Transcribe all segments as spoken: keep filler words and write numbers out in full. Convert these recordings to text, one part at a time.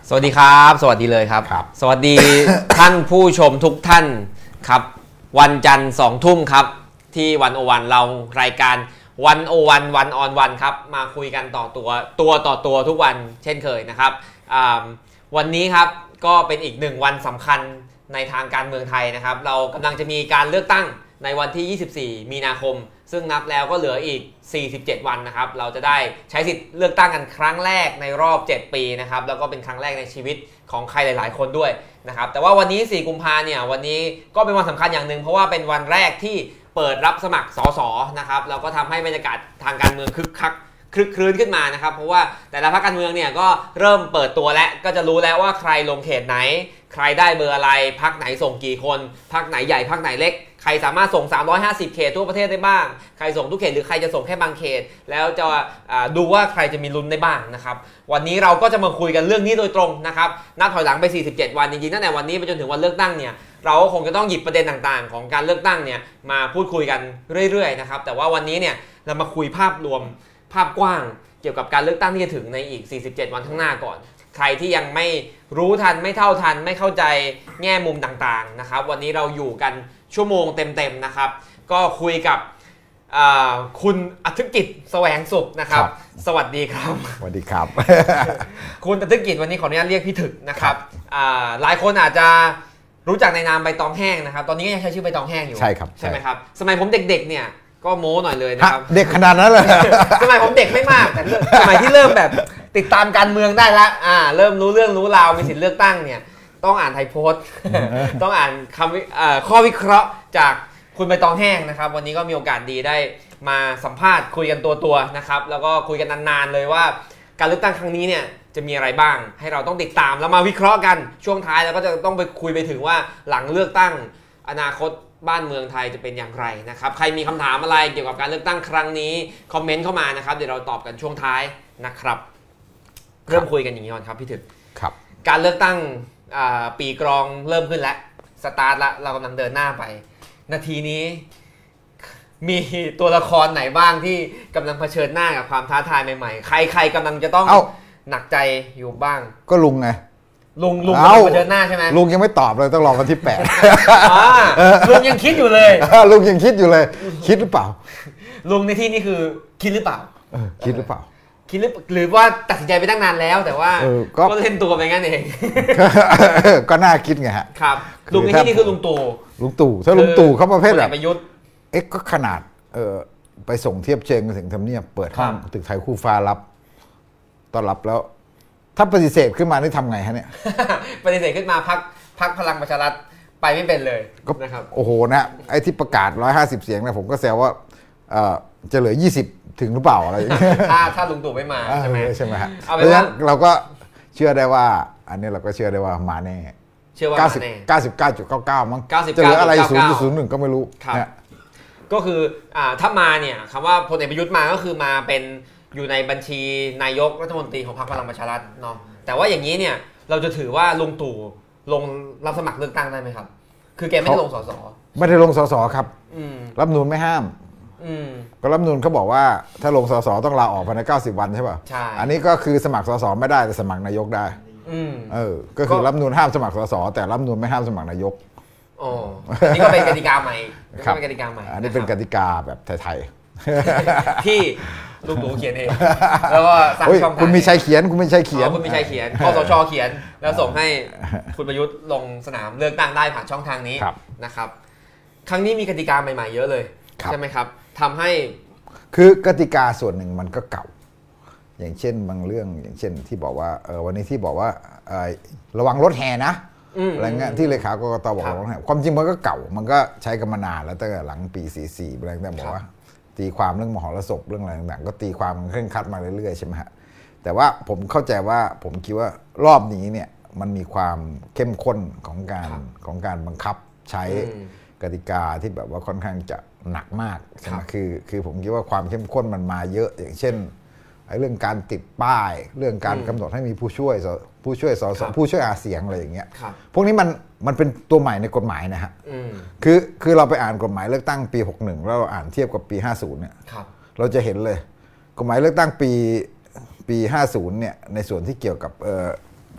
สวัสดีครับสวัสดีเลยครับสวัสดีท่านผู้ชมทุกท่านครับวันจันทร์สองทุ่มครับที่วันโอวันเรารายการวันโอวันวันออนวันครับมาคุยกันต่อตัวตัวต่อตัวทุกวันเช่นเคยนะครับวันนี้ครับก็เป็นอีกหนึ่งวันสำคัญในทางการเมืองไทยนะครับเรากำลังจะมีการเลือกตั้งในวันที่ยี่สิบสี่มีนาคมซึ่งนับแล้วก็เหลืออีกสี่สิบเจ็ดวันนะครับเราจะได้ใช้สิทธิ์เลือกตั้งกันครั้งแรกในรอบเจ็ดปีนะครับแล้วก็เป็นครั้งแรกในชีวิตของใครหลายๆคนด้วยนะครับแต่ว่าวันนี้สี่กุมภาพันธ์เนี่ยวันนี้ก็เป็นวันสำคัญอย่างนึงเพราะว่าเป็นวันแรกที่เปิดรับสมัครสสนะครับแล้วก็ทำให้บรรยากาศทางการเมืองคึกคักคลึกครื้นขึ้นมานะครับเพราะว่าแต่ละพรรคการเมืองเนี่ยก็เริ่มเปิดตัวแล้วก็จะรู้แล้วว่าใครลงเขตไหนใครได้เบอร์อะไรพรรคไหนส่งกี่คนพรรคไหนใหญ่พรรคไหนเล็กใครสามารถส่งสามร้อยห้าสิบเขตทั่วประเทศได้บ้างใครส่งทุกเขตหรือใครจะส่งแค่บางเขตแล้วจะดูว่าใครจะมีลุ้นได้บ้างนะครับวันนี้เราก็จะมาคุยกันเรื่องนี้โดยตรงนะครับนับถอยหลังไปสี่สิบเจ็ดวันจริงๆตั้งแต่วันนี้ไปจนถึงวันเลือกตั้งเนี่ยเราก็คงจะต้องหยิบประเด็นต่างๆของการเลือกตั้งเนี่ยมาพูดคุยกันเรื่อยๆนะครับแต่ว่าวันนี้เนี่ยเรามาคุยภาพรวมภาพกว้างเกี่ยวกับการเลือกตั้งที่จะถึงในอีกสี่สิบเจ็ดวันข้างหน้าก่อนใครที่ยังไม่รู้ทันไม่เท่าทันไม่เข้าใจแง่มุมต่างๆนะครับวันนี้เราอยู่กันชั่วโมงเต็มๆนะครับก็คุยกับคุณอธิกิจแสวงสุขนะครับสวัสดีครับสวัสดีครับคุณอธิกิจวันนี้ขออนุญาตเรียกพี่ถึกนะครับหลายคนอาจจะรู้จักในนามใบตองแห้งนะครับตอนนี้ก็ยังใช้ชื่อใบตองแห้งอยู่ใช่ครับใช่ไหมครับสมัยผมเด็กๆเนี่ยก็โม้หน่อยเลยนะครับเด็กขนาดนั้นเลยสมัยผมเด็กไม่มากแต่สมัยที่เริ่มแบบติดตามการเมืองได้ละอ่าเริ่มรู้เรื่องรู้ราวมีสิทธิ์เลือกตั้งเนี่ยต้องอ่านไทยโพสต์ ต้องอ่านคำข้อวิเคราะห์จากคุณใบตองแห้งนะครับวันนี้ก็มีโอกาสดีได้มาสัมภาษณ์คุยกันตัวๆนะครับแล้วก็คุยกันนานๆเลยว่าการเลือกตั้งครั้งนี้เนี่ยจะมีอะไรบ้างให้เราต้องติดตามแล้วมาวิเคราะห์กันช่วงท้ายแล้วก็จะต้องไปคุยไปถึงว่าหลังเลือกตั้งอนาคตบ้านเมืองไทยจะเป็นอย่างไรนะครับใครมีคำถามอะไรเกี่ยวกับการเลือกตั้งครั้งนี้คอมเมนต์เข้ามานะครับเดี๋ยวเราตอบกันช่วงท้ายนะครับเริ่มคุยกันอย่างนี้ก่อนครับพี่ถึกครับการเลือกตั้งปีกรองเริ่มขึ้นแล้วสตาร์ทแล้วเรากำลังเดินหน้าไปนาทีนี้มีตัวละครไหนบ้างที่กำลังเผชิญหน้ากับความท้าทายใหม่ๆใครใครกำลังจะต้องหนักใจอยู่บ้างก็ลุงไงลุงลุงกำลังเผชิญหน้าใช่ไหมลุงยังไม่ตอบเลยต้องรอวันที่แปดลุงยังคิดอยู่เลยลุงยังคิดอยู่เลยคิดหรือเปล่าลุงในที่นี้คือคิดหรือเปล่าคิดหรือเปล่าคิดหรือหรือว่าตัดสินใจไปตั้งนานแล้วแต่ว่าก็เล่นตัวไปงั้นเองก็น่าคิดไงฮะครับลุงในที่นี้คือลุงตู่ลุงตู่ถ้าลุงตู่เขาประเภทแบบประยุทธ์เอ๊ะก็ขนาดเออไปส่งเทียบเชิงถึงทำเนียบเปิดห้องตึกไทยคู่ฟ้ารับต้อนรับแล้วถ้าปฏิเสธขึ้นมานี่ทำไงฮะเนี่ยปฏิเสธขึ้นมาพักพักพลังประชารัฐไปไม่เป็นเลยนะครับโอ้โหนะไอ้ที่ประกาศหนึ่งร้อยห้าสิบเสียงนะผมก็แซวว่าเออจะเหลือยี่สิบถึงหรือเปล่าอะไรถ้าถ้าลุงตู่ไม่มาใช่ไหมใช่ไหมฮะเพราะฉะนั้นเราก็เชื่อได้ว่าอันนี้เราก็เชื่อได้ว่ามาแน่เชื่อว่ามาแน่เก้าสิบเก้าจุดเก้าเก้ามั้งจะเหลืออะไรศูนย์จุดศูนย์หนึ่งก็ไม่รู้เนี่ยก็คืออ่าถ้ามาเนี่ยคำว่าพลเอกประยุทธ์มาก็คือมาเป็นอยู่ในบัญชีนายกรัฐมนตรีของพรรคพลังประชารัฐเนาะแต่ว่าอย่างนี้เนี่ยเราจะถือว่าลุงตู่ลงรับสมัครเลือกตั้งได้ไหมครับคือแกไม่ได้ลงสสไม่ได้ลงสสครับรัฐธรรมนูญไม่ห้ามก็รัฐธรรมนูญเขาบอกว่าถ้าลงสสต้องลาออกภายในเก้าสิบวันใช่ป่ะใช่อันนี้ก็คือสมัครสสไม่ได้แต่สมัครนายกได้เออก็คือรัฐธรรมนูญห้ามสมัครสสแต่รัฐธรรมนูญไม่ห้ามสมัครนายกอ๋ออันนี้ก็เป็นกติกาใหม่ครับเป็นกติกาใหม่อันนี้เป็นกติกาแบบไทยๆที่ลุงตู่เขียนเองแล้วก็สร้างช่องทางคุณมีชัยเขียนคุณมีชัยเขียนคุณมีชัยเขียนคสชเขียนแล้วส่งให้คุณประยุทธ์ลงสนามเลือกตั้งได้ผ่านช่องทางนี้นะครับครั้งนี้มีกติกาใหม่ๆเยอะเลยใช่ไหมครับทำให้คือกติกาส่วนหนึ่งมันก็เก่าอย่างเช่นบางเรื่องอย่างเช่นที่บอกว่าเออวันนี้ที่บอกว่าระวังรถแห่นะอะไรเงี้ยที่เลขากกต.บอกระวังรถแห่ความจริงมันก็เก่ามันก็ใช้กันมานานแล้วตั้งแต่หลังปีสี่สิบสี่อะไรต่างๆบอกว่าตีความเรื่องมหรสพเรื่องอะไรต่างๆก็ตีความเคร่งครัดมาเรื่อยๆใช่ไหมฮะแต่ว่าผมเข้าใจว่าผมคิดว่ารอบนี้เนี่ยมันมีความเข้มข้นของการของการบังคับใช้กติกาที่แบบว่าค่อนข้างจะหนักมากใช่ไหมคือคือผมคิดว่าความเข้มข้นมันมาเยอะอย่างเช่นไอ้เรื่องการติดป้ายเรื่องการกำหนดให้มีผู้ช่วยผู้ช่วยสสผู้ช่วยหาเสียงอะไรอย่างเงี้ยพวกนี้มันมันเป็นตัวใหม่ในกฎหมายนะฮะคือคือเราไปอ่านกฎหมายเลือกตั้งปีหกสิบเอ็ดแล้วเราอ่านเทียบกับปีห้าสิบเนี่ยเราจะเห็นเลยกฎหมายเลือกตั้งปีปีห้าสิบเนี่ยในส่วนที่เกี่ยวกับ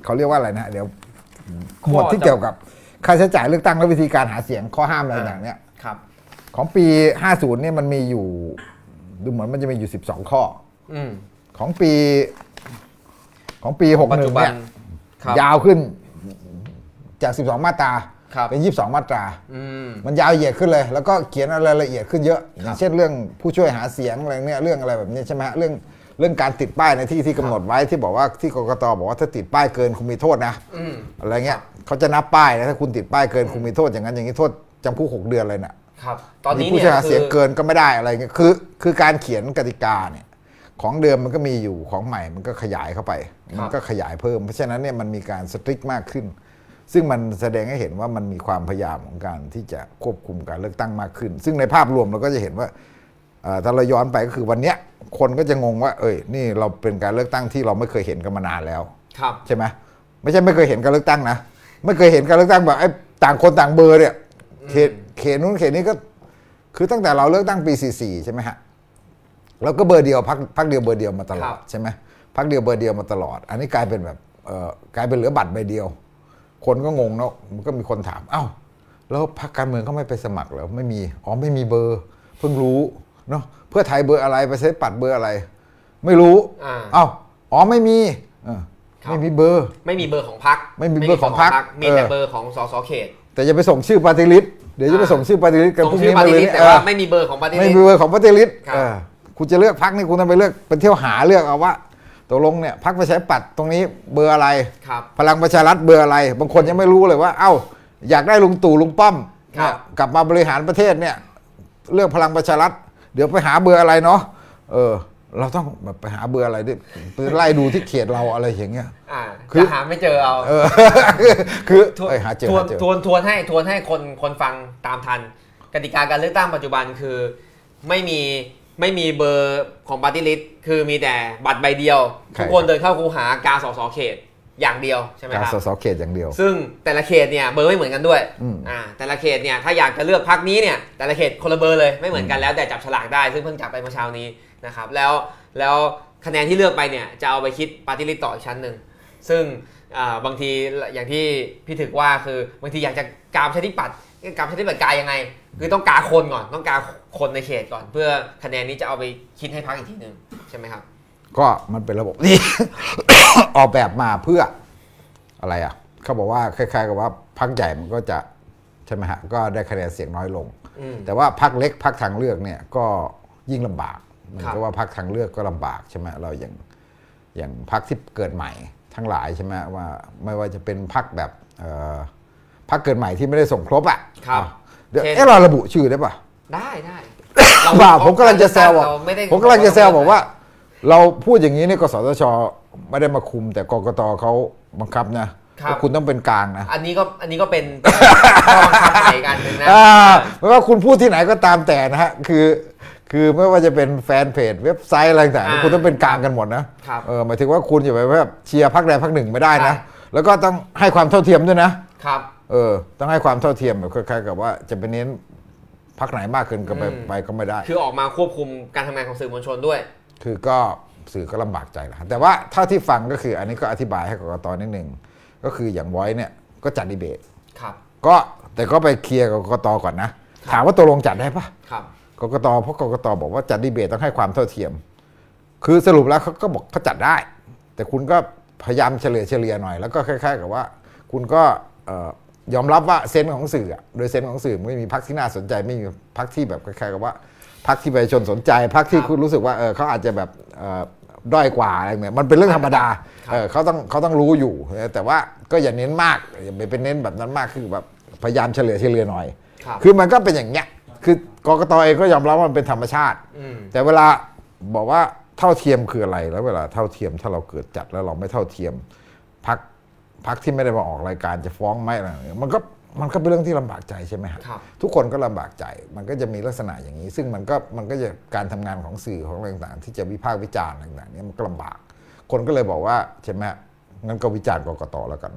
เขาเรียกว่าอะไรนะเดี๋ยวหมวดที่เกี่ยวกับค่าใช้จ่ายเลือกตั้งและวิธีการหาเสียงข้อห้ามอะไรอย่างเนี้ยครับของปีห้าสิบเนี่ยมันมีอยู่ดูเหมือนมันจะมีอยู่สิบสองข้ออืมของปีของปีหกสิบเอ็ดเนี่ยยาวขึ้นจากสิบสองมาตราเป็นยี่สิบสองมาตรามันยาวเหยียดขึ้นเลยแล้วก็เขียนรายละเอียดขึ้นเยอะอย่างเช่นเรื่องผู้ช่วยหาเสียงอะไรเนี่ยเรื่องอะไรแบบนี้ใช่ไหมเรื่องเรื่องการติดป้ายในที่ที่กำหนดไว้ที่บอกว่าที่กกตบอกว่าถ้าติดป้ายเกินคุณมีโทษนะอะไรเงี้ยเขาจะนับป้ายนะถ้าคุณติดป้ายเกินคุณมีโทษอย่างนั้นอย่างนี้โทษจำคุกหกเดือนเลยนะตอนนี้ผู้ช่วยหาเสียงเกินก็ไม่ได้อะไรเงี้ยคือคือการเขียนกติกาเนี่ยของเดิมมันก็มีอยู่ของใหม่มันก็ขยายเข้าไปมันก็ขยายเพิ่มเพราะฉะนั้นเนี่ยมันมีการสตริกมากขึ้นซึ่งมันแสดงให้เห็นว่ามันมีความพยายามของการที่จะควบคุมการเลือกตั้งมากขึ้นซึ่งในภาพรวมเราก็จะเห็นว่าถ้าเราย้อนไปก็คือวันนี้คนก็จะงงว่าเอ้ยนี่เราเป็นการเลือกตั้งที่เราไม่เคยเห็นกันมานานแล้วใช่ไหมไม่ใช่ไม่เคยเห็นการเลือกตั้งนะไม่เคยเห็นการเลือกตั้งแบบไอ้ต่างคนต่างเบอร์เนี่ยเขตเขตนู้นเขตนี้ก็คือตั้งแต่เราเลือกตั้งปีสี่สิบสี่ใช่ไหมฮะเราก็เบอร์เดียวพักพักเดียวเบอร์เดียวมาตลอดใช่ไหมพักเดียวเบอร์เดียวมาตลอดอันนี้กลายเป็นแบบกลายเป็นเหลือบัตรใบเดียวคนก็งงเนาะมันก็มีคนถามเอ้าแล้วพรรคการเมืองเขาไม่ไปสมัครเหรอไม่มีอ๋อไม่มีเบอร์เพิ่งรู้เนาะเพื่อไทยเบอร์อะไรไปใช้ปัดเบอร์อะไรไม่รู้เอ้าอ๋อไม่มีไม่มีเบอร์ไม่มีเบอร์ของพรรคไม่มีเบอร์ของพรรคมีแต่เบอร์ของสสเขตแต่จะไปส่งชื่อปฏิริษีเดี๋ยวจะไปส่งชื่อปฏิริษีกันพรุ่งนี้มาเลยแต่ว่าไม่มีเบอร์ของปฏิริษีไม่มีเบอร์ของปฏิริษีคุณจะเลือกพรรคนี่คุณต้องไปเลือกเป็นเที่ยวหาเลือกเอาว่าตกลงเนี่ยพรรคประชาธิปัตย์ตรงนี้เบอร์อะไรพลังประชารัฐเบอร์อะไรบางคนยังไม่รู้เลยว่าเอ้าอยากได้ลุงตู่ลุงป้อมกลับมาบริหารประเทศเนี่ยเลือกพลังประชารัฐเดี๋ยวไปหาเบอร์อะไรเนาะเออเราต้องแบบไปหาเบอร์อะไรดิไปไล่ดูที่เขตเราอะไรอย่างเงี้ยคือหาไม่เจอเอาคือหาเจอทวนทวนทวนให้ทวนให้คนคนฟังตามทันกติกาการเลือกตั้งปัจจุบันคือไม่มีไม่มีเบอร์ของปาร์ตี้ลิสต์คือมีแต่บัตรใบเดียวทุกคนเดินเข้าคูหากาสสเขตอย่างเดียวใช่ไหมครับกาสสเขตอย่างเดียวซึ่งแต่ละเขตเนี่ยเบอร์ไม่เหมือนกันด้วยอ่าแต่ละเขตเนี่ยถ้าอยากจะเลือกพรรคนี้เนี่ยแต่ละเขตคนละเบอร์เลยไม่เหมือนกันแล้วแต่จับฉลากได้ซึ่งเพิ่งจับไปเมื่อเช้านี้นะครับแล้วแล้วคะแนนที่เลือกไปเนี่ยจะเอาไปคิดปาร์ตี้ลิสต์ต่ออีกชั้นหนึ่งซึ่งบางทีอย่างที่พี่ถึกว่าคือบางทีอยากจะกาประชาธิปัตย์กาประชาธิปัตย์กายังไงคือต้องกาคนก่อนต้องกาคนในเขตก่อนเพื่อคะแนนนี้จะเอาไปคิดให้พรรคอีกทีนึงใช่ไหมครับก็มันเป็นระบบที่ ออกแบบมาเพื่ออะไรอ่ะเขาบอกว่าคล้ายๆกับว่าพรรคใหญ่มันก็จะใช่ไหมฮะก็ได้คะแนนเสียงน้อยลงแต่ว่าพรรคเล็กพรรคทางเลือกเนี่ยก็ยิ่งลำบากเหมือนกับว่าพรรคทางเลือกก็ลำบากใช่ไหมเราอย่างอย่างพรรคที่เกิดใหม่ทั้งหลายใช่ไหมว่าไม่ว่าจะเป็นพรรคแบบพรรคเกิดใหม่ที่ไม่ได้ส่งครบอ่ะเดี๋ยวเออเราระบุชื่อได้ป่ะได้ได้ป่าผมกำลังจะแซวผมกำลังจะแซวบอกว่าเราพูดอย่างนี้นี่กสทชไม่ได้มาคุมแต่กกตเขาบังคับนะคุณต้องเป็นกลางนะอันนี้ก็อันนี้ก็เป็นข้อบังคับใหม่กันนึงนะไม่ว่าคุณพูดที่ไหนก็ตามแต่นะฮะคือคือไม่ว่าจะเป็นแฟนเพจเว็บไซต์อะไรต่างๆคุณต้องเป็นกลางกันหมดนะเออหมายถึงว่าคุณอย่าไปแบบเชียร์พรรคใดพรรคหนึ่งไม่ได้นะแล้วก็ต้องให้ความเท่าเทียมด้วยนะครับเออต้องให้ความเท่าเทียมแบบคล้ายๆกับว่าจะไปเน้นพรรคไหนมากเกินก็ไปไปก็ไม่ได้คือออกมาควบคุมการทำงานของสื่อมวลชนด้วยคือก็สื่อก็ลำบากใจแล้วแต่ว่าเท่าที่ฟังก็คืออันนี้ก็อธิบายให้กกตนิดนึงก็คืออย่างไว้เนี่ยก็จัดดีเบตครับก็แต่ก็ไปเคลียร์กับกกตก่อนนะถามว่าตกลงจัดได้ปะครับกกตเพราะกกตบอกว่าจัดดีเบตต้องให้ความเท่าเทียมคือสรุปแล้วเขาก็บอกเขาจัดได้แต่คุณก็พยายามเฉลี่ยเฉลี่ยหน่อยแล้วก็คล้ายๆกับว่าคุณก็ยอมรับว่าเซนส์ของสื่อโดยเซนส์ของสื่อไม่มีพรรคที่น่าสนใจไม่มีพรรคที่แบบคล้ายๆกับว่าพรรคที่ประชาชนสนใจพรรคที่คุณรู้สึกว่าเออเขาอาจจะแบบด้อยกว่าอะไรเนี่ยมันเป็นเรื่องธรรมดาเออเขาต้องเขาต้องรู้อยู่แต่ว่าก็อย่าเน้นมากอย่าไปเป็นเน้นแบบนั้นมากคือแบบพยายามเฉลี่ยเฉลี่ยหน่อยคือมันก็เป็นอย่างเงี้ยคือกกตเองก็ยอมรับว่ามันเป็นธรรมชาติแต่เวลาบอกว่าเท่าเทียมคืออะไรแล้วเวลาเท่าเทียมถ้าเราเกิดจัดแล้วเราไม่เท่าเทียมพรรคพรรคที่ไม่ได้มาออกรายการจะฟ้องไหมอะไรมันก็มันก็เป็นเรื่องที่ลำบากใจใช่ไหมครับทุกคนก็ลำบากใจมันก็จะมีลักษณะอย่างนี้ซึ่งมันก็มันก็จะการทำงานของสื่อของอะไรต่างๆที่จะวิพากษ์วิจารณ์ต่างๆนี้มันก็ลำบากคนก็เลยบอกว่าใช่ไหมงั้นก็วิจารณ์กกตแล้วกัน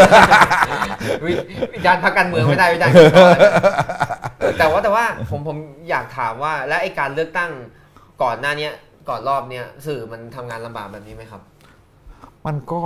วิจารณ์พรรคการเมืองไม่ได้วิจารณ์แต่ว่าแต่ว่าผมผมอยากถามว่าและไอ้การเลือกตั้งก่อนหน้านี้ก่อนรอบเนี้ยสื่อมันทำงานลำบากแบบนี้ไหมครับมันก็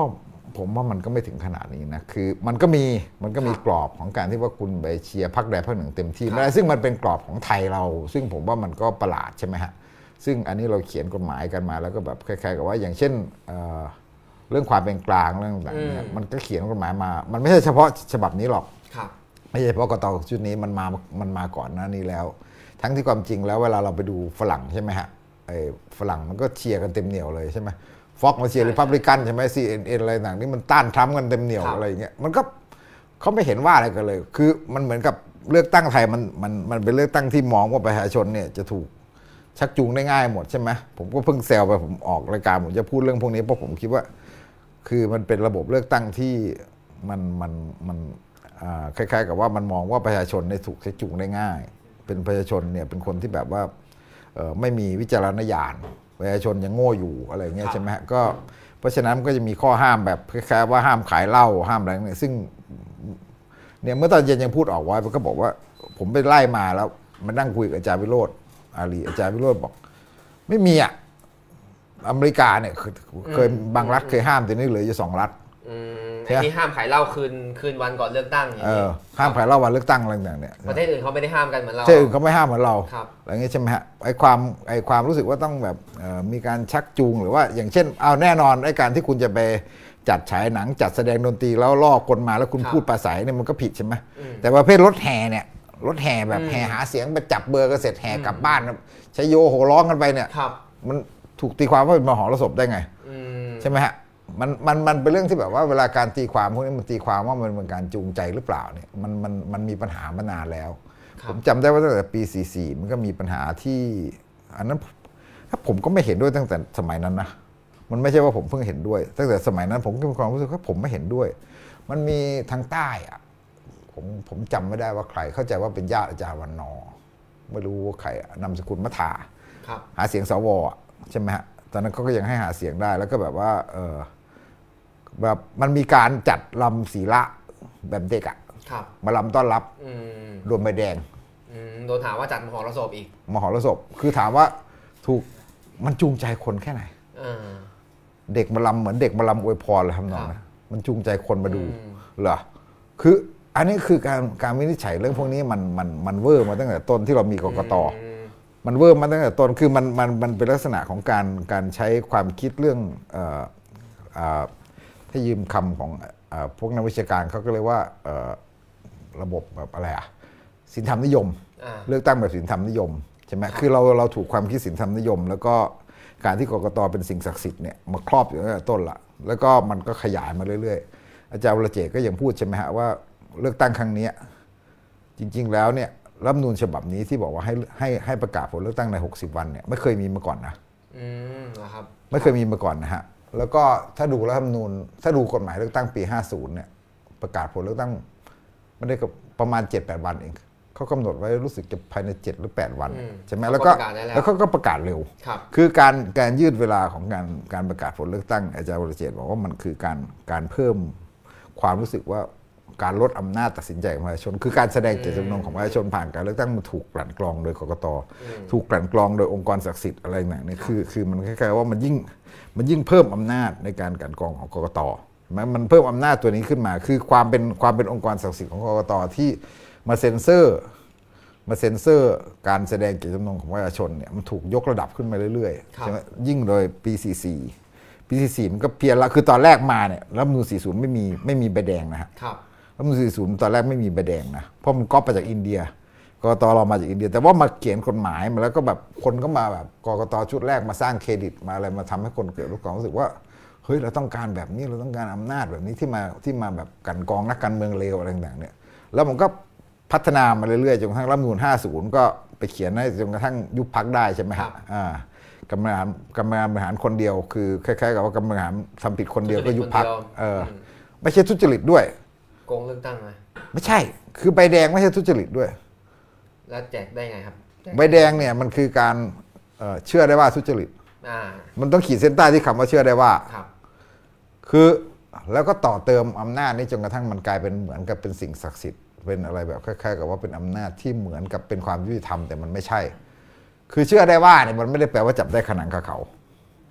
ผมว่ามันก็ไม่ถึงขนาดนี้นะคือมันก็มีมันก็มีกรอบของการที่ว่าคุณไปเชียร์พรรคใดพรรคหนึ่งเต็มที่ไม่ได้ซึ่งมันเป็นกรอบของไทยเราซึ่งผมว่ามันก็ประหลาดใช่ไหมฮะซึ่งอันนี้เราเขียนกฎหมายกันมาแล้วก็แบบคล้ายๆกับว่าอย่างเช่นเเรื่องความเป็นกลางเรื่องต่างๆเนี่ยมันก็เขียนกฎหมายมามันไม่ใช่เฉพาะฉบับนี้หรอกไม่ใช่เฉพาะกตชุดนี้มันมามันมาก่อนหน้านี้แล้วทั้งที่ความจริงแล้วเวลาเราไปดูฝรั่งใช่ไหมฮะไอ้ฝรั่งมันก็เชียร์กันเต็มเหนียวเลยใช่ไหมฟ็อกมาเชียร์ริพับลิกันใช่ไหม ซี เอ็น เอ็น อะไรต่างนี่มันต้านทรัมป์กันเต็มเหนียวอะไรอย่างเงี้ยมันก็เขาไม่เห็นว่าอะไรกันเลยคือมันเหมือนกับเลือกตั้งไทยมันมันมันเป็นเลือกตั้งที่มองว่าประชาชนเนี่ยจะถูกชักจูงได้ง่ายหมดใช่ไหมผมก็เพิ่งแซวไปผมออกรายการผมจะพูดเรื่องพวกนี้เพราะผมคิดว่าคือมันเป็นระบบเลือกตั้งที่มันมันมันคล้ายๆกับว่ามันมองว่าประชาชนเนี่ยถูกชักจูงได้ง่ายเป็นประชาชนเนี่ยเป็นคนที่แบบว่าไม่มีวิจารณญาณประชาชนยังโง่อยู่อะไรเงี้ยใช่ไหมฮะก็เพราะฉะนั้นก็จะมีข้อห้ามแบบคล้ายๆว่าห้ามขายเหล้าห้ามอะไรเนี่ยซึ่งเนี่ยเมื่อตอนเย็นยังพูดออกไว้ก็บอกว่าผมไปไล่มาแล้วมานั่งคุยกับอาจารย์วิโรจน์อารีอาจารย์วิโรจน์บอกไม่มีอ่ะอเมริกาเนี่ยเคยบางรัฐเคยห้ามแต่นี่เหลืออยู่สองรัฐที่ห้ามขายเหล้าคืนคืนวันก่อนเลือกตั้งอย่างนี้ห้ามขายเหล้าวันเลือกตั้งอะไรต่างๆเนี่ยประเทศอื่นเขาไม่ได้ห้ามกันเหมือนเราประเทศอื่นเขาไม่ห้ามเหมือนเราอะไรเงี้ยใช่ไหมฮะไอ้ความไอ้ความรู้สึกว่าต้องแบบมีการชักจูงหรือว่าอย่างเช่นเอาแน่นอนไอ้การที่คุณจะไปจัดฉายหนังจัดแสดงดนตรีแล้วล่อคนมาแล้วคุณพูดปราศัยเนี่ยมันก็ผิดใช่ไหมแต่ประเภทรถแห่เนี่ยรถแห่แบบแห่หาเสียงไปจับเบอร์ก็เสร็จแห่กลับบ้านใช้โยโห่ร้องกันไปเนี่ยมันถูกตีความว่าเป็นมหรสพได้ไงใช่ไหมฮะมันมันมันเป็นเรื่องที่แบบว่าเวลาการตีความพวกนี้มันตีความว่ามันเป็นการจูงใจหรือเปล่าเนี่ยมันมันมันมีปัญหามานานแล้วผมจำได้ว่าตั้งแต่ปีสี่สิบสี่มันก็มีปัญหาที่อันนั้นถ้าผมก็ไม่เห็นด้วยตั้งแต่สมัยนั้นนะมันไม่ใช่ว่าผมเพิ่งเห็นด้วยตั้งแต่สมัยนั้นผมก็มีความรู้สึกว่าผมไม่เห็นด้วยมันมีทางใต้อะผมผมจำไม่ได้ว่าใครเข้าใจว่าเป็นญาติอาจารย์วันนอไม่รู้ว่าใครนามสกุลมัทาหาเสียงสวใช่ไหมฮะตอนนั้นเขาก็ยังให้หาเสียงได้แล้วก็แบบว่าเออแบบมันมีการจัดลำศีละแบบเด็กอะมาลำต้อนรับรวมใบแดงโดนถามว่าจัดมหรสพอีกมหรสพคือถามว่าถูกมันจูงใจคนแค่ไหนเด็กมาลำเหมือนเด็กมาลำอวยพรเลยทำนองนะมันจูงใจคนมาดูเหรอคืออันนี้คือการการวินิจฉัยเรื่องพวกนี้มันมันมันเวอร์มาตั้งแต่ต้นที่เรามีกกต.มันเวอร์มาตั้งแต่ต้นคือมันมันมันเป็นลักษณะของการการใช้ความคิดเรื่องเอ่อเอ่อถ้ายืมคำของพวกนักวิชาการเขาก็เรียกว่าระบบแบบอะไรอะศีลธรรมนิยมเลือกตั้งแบบศีลธรรมนิยมใช่ไหมคือเราเราถูกความคิดศีลธรรมนิยมแล้วก็การที่กกต.เป็นสิ่งศักดิ์สิทธิ์เนี่ยมาครอบอยู่ตั้งแต่ต้นละแล้วก็มันก็ขยายมาเรื่อยๆอาจารย์วรเจตน์ก็ยังพูดใช่ไหมฮะว่าเลือกตั้งครั้งนี้จริงๆแล้วเนี่ยรัฐธรรมนูญฉบับนี้ที่บอกว่าให้ให้ให้ประกาศผลเลือกตั้งในหกสิบวันเนี่ยไม่เคยมีมาก่อนนะอืมนะครับไม่เคยมีมาก่อนนะฮะแล้วก็ถ้าดูรัฐธรรมนูญถ้าดูกฎหมายเลือกตั้งปีห้าสิบเนี่ยประกาศผลเลือกตั้งไม่ได้กับประมาณ เจ็ดแปด วันเองเขากำหนดไว้รู้สึกจะภายในเจ็ดหรือแปดวันใช่ไหมแล้วก็แล้วเขาก็ประกาศเร็วคือการการยืดเวลาของการการประกาศผลเลือกตั้งอาจารย์วรเจตน์บอกว่ามันคือการการเพิ่มความรู้สึกว่าการลดอำนาจตัดสินใจของประชาชนคือการแสดงเจตจำนงของประชาชนผ่านการเลือกตั้งมันถูกกลั่นกรองโดยกกต.ถูกกลั่นกรองโดยองค์กรศักดิ์สิทธิ์อะไรต่างๆนี่คือคือมันคล้ายๆว่ามันยิ่งมันยิ่งเพิ่มอำนาจในการกลั่นกรองของกกต.มันเพิ่มอำนาจตัวนี้ขึ้นมาคือความเป็นความเป็นองค์กรศักดิ์สิทธิ์ของกกต.ที่มาเซ็นเซอร์มาเซ็นเซอร์การแสดงเจตจำนงของประชาชนเนี่ยมันถูกยกระดับขึ้นมาเรื่อยๆใช่ไหมยิ่งโดยปีสี่สิบสี่ปีสี่สิบสี่มันก็เพี้ยนละคือตอนแรกมาเนี่ยรัฐธรรมนูญสี่สิบไม่มีไม่มีใบแดงนะฮะรัฐธรรมนูญสี่สิบตอนแรกไม่มีใบแดงนะเพราะมันก๊อปมาจากอินเดียกกต.เรามาจากอินเดียแต่ว่ามาเขียนกฎหมายมาแล้วก็แบบคนก็มาแบบกกต.ชุดแรกมาสร้างเครดิตมาอะไรมาทำให้คนเกิดความรู้สึกว่าเฮ้ยเราต้องการแบบนี้เราต้องการอำนาจแบบนี้ที่มาที่มาแบบกันกองนักการเมืองเลวอะไรต่างๆเนี่ยแล้วมันก็พัฒนามาเรื่อยๆจนกระทั่งรัฐธรรมนูญห้าสิบก็ไปเขียนให้จนกระทั่งยุบพรรคได้ใช่ไหมครับอ่ากรรมการกรรมการบริหารคนเดียวคือคล้ายๆกับว่ากรรมการทำผิดคนเดียวก็ยุบพรรคเออไม่ใช่ทุจริตด้วยโกงเลือกตั้งไหมไม่ใช่คือใบแดงไม่ใช่ทุจริตด้วยแล้วแจกได้ไงครับใบแดงเนี่ยมันคือการเชื่อได้ว่าทุจริตมันต้องขีดเส้นใต้ที่คำว่าเชื่อได้ว่าคือแล้วก็ต่อเติมอำนาจนี้จนกระทั่งมันกลายเป็นเหมือนกับเป็นสิ่งศักดิ์สิทธิ์เป็นอะไรแบบคล้ายๆกับว่าเป็นอำนาจที่เหมือนกับเป็นความยุติธรรมแต่มันไม่ใช่คือเชื่อได้ว่าเนี่ยมันไม่ได้แปลว่าจับได้ขนังคาเขา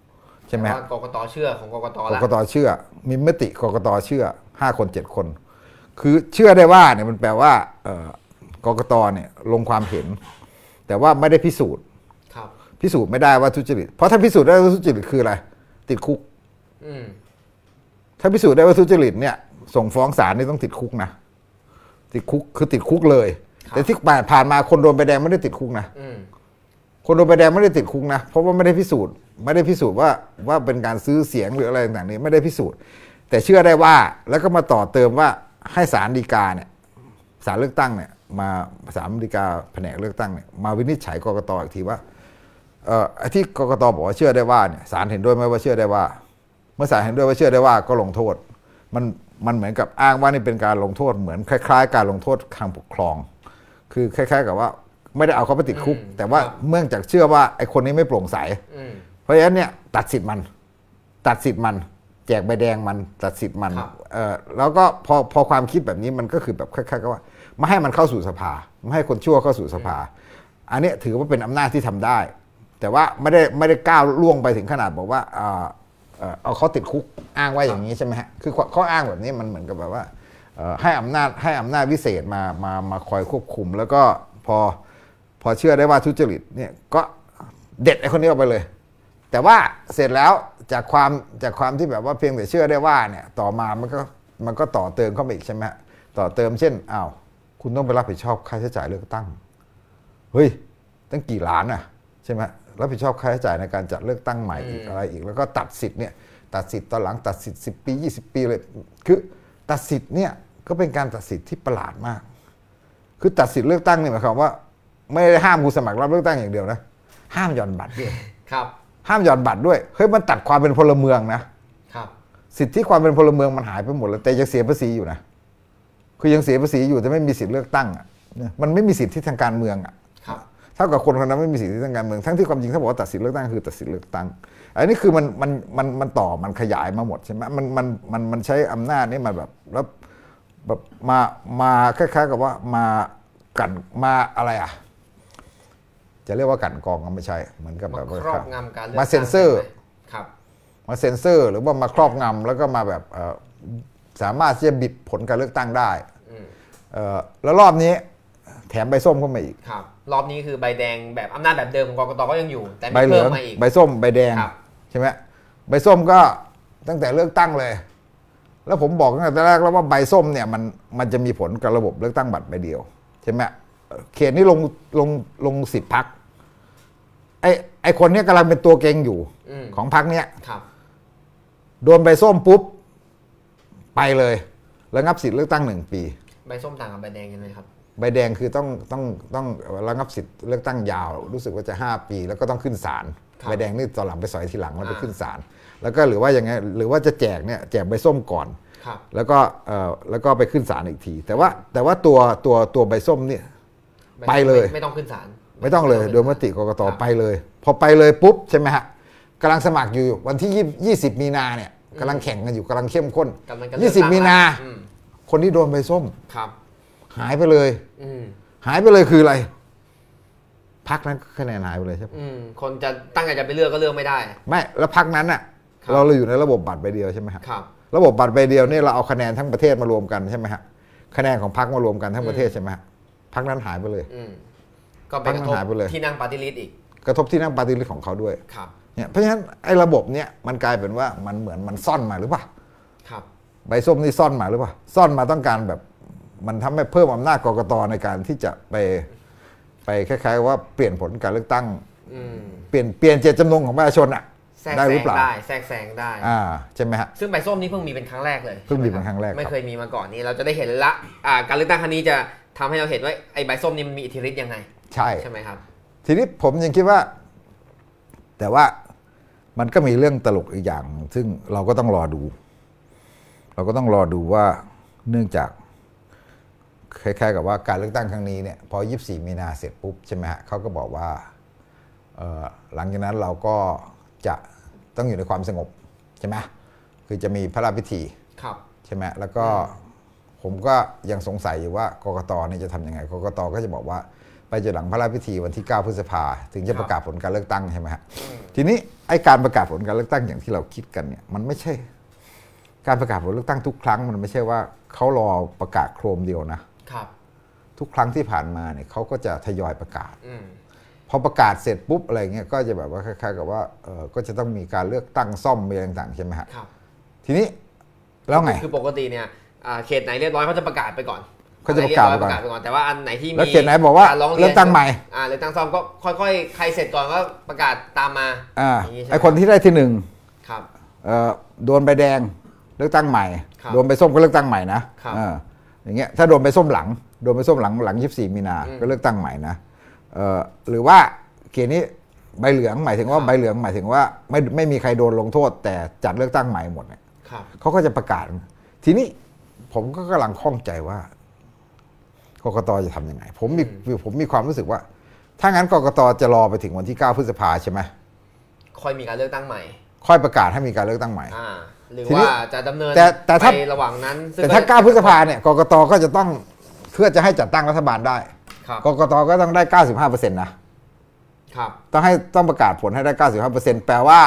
ใช่ไหมกกตเชื่อของกกตกกตเชื่อมีมติกกตเชื่อห้าคนเจ็ดคนคือเชื่อได้ว่าเนี่ยมันแปลว่ากกตเนี่ยลงความเห็นแต่ว่าไม่ได้พิสูจน์พิสูจน์ไม่ได้ว่าทุจริตเพราะถ้าพิสูจน์ได้ว่าทุจริตคืออะไรติดคุกถ้าพิสูจน์ได้ว่าทุจริตเนี่ยส่งฟ้องศาลนี่ต้องติดคุกนะติดคุกคือติดคุกเลยแต่ที่ผ่านมาคนโดนใบแดงไม่ได้ติดคุกนะคนโดนใบแดงไม่ได้ติดคุกนะเพราะว่าไม่ได้พิสูจน์ไม่ได้พิสูจน์ว่าว่าเป็นการซื้อเสียงหรืออะไรต่างๆนี้ไม่ได้พิสูจน์แต่เชื่อได้ว่าแล้วก็มาต่อเติมว่าให้ศาลฎีกาเนี่ยศาลเลือกตั้งเนี่ยมาศาลฎีกาแผนกเลือกตั้งเนี่ยมาวินิจฉัยกกตอีกทีว่าเอ่อที่กกตบอกว่าเชื่อได้ว่าเนี่ยศาลเห็นด้วยไหมว่าเชื่อได้ว่าเมื่อศาลเห็นด้วยว่าเชื่อได้ว่าก็ลงโทษมันมันเหมือนกับอ้างว่านี่เป็นการลงโทษเหมือนคล้ายๆการลงโทษทางปกครองคือคล้ายๆกับว่าไม่ได้เอาเขาไปติดคุกแต่ว่าเมื่อจากเชื่อว่าไอ้คนนี้ไม่โปร่งใสเพราะฉะนั้นเนี่ยตัดสิทธิ์มันตัดสิทธิ์มันแจกใบแดงมันตัดสิทธิ์มันเออแล้วก็พอพอความคิดแบบนี้มันก็คือแบบคล้ายๆกับว่าไม่ให้มันเข้าสู่สภาไม่ให้คนชั่วเข้าสู่สภาอันนี้ถือว่าเป็นอำนาจที่ทำได้แต่ว่าไม่ได้ไม่ได้ก้าวล่วงไปถึงขนาดบอกว่าเอาเขาติดคุกอ้างว่าอย่างนี้ใช่ไหมฮะคือข้ออ้างแบบนี้มันเหมือนกับแบบว่าให้อำนาจให้อำนาจวิเศษมามามาคอยควบคุมแล้วก็พอพอเชื่อได้ว่าทุจริตเนี่ยก็เด็ดไอ้คนนี้ออกไปเลยแต่ว่าเสร็จแล้วจากความจากความที่แบบว่าเพียงแต่เชื่อได้ว่าเนี่ยต่อมามันก็มันก็ต่อเติมเข้าไปอีกใช่ไหมต่อเติมเช่นอ้าวคุณต้องไปรับผิดชอบค่าใช้จ่ายเลือกตั้งเฮ้ยตั้งกี่ล้านอ่ะใช่ไหมรับผิดชอบค่าใช้จ่ายในการจัดเลือกตั้งใหม่อีกอะไรอีกแล้วก็ตัดสิทธิ์เนี่ยตัดสิทธิ์ตอนหลังตัดสิทธิ์สิบปียี่สิบปีเลยคือตัดสิทธิ์เนี่ยก็เป็นการตัดสิทธิ์ที่ประหลาดมากคือตัดสิทธิ์เลือกตั้งเนี่ยหมายความว่าไม่ได้ห้ามผู้สมัครรับเลือกตั้งอย่างเดียวนะห้ามหย่อนบัตรด้วยครับห้ามหย่อนบัตรด้วยเฮ้ยมันตัดความเป็นพลเมืองนะครับสิทธิความเป็นพลเมืองมันหายไปหมดแล้วแต่ยังเสียภาษีอยู่นะคือยังเสียภาษีอยู่แต่ไม่มีสิทธิเลือกตั้งอ่ะมันไม่มีสิทธิทางการเมืองอ่ะเท่ากับคนคนนั้นไม่มีสิทธิทางการเมืองทั้งที่ความจริงถ้าบอกว่าตัดสิทธิเลือกตั้งคือตัดสิทธิเลือกตั้งอันนี้คือมันมันมันมันต่อมันขยายมาหมดใช่ไหมมันมันมันมันใช้อำนาจนี่มาแบบแล้วแบบมามาคล้ายๆกับว่ามากันมาอะไรอ่ะจะเรียกว่ากันกองก็ไม่ใช่เหมือนกับแบบครอบงำการเลือกตั้งมาเซ็นเซอร์ครับมาเซ็นเซอร์หรือว่ามาครอบงำแล้วก็มาแบบสามารถที่จะบิดผลการเลือกตั้งได้แล้วรอบนี้แถมใบส้มเข้ามาอีกครับรอบนี้คือใบแดงแบบอำนาจแบบเดิมของกกตก็ยังอยู่แต่มีเพิ่มมาอีกใบส้มใบแดงใช่ไหมใบส้มก็ตั้งแต่เลือกตั้งเลยแล้วผมบอกตั้งแต่แรกแล้วว่าใบส้มเนี่ยมันมันจะมีผลกับระบบเลือกตั้งบัตรใบเดียวใช่ไหมเขตนี้ลงลงลงสิบพรรคไอ้ไอ้คนนี้กำลังเป็นตัวเก่งอยู่ของพรรคเนี้ยโดนใบส้มปุ๊บไปเลยระงับสิทธิ์เลือกตั้งหนึ่งปีใบส้มต่างกับใบแดงยังไงครับใบแดงคือต้องต้องต้องระงับสิทธิ์เลือกตั้งยาวรู้สึกว่าจะห้าปีแล้วก็ต้องขึ้นศาลใบแดงนี่ตอนหลังไปสอยทีหลังแล้วไปขึ้นศาลแล้วก็หรือว่าอย่างไงหรือว่าจะแจกเนี่ยแจกใบส้มก่อนแล้วก็เอ่อแล้วก็ไปขึ้นศาลอีกทีแต่ว่าแต่ว่าตัวตัวตัวใบส้มเนี่ยไปเลยไม่ต้องขึ้นศาลไม่ต้องเลยโดยมติกกตไปเลยพอไปเลยปุ๊บใช่ไหมฮะกำลังสมัครอยู่วันที่ยี่สิบมีนาเนี่ยกำลังแข่งกันอยู่กำลังเข้มข้นยี่สิบมีนาคนที่โดนใบส้มหายไปเลยหายไปเลยคืออะไรพรรคนั้นคะแนนหายไปเลยใช่ไหมคนจะตั้งใจจะไปเลือกก็เลือกไม่ได้ไม่แล้วพรรคนั้นน่ะเราเราอยู่ในระบบบัตรใบเดียวใช่ไหมครับระบบบัตรใบเดียวนี่เราเอาคะแนนทั้งประเทศมารวมกันใช่ไหมฮะคะแนนของพรรคมารวมกันทั้งประเทศใช่ไหมฮะพรรคนั้นหายไปเลยก็ไปกระทบที่นั่งปาร์ตี้ลิสต์อีกกระทบที่นั่งปาร์ตี้ลิสต์ของเขาด้วยเนี่ยเพราะฉะนั้นไอ้ระบบเนี้ยมันกลายเป็นว่ามันเหมือนมันซ่อนมาหรือเปล่าใบส้มนี่ซ่อนมาหรือเปล่าซ่อนมาต้องการแบบมันทำให้เพิ่มอำนาจกกตในการที่จะไปไปคล้ายๆว่าเปลี่ยนผลการเลือกตั้งเปลี่ยนเปลี่ยนเจตจำนงของประชาชนอ่ะได้หรือเปล่าได้แทรกแซงได้อ่าใช่ไหมฮะซึ่งใบส้มนี้เพิ่งมีเป็นครั้งแรกเลยเพิ่งมีเป็นครั้งแรกไม่เคยมีมาก่อนนี้เราจะได้เห็นละการเลือกตั้งครั้งนี้จะทำให้เราเห็นว่าไอ้ใบส้มนี้มันมีอิทธิฤทธิ์ยังไงใช่ใช่ไหมครับทีนี้ผมยังคิดว่าแต่ว่ามันก็มีเรื่องตลกอีกอย่างซึ่งเราก็ต้องรอดูเราก็ต้องรอดูว่าเนื่องจากคล้ายๆกับว่าการเลือกตั้งครั้งนี้เนี่ยพอยี่สิบสี่มีนาเสร็จปุ๊บใช่ไหมฮะเขาก็บอกว่าหลังจากนั้นเราก็จะต้องอยู่ในความสงบใช่ไหมคือจะมีพระราชพิธีใช่ไหมแล้วก็ผมก็ยังสงสัยอยู่ว่ากกตนี่จะทำยังไงกกตก็จะบอกว่าไปจนหลังพระราชพิธีวันที่เก้าพฤษภาถึงจะประกาศผลการเลือกตั้งใช่ไหมฮะทีนี้ไอ้การประกาศผลการเลือกตั้งอย่างที่เราคิดกันเนี่ยมันไม่ใช่การประกาศผลเลือกตั้งทุกครั้งมันไม่ใช่ว่าเขารอประกาศโครมเดียวนะครับทุกครั้งที่ผ่านมาเนี่ยเขาก็จะทยอยประกาศพอประกาศเสร็จปุ๊บอะไรเงี้ยก็จะแบบว่าคล้ายๆกับว่าเออก็จะต้องมีการเลือกตั้งซ่อมอะไรต่างๆใช่ไหมฮะทีนี้แล้วไงคือปกติเนี่ยเขตไหนเรียบร้อยเขาจะประกาศไปก่อนเขาจะประกาศไปก่อนแต่ว่าอันไหนที่มีแล้วเขตไหนบอกว่าเลือกตั้งใหม่อ่าเลือกตั้งซ่อมก็ค่อยๆใครเสร็จก่อนก็ประกาศตามมาอ่าไอคนที่ได้ที่หนึ่งครับเอ่อโดนใบแดงเลือกตั้งใหม่โดนใบส้มก็เลือกตั้งใหม่นะอ่าอย่างเงี้ยถ้าโดนใบส้มหลังโดนใบส้มหลังหลังยี่สิบสี่มีนาก็เลือกตั้งใหม่นะเอ่อหรือว่าเขตนี้ใบเหลืองหมายถึงว่าใบเหลืองหมายถึงว่าไม่ไม่มีใครโดนลงโทษแต่จัดเลือกตั้งใหม่หมดเนี่ยเขาก็จะประกาศทีนี้ผมก็กำลังข้องใจว่ากกต.จะทำยังไงผมมีผมมีความรู้สึกว่าถ้างั้นกกต.จะรอไปถึงวันที่เก้าพฤษภาใช่ไหมค่อยมีการเลือกตั้งใหม่ค่อยประกาศให้มีการเลือกตั้งใหม่หรือว่าจะดำเนินไประหว่างนั้นแต่ถ้าเก้าพฤษภาเนี่ยกกต.ก็จะต้องเพื่อจะให้จัดตั้งรัฐบาลได้กกต.ก็ต้องได้ เก้าสิบห้าเปอร์เซ็นต์ นะครับต้องให้ต้องประกาศผลให้ได้ เก้าสิบห้าเปอร์เซ็นต์ แปลว่า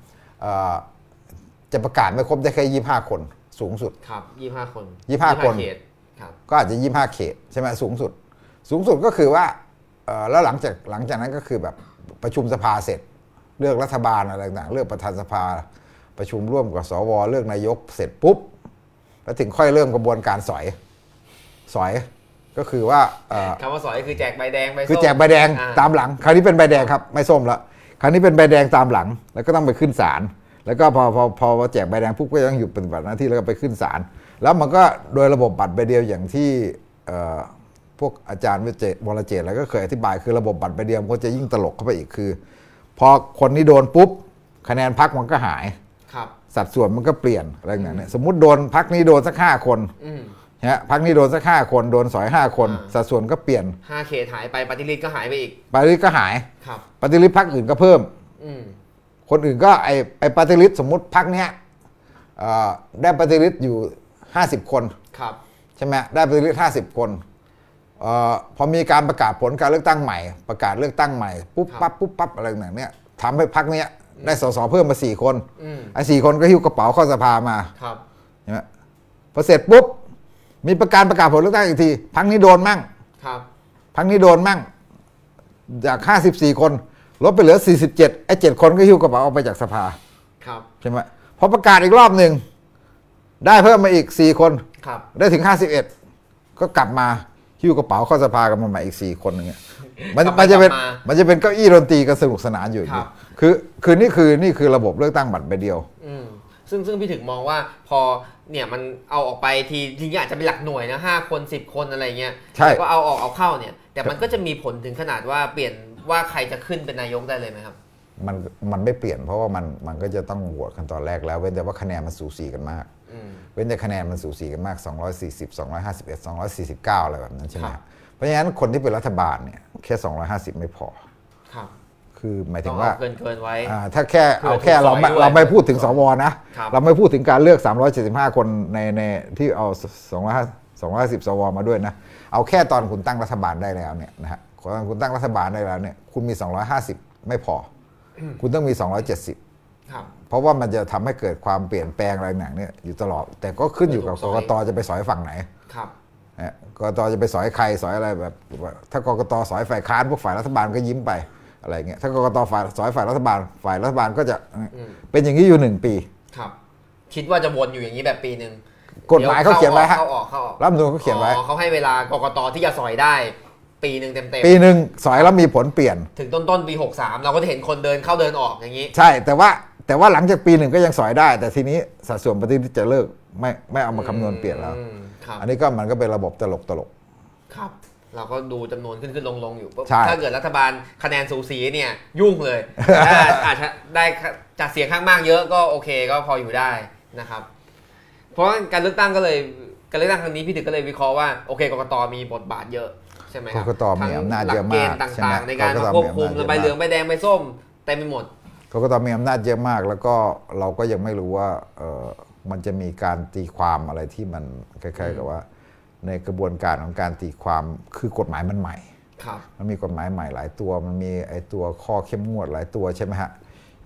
จะประกาศไม่ครบได้แค่ยี่สิบห้าคนสูงสุดครับยี่สิบห้าคนยี่สิบห้าคนก็อาจจะยี่สิบห้าเขตใช่ไหมสูงสุดสูงสุดก็คือว่าแล้วหลังจากหลังจากนั้นก็คือแบบประชุมสภาเสร็จเลือกรัฐบาลอะไรต่างๆเลือกประธานสภาประชุมร่วมกับสวเลือกนายกเสร็จปุ๊บแล้วถึงค่อยเริ่มกระบวนการสอยสอยก็คือว่าคำว่าสอยคือแจกใบแดงใบส้มคือแจกใบแดงตามหลังคราวนี้เป็นใบแดงครับไม่ส้มแล้วคราวนี้เป็นใบแดงตามหลังแล้วก็ต้องไปขึ้นศาลแล้วก็พอพอพอแจกใบแดงปุ๊บก็ต้องหยุดปฏิบัติหน้าที่แล้วก็ไปขึ้นศาลแล้วมันก็โดยระบบบัตรใบเดียวอย่างที่พวกอาจารย์วิเจตวรเจตแล้วก็เคยอธิบายคือระบบบัตรใบเดียวมันก็จะยิ่งตลกเข้าไปอีกคือพอคนนี้โดนปุ๊บคะแนนพรรคมันก็หายสัดส่วนมันก็เปลี่ยนอะไรอย่างเงี้ยสมมุติโดนพรรคนี้โดนสักห้าคนฮะพรรคนี้โดนสักห้าคนโดนสอยห้าคนสัดส่วนก็เปลี่ยนห้าเขตหายไปปฏิริษีก็หายไปอีกปฏิริษีก็หายปฏิริษีพรรคอื่นก็เพิ่มคนอื่นก็ไอไอปฏิริษีสมมุติพรรคเนี้ยได้ปฏิริษีอยู่ห้าสิบคนใช่ไหมได้ปฏิริษีห้าสิบคนอพอมีการประกาศผลการเลือกตั้งใหม่ประกาศเลือกตั้งใหม่ปุ๊บปั๊บปุ๊บปั๊บอะไรอย่างเนี้ยทำให้พรรคเนี้ยได้สสเพิ่มมาสี่คนไอ้สี่คนก็หิ้วกระเป๋าเข้าสภามาใช่ไหมพอเสร็จปุ๊บมีประกาศประกาศผลเลือกตั้งอีกทีพรรคนี้โดนมั่งพรรคนี้โดนมั่งจากห้าสิบสี่คนลดไปเหลือสี่สิบเจ็ดไอ้เจ็ดคนก็หิ้วกระเป๋าออกไปจากสภาใช่ไหมพอประกาศอีกรอบหนึ่งได้เพิ่มมาอีกสี่คนได้ถึงห้าสิบเอ็ดก็กลับมาหิ้วกระเป๋าเข้าสภากันมาใหม่อีกสี่คนอย่างเงี้ยมันมันจะเป็นมันจะเป็นเก้าอี้ดนตรีกันสนุกสนานอยู่อย่างเงี้ยคือคือนี่คือนี่คือระบบเลือกตั้งบัตรใบเดียวซึ่งซึ่งพี่ถึงมองว่าพอเนี่ยมันเอาออกไปทีจริงๆอาจจะเป็นหลักหน่วยนะห้าคนสิบคนอะไรเงี้ยแต่ก็เอาออกเอาเข้าเนี่ยแต่มันก็จะมีผลถึงขนาดว่าเปลี่ยนว่าใครจะขึ้นเป็นนายกได้เลยไหมครับมันมันไม่เปลี่ยนเพราะว่ามันมันก็จะต้องโหวตกันตอนแรกแล้วเว้นแต่ว่าคะแนนมันสูสีกันมากเว้นแต่คะแนนมันสูสีกันมากสองร้อยสี่สิบ สองร้อยห้าสิบเอ็ด สองร้อยสี่สิบเก้าอะไรแบบนั้นใช่ไหมเพราะฉะนั้นคนที่เป็นรัฐบาลเนี่ยแค่สองร้อยห้าสิบไม่พอคือหมายถึงว่าเกินเกินไว้ถ้าแค่เอาแค่เราเราไม่พูดถึงสวนะเราไม่พูดถึงการเลือกสามร้อยเจ็ดสิบห้าคนในในที่เอาสองร้อยห้าสิบสวมาด้วยนะเอาแค่ตอนคุณตั้งรัฐบาลได้แล้วเนี่ยนะฮะตอนคุณตั้งรัฐบาลได้แล้วเนี่ยคุณมีสองร้อยห้าสิบไม่พอคุณต้องมีสองร้อยเจ็ดสิบเพราะว่ามันจะทำให้เกิดความเปลี่ยนแปลงอะไรอย่างเนี่ยอยู่ตลอดแต่ก็ขึ้นอยู่กับกกต.จะไปสอยฝั่งไหนกกต.จะไปสอยใครสอยอะไรแบบถ้ากกต.สอยฝ่ายค้านพวกฝ่ายรัฐบาลก็ยิ้มไปอะไรเงี้ยถ้ากกต.ฝ่ายสอยฝ่ายรัฐบาลฝ่ายรัฐบาลก็จะเป็นอย่างนี้อยู่หนึ่งปีครับคิดว่าจะวนอยู่อย่างนี้แบบปีนึงกฎหมายเขาเขียนไว้ฮะเข้าออกเข้าออกรัฐธรรมนูญเขาเขียนไว้เขาให้เวลากกต.ที่จะสอยได้ปีนึงเต็มๆปีนึงสอยแล้วมีผลเปลี่ยนถึงต้นต้นปีหกสิบสามเราก็จะเห็นคนเดินเข้าเดินออกอย่างนี้ใช่แต่ว่าแต่ว่าหลังจากปีหนึ่งก็ยังสอยได้แต่ทีนี้สัดส่วนปฏิริษีจะเลิกไม่ไม่เอามาคำนวณเปลี่ยนแล้วอันนี้ก็มันก็เป็นระบบตลกตลกครับเราก็ดูจำนวนขึ้นขึ้นลงลงอยู่ถ้าเกิดรัฐบาลคะแนนสูสีเนี่ยยุ่งเลยถ้าอาจจะได้จากเสียงข้างมากเยอะก็โอเคก็พออยู่ได้นะครับเพราะการเลือกตั้งก็เลยการเลือกตั้งครั้งนี้พี่ถึงก็เลยวิเคราะห์ว่าโอเคกกต.มีบทบาทเยอะใช่ไหมครับกกต.มีอำนาจเยอะมากต่างๆในการควบคุมใบเหลืองใบแดงใบส้มเต็มไปหมดกกต.มีอำนาจเยอะมากแล้วก็เราก็ยังไม่รู้ว่าเออมันจะมีการตีความอะไรที่มันคล้ายๆกับว่าในกระบวนการของการตีความคือกฎหมายมันใหม่มันมีกฎหมายใหม่หลายตัวมันมีไอ้ตัวข้อเข้มงวดหลายตัวใช่ไหมฮะ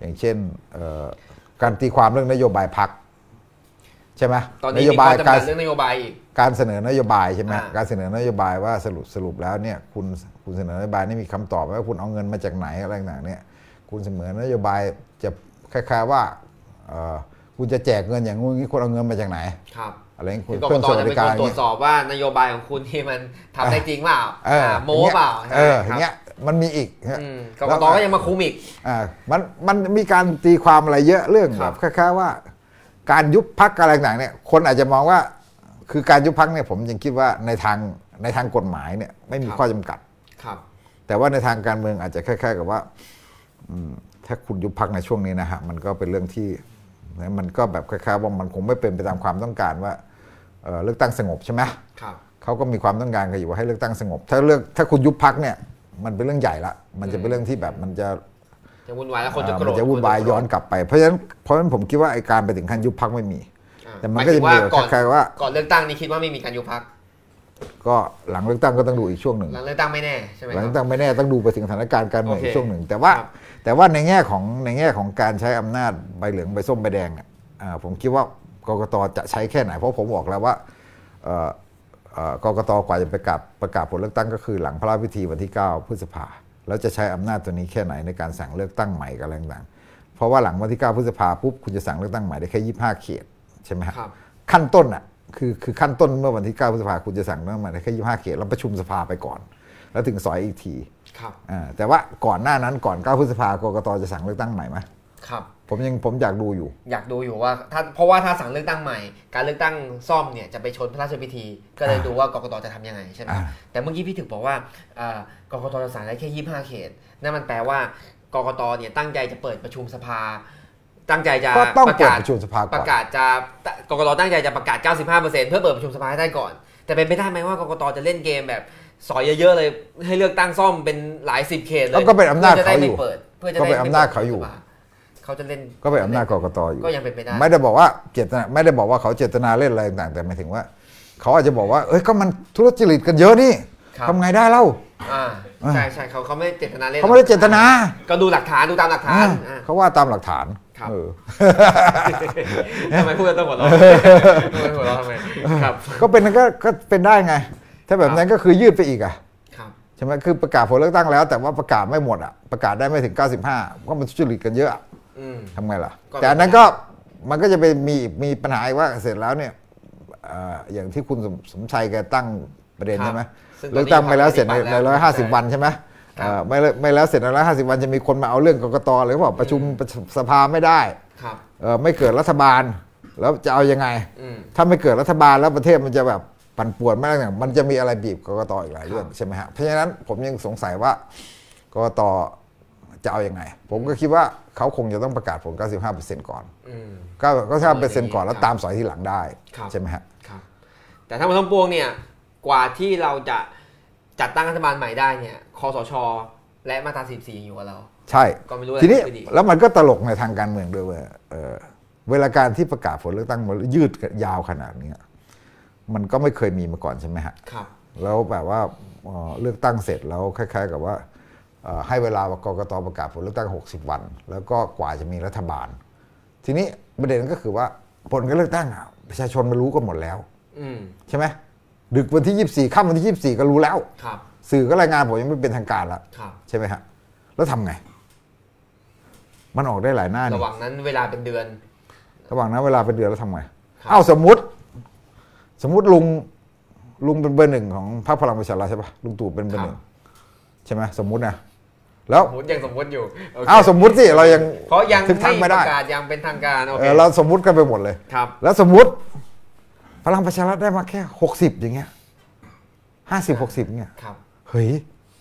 อย่างเช่นการตีความเรื่องนโยบายพรรคใช่ไหมตอนนี้มีข้อจำกัดเรื่องนโยบายอีกการเสนอนโยบายใช่ไหมการเสนอนโยบายว่าสรุปสรุปแล้วเนี่ยคุณคุณเสนอนโยบายนี่มีคำตอบว่าคุณเอาเงินมาจากไหนอะไรต่างๆเนี่ยคุณเสนอนโยบายจะคล้ายๆว่าคุณจะแจกเงินอย่างงู้นคุณเอาเงินมาจากไหนครับอะไรเงี้ยคุณกกตจะเป็นคนตรวจสอบว่านโยบายของคุณที่มันทำได้จริงเปล่าโม้เปล่าเอออย่างเงี้ยมันมีอีกกกตก็ยังมาคุมอีกอ่ามันมันมีการตีความอะไรเยอะเรื่องแบบคล้ายๆว่าการยุบพรรคอะไรต่างๆเนี่ยคนอาจจะมองว่าคือการยุบพรรคเนี่ยผมยังคิดว่าในทางในทางกฎหมายเนี่ยไม่มีข้อจำกัดครับแต่ว่าในทางการเมืองอาจจะคล้ายๆกับว่าถ้าคุณยุบพรรคในช่วงนี้นะฮะมันก็เป็นเรื่องที่มันก็แบบคล้ายๆว่ามันคงไม่เป็นไปตามความต้องการว่าเลือกตั้งสงบใช่ไหมครับเขาก็มีความต้องการกันอยู่ว่าให้เลือกตั้งสงบถ้าเลือกถ้าคุณยุบพรรคเนี่ยมันเป็นเรื่องใหญ่ละมันจะเป็นเรื่องที่แบบมันจะจะวุ่นวายแล้วคนจะโกรธจะวุ่นวายย้อนกลับไปเพราะฉะนั้นเพราะฉะนั้นผมคิดว่าไอ้การไปถึงขั้นยุบพรรคไม่มีแต่มันก็จะมีคล้ายๆว่าก่อนเลือกตั้งนี่คิดว่าไม่มีการยุบพรรคก็หลังเลือกตั้งก็ต้องดูอีกช่วงหนึ่งหลังเลือกตั้งไม่แน่ใช่ไหมหลังเลือกตั้งไม่แน่ต้องดูไปถึงสถานการณ์การเมืองอีกช่วงหนึ่งแต่ว่าแต่ว่าในแง่ของในแง่ของการใช้อำนาจใบเหลืองใบส้มใบแดงเนี่ยผมคิดว่ากกตจะใช้แค่ไหนเพราะผมบอกแล้วว่ากกตกว่าจะประกาศประกาศผลเลือกตั้งก็คือหลังพระราชพิธีวันที่เก้าพฤษภาแล้วจะใช้อำนาจตัวนี้แค่ไหนในการสั่งเลือกตั้งใหม่กับอะไรต่างๆเพราะว่าหลังวันที่เก้าพฤษภาปุ๊บคุณจะสั่งเลือกตั้งใหม่ได้แค่ยี่สิบห้าเขตใช่ไหมครับขั้นต้นอ่ะคือคือขั้นต้นเมื่อวันที่เก้าพฤษภาคุณจะสั่งเลือกตั้งใหม่ได้แค่ยี่สิบห้าเขตแล้วประชุมสภาไปก่อนแล้วถึงสอยอีกทีครับแต่ว่าก่อนหน้านั้นก่อนเก้าพฤษภากกตจะสั่งเลือกตั้งใหม่ไหมครับผมยังผมอยากดูอยู่อยากดูอยู่ว่าถ้าเพราะว่าถ้าสั่งเลือกตั้งใหม่การเลือกตั้งซ่อมเนี่ยจะไปชนพระราชพิธีก็เลยดูว่ากกตจะทำยังไงใช่ไหมแต่เมื่อกี้พี่ถึงบอกว่ากกตจะสั่งได้แค่ยี่สิบห้าเขตนั่นมันแปลว่ากกตเนี่ยตั้งใจจะเปิดประชุมสภาตั้งใจจะประกาศประชุมสภาประกาศจะกกตตั้งใจจะประกาศ เก้าสิบห้าเปอร์เซ็นต์ เพื่อเปิดประชุมสภาให้ได้ก่อนแต่เป็นไปได้ไหมว่ากกตจะเล่นเกมแบบสอยเยอะๆเลยให้เลือกตั้งซ่อมเป็นหลายสิบเขตเลยก็เป็นอำนาจเขาอยู่เพื่อจะได้เป็นอำนาจเขาอยู่เขาจะเล่นก็เป็นอำนาจกกตอยู่ก็ยังเป็นไปได้ไม่ได้บอกว่าเจตนาไม่ได้บอกว่าเขาเจตนาเล่นอะไรต่างแต่หมายถึงว่าเขาอาจจะบอกว่าเอ้ยก็มันธุรจริตกันเยอะนี่ทำไงได้เล่าอ่าใช่ใช่เขาเขาไม่เจตนาเล่นเขาไม่ได้เจตนาก็ดูหลักฐานดูตามหลักฐานเขาว่าตามหลักฐานเออทำไมพูดต้องหัวเราะทำไมหัวเราะทำไมครับก็เป็นก็ก็เป็นได้ไงถ้าแบบนั้นก็คือยืดไปอีกอ่ะใช่ไหมคือประกาศผลเลือกตั้งแล้วแต่ว่าประกาศไม่หมดอ่ะประกาศได้ไม่ถึงเก้าสิบห้าก็มันทุจริตกันเยอะทำไงล่ะแต่อันนั้นก็มันก็จะไปมีมีปัญหาว่าเสร็จแล้วเนี่ยอย่างที่คุณสมชัยแกตั้งประเด็นใช่ไหมเลือกตั้งไปแล้วเสร็จในร้อยห้าสิบวันใช่ไหมไม่ไม่แล้วเสร็จในร้อยห้าสิบวันจะมีคนมาเอาเรื่องกกตเลยว่าประชุมสภาไม่ได้ไม่เกิดรัฐบาลแล้วจะเอายังไงถ้าไม่เกิดรัฐบาลแล้วประเทศมันจะแบบปั่นป่วนมากอย่างมันจะมีอะไรบีบกกตอีกหลายเรื่องใช่ไหมฮะเพราะฉะนั้นผมยังสงสัยว่ากกตจะเอายังไงผมก็คิดว่าเขาคงจะต้องประกาศผล เก้าสิบห้าเปอร์เซ็นต์ ก่อนก็ก็ถ้าเปอร์เซ็นต์ก่อนแล้วตามสอยทีหลังได้ใช่ไหมฮะแต่ถ้ามันทั้งปวงเนี่ยกว่าที่เราจะจัดตั้งรัฐบาลใหม่ได้เนี่ยคสช.และมาตราสี่สิบสี่อยู่กับเราใช่ทีนี้แล้วมันก็ตลกในทางการเมืองด้วยว่าเวลาการที่ประกาศผลเลือกตั้งมันยืดยาวขนาดนี้มันก็ไม่เคยมีมาก่อนใช่ไหมฮะครับแล้วแบบว่าเลือกตั้งเสร็จแล้วคล้ายๆกับว่าให้เวลากกตประกาศผลเลือกตั้งหกสิบวันแล้วก็กว่าจะมีรัฐบาลทีนี้ประเด็นก็คือว่าผลการเลือกตั้งประชาชนมารู้กันหมดแล้วใช่ไหมดึกวันที่ยี่สิบสี่ค่ำวันที่ยี่สิบสี่ก็รู้แล้วสื่อก็รายงานผมยังไม่เป็นทางการแล้วใช่ไหมฮะแล้วทำไงมันออกได้หลายหน้าระหว่างนั้นเวลาเป็นเดือนระหว่างนั้นเวลาเป็นเดือนแล้วทำไงเอ้าสมมุติสมมุติลุงลุงเป็นเบอร์หนึ่งของพรรคพลังประชารัฐใช่ปะลุงตู่เป็นเบอร์หนึ่งใช่ไหมสมมุตินะแล้วสมมติยังสมมติอยู่อ้าวสมมุติสิเรายังเพราะยังไม่ประกาศยังเป็นทางการโอเคเราสมมุติกันไปหมดเลยครับแล้วสมมุติพลังประชารัฐได้มาแค่หกสิบอย่างเงี้ยห้าสิบหกสิบเงี้ยครับเฮ้ย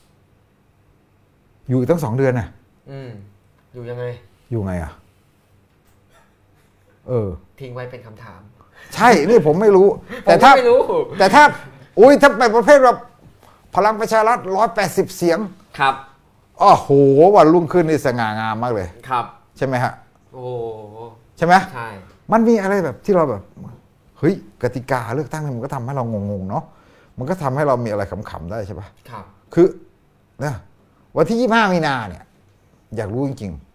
อยู่ตั้งสองเดือนน่ะอืมอยู่ยังไงอยู่ไงอ่ะเออทิ้งไว้เป็นคำถามใช่นี่ผมไม่รู้แต่ถ้าแต่ถ้าอุ้ยถ้าเป็นประเภทแบบพลังประชารัฐหนึ่งร้อยแปดสิบเสียงครับอ้อโหวันรุ่งขึ้นนี่สง่างามมากเลยครับใช่ไหมฮะโอ้ใช่ไหมใช่มันมีอะไรแบบที่เราแบบเฮ้ยกติกาเลือกตั้งมันก็ทำให้เรางงๆเนาะมันก็ทำให้เรามีอะไรขำๆได้ใช่ปะครับคือเนี่ยวันที่ยี่สิบห้ามีนาเนี่ยอยากรู้จริงๆ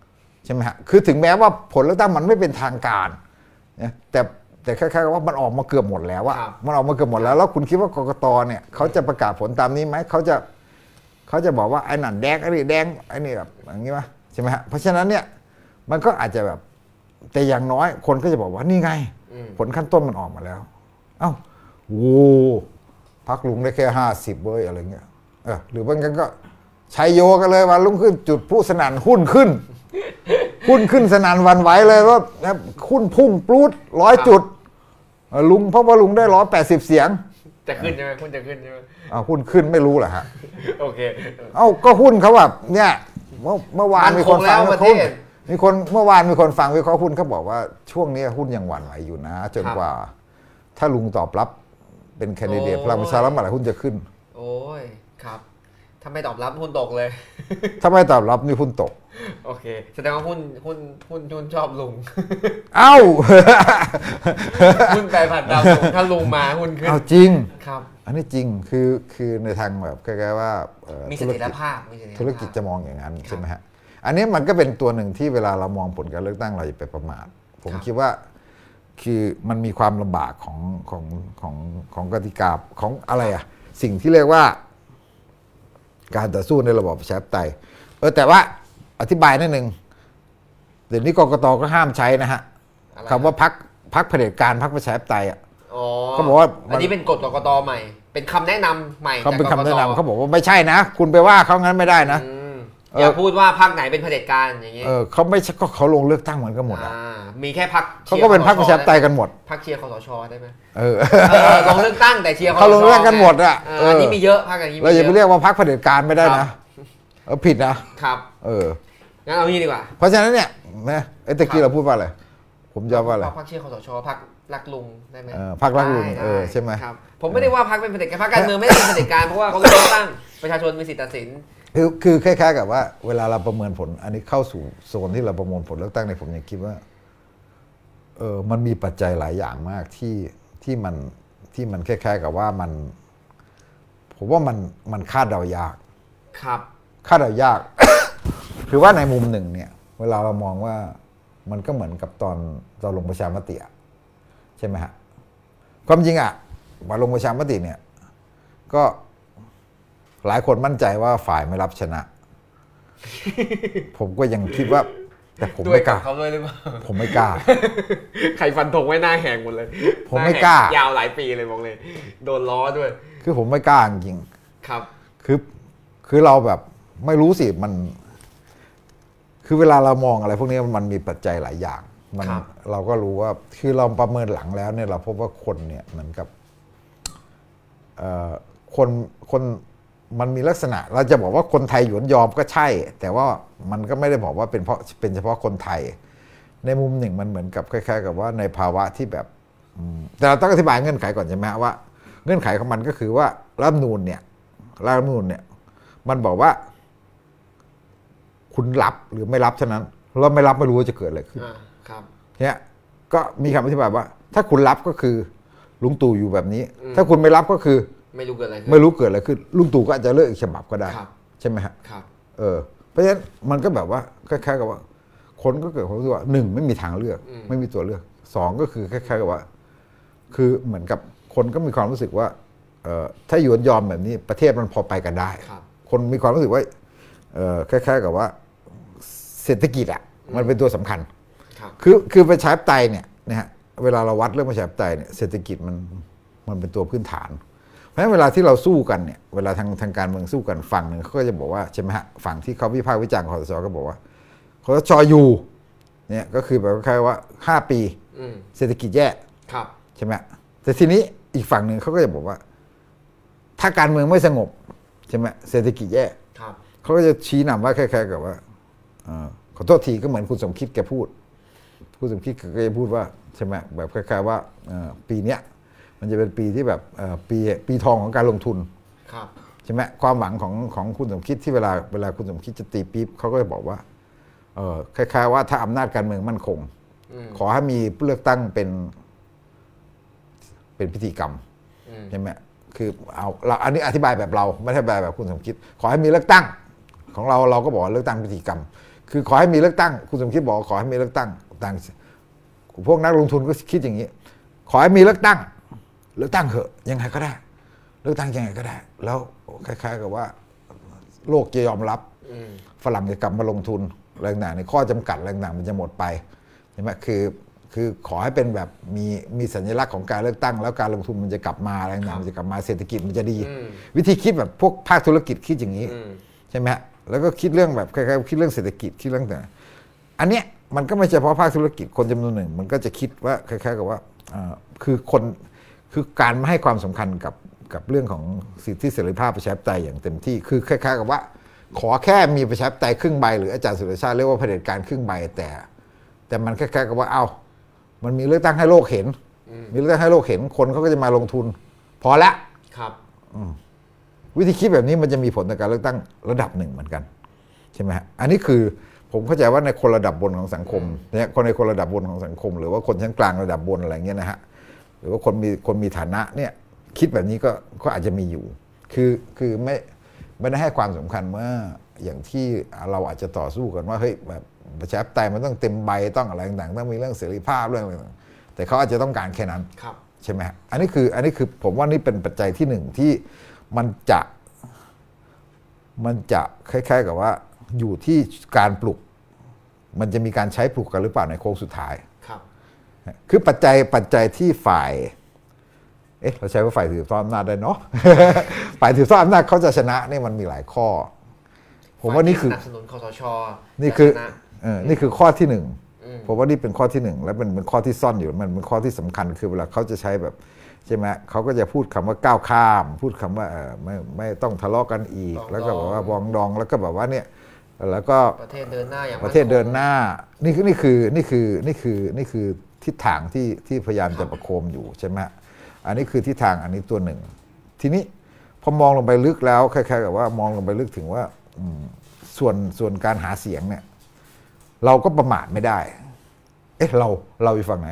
ใช่ไหมฮะคือถึงแม้ว่าผลเลือกตั้งมันไม่เป็นทางการนะแต่แต่คล้ายๆว่ามันออกมาเกือบหมดแล้วอะมันออกมาเกือบหมดแล้วแล้วคุณคิดว่ากกตเนี่ยเขาจะประกาศผลตามนี้ไหมเขาจะเขาจะบอกว่าไอ้นั่นแดงไอ้นี่แดงไอ้นี่แบบอย่างนี้วะใช่ไหมฮะเพราะฉะนั้นเนี่ยมันก็อาจจะแบบแต่อย่างน้อยคนก็จะบอกว่านี่ไงผลขั้นต้นมันออกมาแล้วเอ้าโว้พักลุงได้แค่ห้าสิบเว้ยอะไรเงี้ยเออหรือบางครั้งก็ชัยโยกันเลยวันรุ่งขึ้นจุดผู้สนั่นหุ้นขึ้นหุ้นขึ้นสนั่นวันไหวเลยว่าหุ้นพุ่งปลูดร้อยจุดลุงเพราะว่าลุงได้ร้อยแปดสิบเสียงจะขึ้นใช่ไหมหุ้นจะขึ้นใช่ไหมอ้าวหุ้นขึ้นไม่รู้เหรอฮะโอเคเอ้าก็หุ้นเขาแบบเนี่ยเมื่อเมื่อวานมีคนฟังประเทศมีคนเมื่อวานมีคนฟังวิเคราะห์หุ้นเขาบอกว่าช่วงนี้หุ้นยังหวั่นไหวอยู่นะจนกว่าถ้าลุงตอบรับเป็นแคนดิเดตพลังประชารัฐเมื่อไหร่หุ้นจะขึ้นโอ้ยครับถ้าไม่ตอบรับหุ้นตกเลยถ้าไม่ตอบรับนี่หุ้นตกโอเคแสดงว่าหุ้นหุ้นหุ้นหุ้นชอบลุงเอ้าหุ้นแปรผันดาวลุงถ้าลุงมาหุ้นขึ้นเอาจริงครับอันนี้จริงคือคือในทางแบบคล้ายๆว่ามีเสถียรภาพธุรกิจจะมองอย่างนั้นใช่ไหมฮะอันนี้มันก็เป็นตัวหนึ่งที่เวลาเรามองผลการเลือกตั้งเราอย่าไปประมาทผมคิดว่าคือมันมีความลำบากของของของของกติกาของอะไรอะสิ่งที่เรียกว่าการต่อสู้ในระบอบประชาธิปไตยเออแต่ว่าอธิบายนิดนึงเดี๋ยวนี้กกตก็ห้ามใช้นะฮะคำว่าพรรคพรรคเผด็จการพรรคประชาธิปไตยอ่ะเขาบอกว่าอันนี้เป็นกฎกกตใหม่เป็นคำแนะนำใหม่เขาเป็นคำแนะนำเขาบอกว่าไม่ใช่นะคุณไปว่าเขางั้นไม่ได้นะอย่าพูดว่าพรรคไหนเป็นเผด็จการอย่างนี้เออเขาไม่ใช่ก็เขาลงเลือกตั้งเหมือนกันหมดอ่ะมีแค่พรรคเขาก็เป็นพรรคประชาธิปไตยกันหมดพรรคเชียร์คสชได้ไหมเออลงเลือกตั้งแต่เชียร์เขาลงเลือกกันหมดอ่ะอันนี้มีเยอะพรรคอย่างนี้เราอย่าไปเรียกว่าพรรคเผด็จการไม่ได้นะเออผิดนะครับเอองั้นเอางี้ดีกว่าเพราะฉะนั้นเนี่ยนะไอ้ตะกี้เราพูดว่าอะไรผมจะว่าอะไรพรรคเชียร์คสชพรรครักลุงได้ไหมพรรครักลุงเออใช่ไหมครับผมไม่ได้ว่าพรรคเป็นเผด็จการพรรคการเมืองไม่ได้เป็นเผด็จการเพราะว่าเขาเลือกตั้งประชาชนมีสิทธิตัดสินคือคือคล้ายๆกับว่าเวลาเราประเมินผลอันนี้เข้าสู่โซนที่เราประเมินผลเลือกตั้งเนี่ยผมยังคิดว่าเออมันมีปัจจัยหลายอย่างมากที่ที่มันที่มันคล้ายๆกับว่ามันผมว่ามันมันคาดเดายากครับคาดเดายาก คือว่าในมุมหนึ่งเนี่ยเวลาเรามองว่ามันก็เหมือนกับตอนเราลงประชามติใช่ไหมฮะความจริงอ่ะมาลงประชามติเนี่ยก็หลายคนมั่นใจว่าฝ่ายไม่รับชนะ ผมก็ยังคิดว่าแต่ผมไม่กล้าเขาด้วยหรือเปล่าผมไม่กล้าใครฟันธงไว้หน้าแหงหมดเลยผมไม่กล้ายาวหลายปีเลยบอกเลยโดนล้อด้วยคือผมไม่กล้าจริงครับคือคือเราแบบไม่รู้สิมันคือเวลาเรามองอะไรพวกนี้มันมีปัจจัยหลายอย่างมันเราก็รู้ว่าคือเราประเมินหลังแล้วเนี่ยเราพบว่าคนเนี่ยเหมือนกับคนคนมันมีลักษณะเราจะบอกว่าคนไทยหยวนยอมก็ใช่แต่ว่ามันก็ไม่ได้บอกว่าเป็นเพราะเป็นเฉพาะคนไทยในมุมหนึ่งมันเหมือนกับคล้ายๆกับว่าในภาวะที่แบบแต่เราต้องอธิบายเงื่อนไขก่อนใช่ไหมว่าเงื่อนไขของมันก็คือว่ารัฐธรรมนูญเนี่ยรัฐธรรมนูญเนี่ยมันบอกว่าคุณรับหรือไม่รับฉะนั้นเราไม่รับไม่รู้ว่าจะเกิดอะไรขึ้นเนี่ยก็มีคำอธิบายว่าถ้าคุณรับก็คือลุงตู่อยู่แบบนี้ถ้าคุณไม่รับก็คือไม่รู้เกิดอะไรไม่รู้เกิดอะไรขึ้นลุงตู่ก็อาจจะเลิกอีกฉบับก็ได้ใช่ไหมฮะเออเพราะฉะนั้นมันก็แบบว่าคล้ายๆกับว่าคนก็เกิดความรู้สึกว่าหนึ่งไม่มีทางเลือกไม่มีตัวเลือกสองก็คือคล้ายๆกับว่าคือเหมือนกับคนก็มีความรู้สึกว่าเออถ้าหยวนยอมแบบนี้ประเทศมันพอไปกันได้คนมีความรู้สึกว่าเออคล้ายๆกับว่าเศรษฐกิจอ่ะมันเป็นตัวสำคัญคือคือประชาธิปไตยเนี่ยนะฮะเวลาเราวัดเรื่องประชาธิปไตยเนี่ยเศรษฐกิจมันมันเป็นตัวพื้นฐานเพราะฉะนั้นเวลาที่เราสู้กันเนี่ยเวลาทางทางการเมืองสู้กันฝั่งหนึ่งเขาก็จะบอกว่าใช่ไหมฮะฝั่งที่เขาวิพากษ์วิจารณ์คสชก็บอกว่าคสชอยู่เนี่ยก็คือแบบคล้ายๆว่าห้าปีเศรษฐกิจแย่ใช่ไหมแต่ทีนี้อีกฝั่งหนึ่งเขาก็จะบอกว่าถ้าการเมืองไม่สงบใช่ไหมเศรษฐกิจแย่เขาก็จะชี้นำว่าคล้ายๆกับว่าขอโทษทีก็เหมือนคุณสมคิดแกพูดคุณสมคิดก็จะพูดว่าใช่ไหมแบบคล้ายๆว่าปีเนี้ยมันจะเป็นปีที่แบบปีปีทองของการลงทุนใช่ไหมความหวังของของคุณสมคิดที่เวลาเวลาคุณสมคิดจะตีปี๊บเขาก็จะบอกว่าเออคล้ายๆว่าถ้าอำนาจการเมืองมั่นคงขอให้มีเลือกตั้งเป็นเป็นพิธีกรรมใช่ไหมคือเอาเราอันนี้อธิบายแบบเราไม่ใช่อธิบายแบบคุณสมคิดขอให้มีเลือกตั้งของเราเราก็บอกว่าเลือกตั้งพิธีกรรมคือขอให้มีเลือกตั้งคุณสมคิดบอกขอให้มีเลือกตั้งต่างพวกนักลงทุนก็คิดอย่างนี้ขอให้มีเลือกตั้งเลือกตั้งเถอะยังไงก็ได้เลือกตั้งยังไงก็ได้แล้วคล้ายๆกับว่าโลกจะยอมรับฝรั่งจะกลับมาลงทุนอะไรต่างๆในข้อจำกัดอะไรต่างๆมันจะหมดไปใช่ไหมคือคือขอให้เป็นแบบมีมีสัญลักษณ์ของการเลือกตั้งแล้วการลงทุนมันจะกลับมาอะไรต่างๆมันจะกลับมาเศรษฐกิจมันจะดีวิธีคิดแบบพวกภาคธุรกิจคิดอย่างนี้ใช่ไหมแล้วก็คิดเรื่องแบบคล้ายๆคิดเรื่องเศรษฐกิจคิดเรื่องต่างอันเนี้ยมันก็ไม่เฉพาะภาคธุรกิจคนจำนวนหนึ่งมันก็จะคิดว่าคล้ายๆกับว่าคือคนคือการไม่ให้ความสำคัญกับกับเรื่องของสิทธิเสรีภาพประชาธิปไตยอย่างเต็มที่คือคล้ายๆกับว่าขอแค่มีประชาธิปไตยครึ่งใบหรืออาจารย์สุรชาติเรียกว่าเผด็จการครึ่งใบแต่แต่มันคล้ายๆกับว่าเอ้ามันมีเลือกตั้งให้โลกเห็นมีเลือกตั้งให้โลกเห็นคนเขาก็จะมาลงทุนพอละครับวิธีคิดแบบนี้มันจะมีผลต่อการเลือกตั้งระดับหนึ่งเหมือนกันใช่ไหมฮะอันนี้คือผมเข้าใจว่าในคนระดับบนของสังคมเนี่ยคนในคนระดับบนของสังคมหรือว่าคนชั้นกลางระดับบนอะไรเงี้ยนะฮะหรือว่าคนมีคนมีฐานะเนี่ยคิดแบบนี้ก็ก็อาจจะมีอยู่คือคือไม่ไม่ได้ให้ความสำคัญเมื่ออย่างที่เราอาจจะต่อสู้กันว่าเฮ้ยแบบประชาธิปไตยมันต้องเต็มใบต้องอะไรต่างๆต้องมีเรื่องเสรีภาพเรื่องอะไรต่างๆแต่เขาอาจจะต้องการแค่นั้นใช่ไหมอันนี้คืออันนี้คือผมว่านี่เป็นปัจจัยที่หนึ่งที่มันจะมันจะคล้ายๆกับว่าอยู่ที่การปลุกมันจะมีการใช้ปลุกกันหรือเปล่าในโค้งสุดท้ายครับคือปัจจัยปัจจัยที่ฝ่ายเอ๊ะเราใช้ว่าฝ่ายถือซ่อมอำนาจได้เนาะ ฝ่ายถือซ่อมอำนาจเขาจะชนะนี่มันมีหลายข้อผมว่านี่คือสนับสนุนคสช. นี่คือเออนี่คือข้อที่หนึ่งผมว่านี่เป็นข้อที่หนึ่งและเป็นเป็นข้อที่ซ่อนอยู่มันเป็นข้อที่สำคัญคือเวลาเขาจะใช้แบบใช่ไหมเขาก็จะพูดคำว่าก้าวข้ามพูดคำว่าเออไม่ไม่ต้องทะเลาะกันอีกแล้วก็บอกว่าบองดองแล้วก็แบบว่าเนี่ยแล้วก็ประเทศเดินหน้าอย่างประเทศเดินหน้านี่คือนี่คือนี่คือนี่คือนี่คือทิศทางที่ที่พยายามจะประโคมอยู่ใช่ไหมอันนี้คือทิศทางอันนี้ตัวหนึ่งทีนี้พอมองลงไปลึกแล้วคล้ายๆกับว่ามองลงไปลึกถึงว่าส่วนส่วนการหาเสียงเนี่ยเราก็ประมาทไม่ได้เอ๊ะเราเราอยู่ฝั่งไหน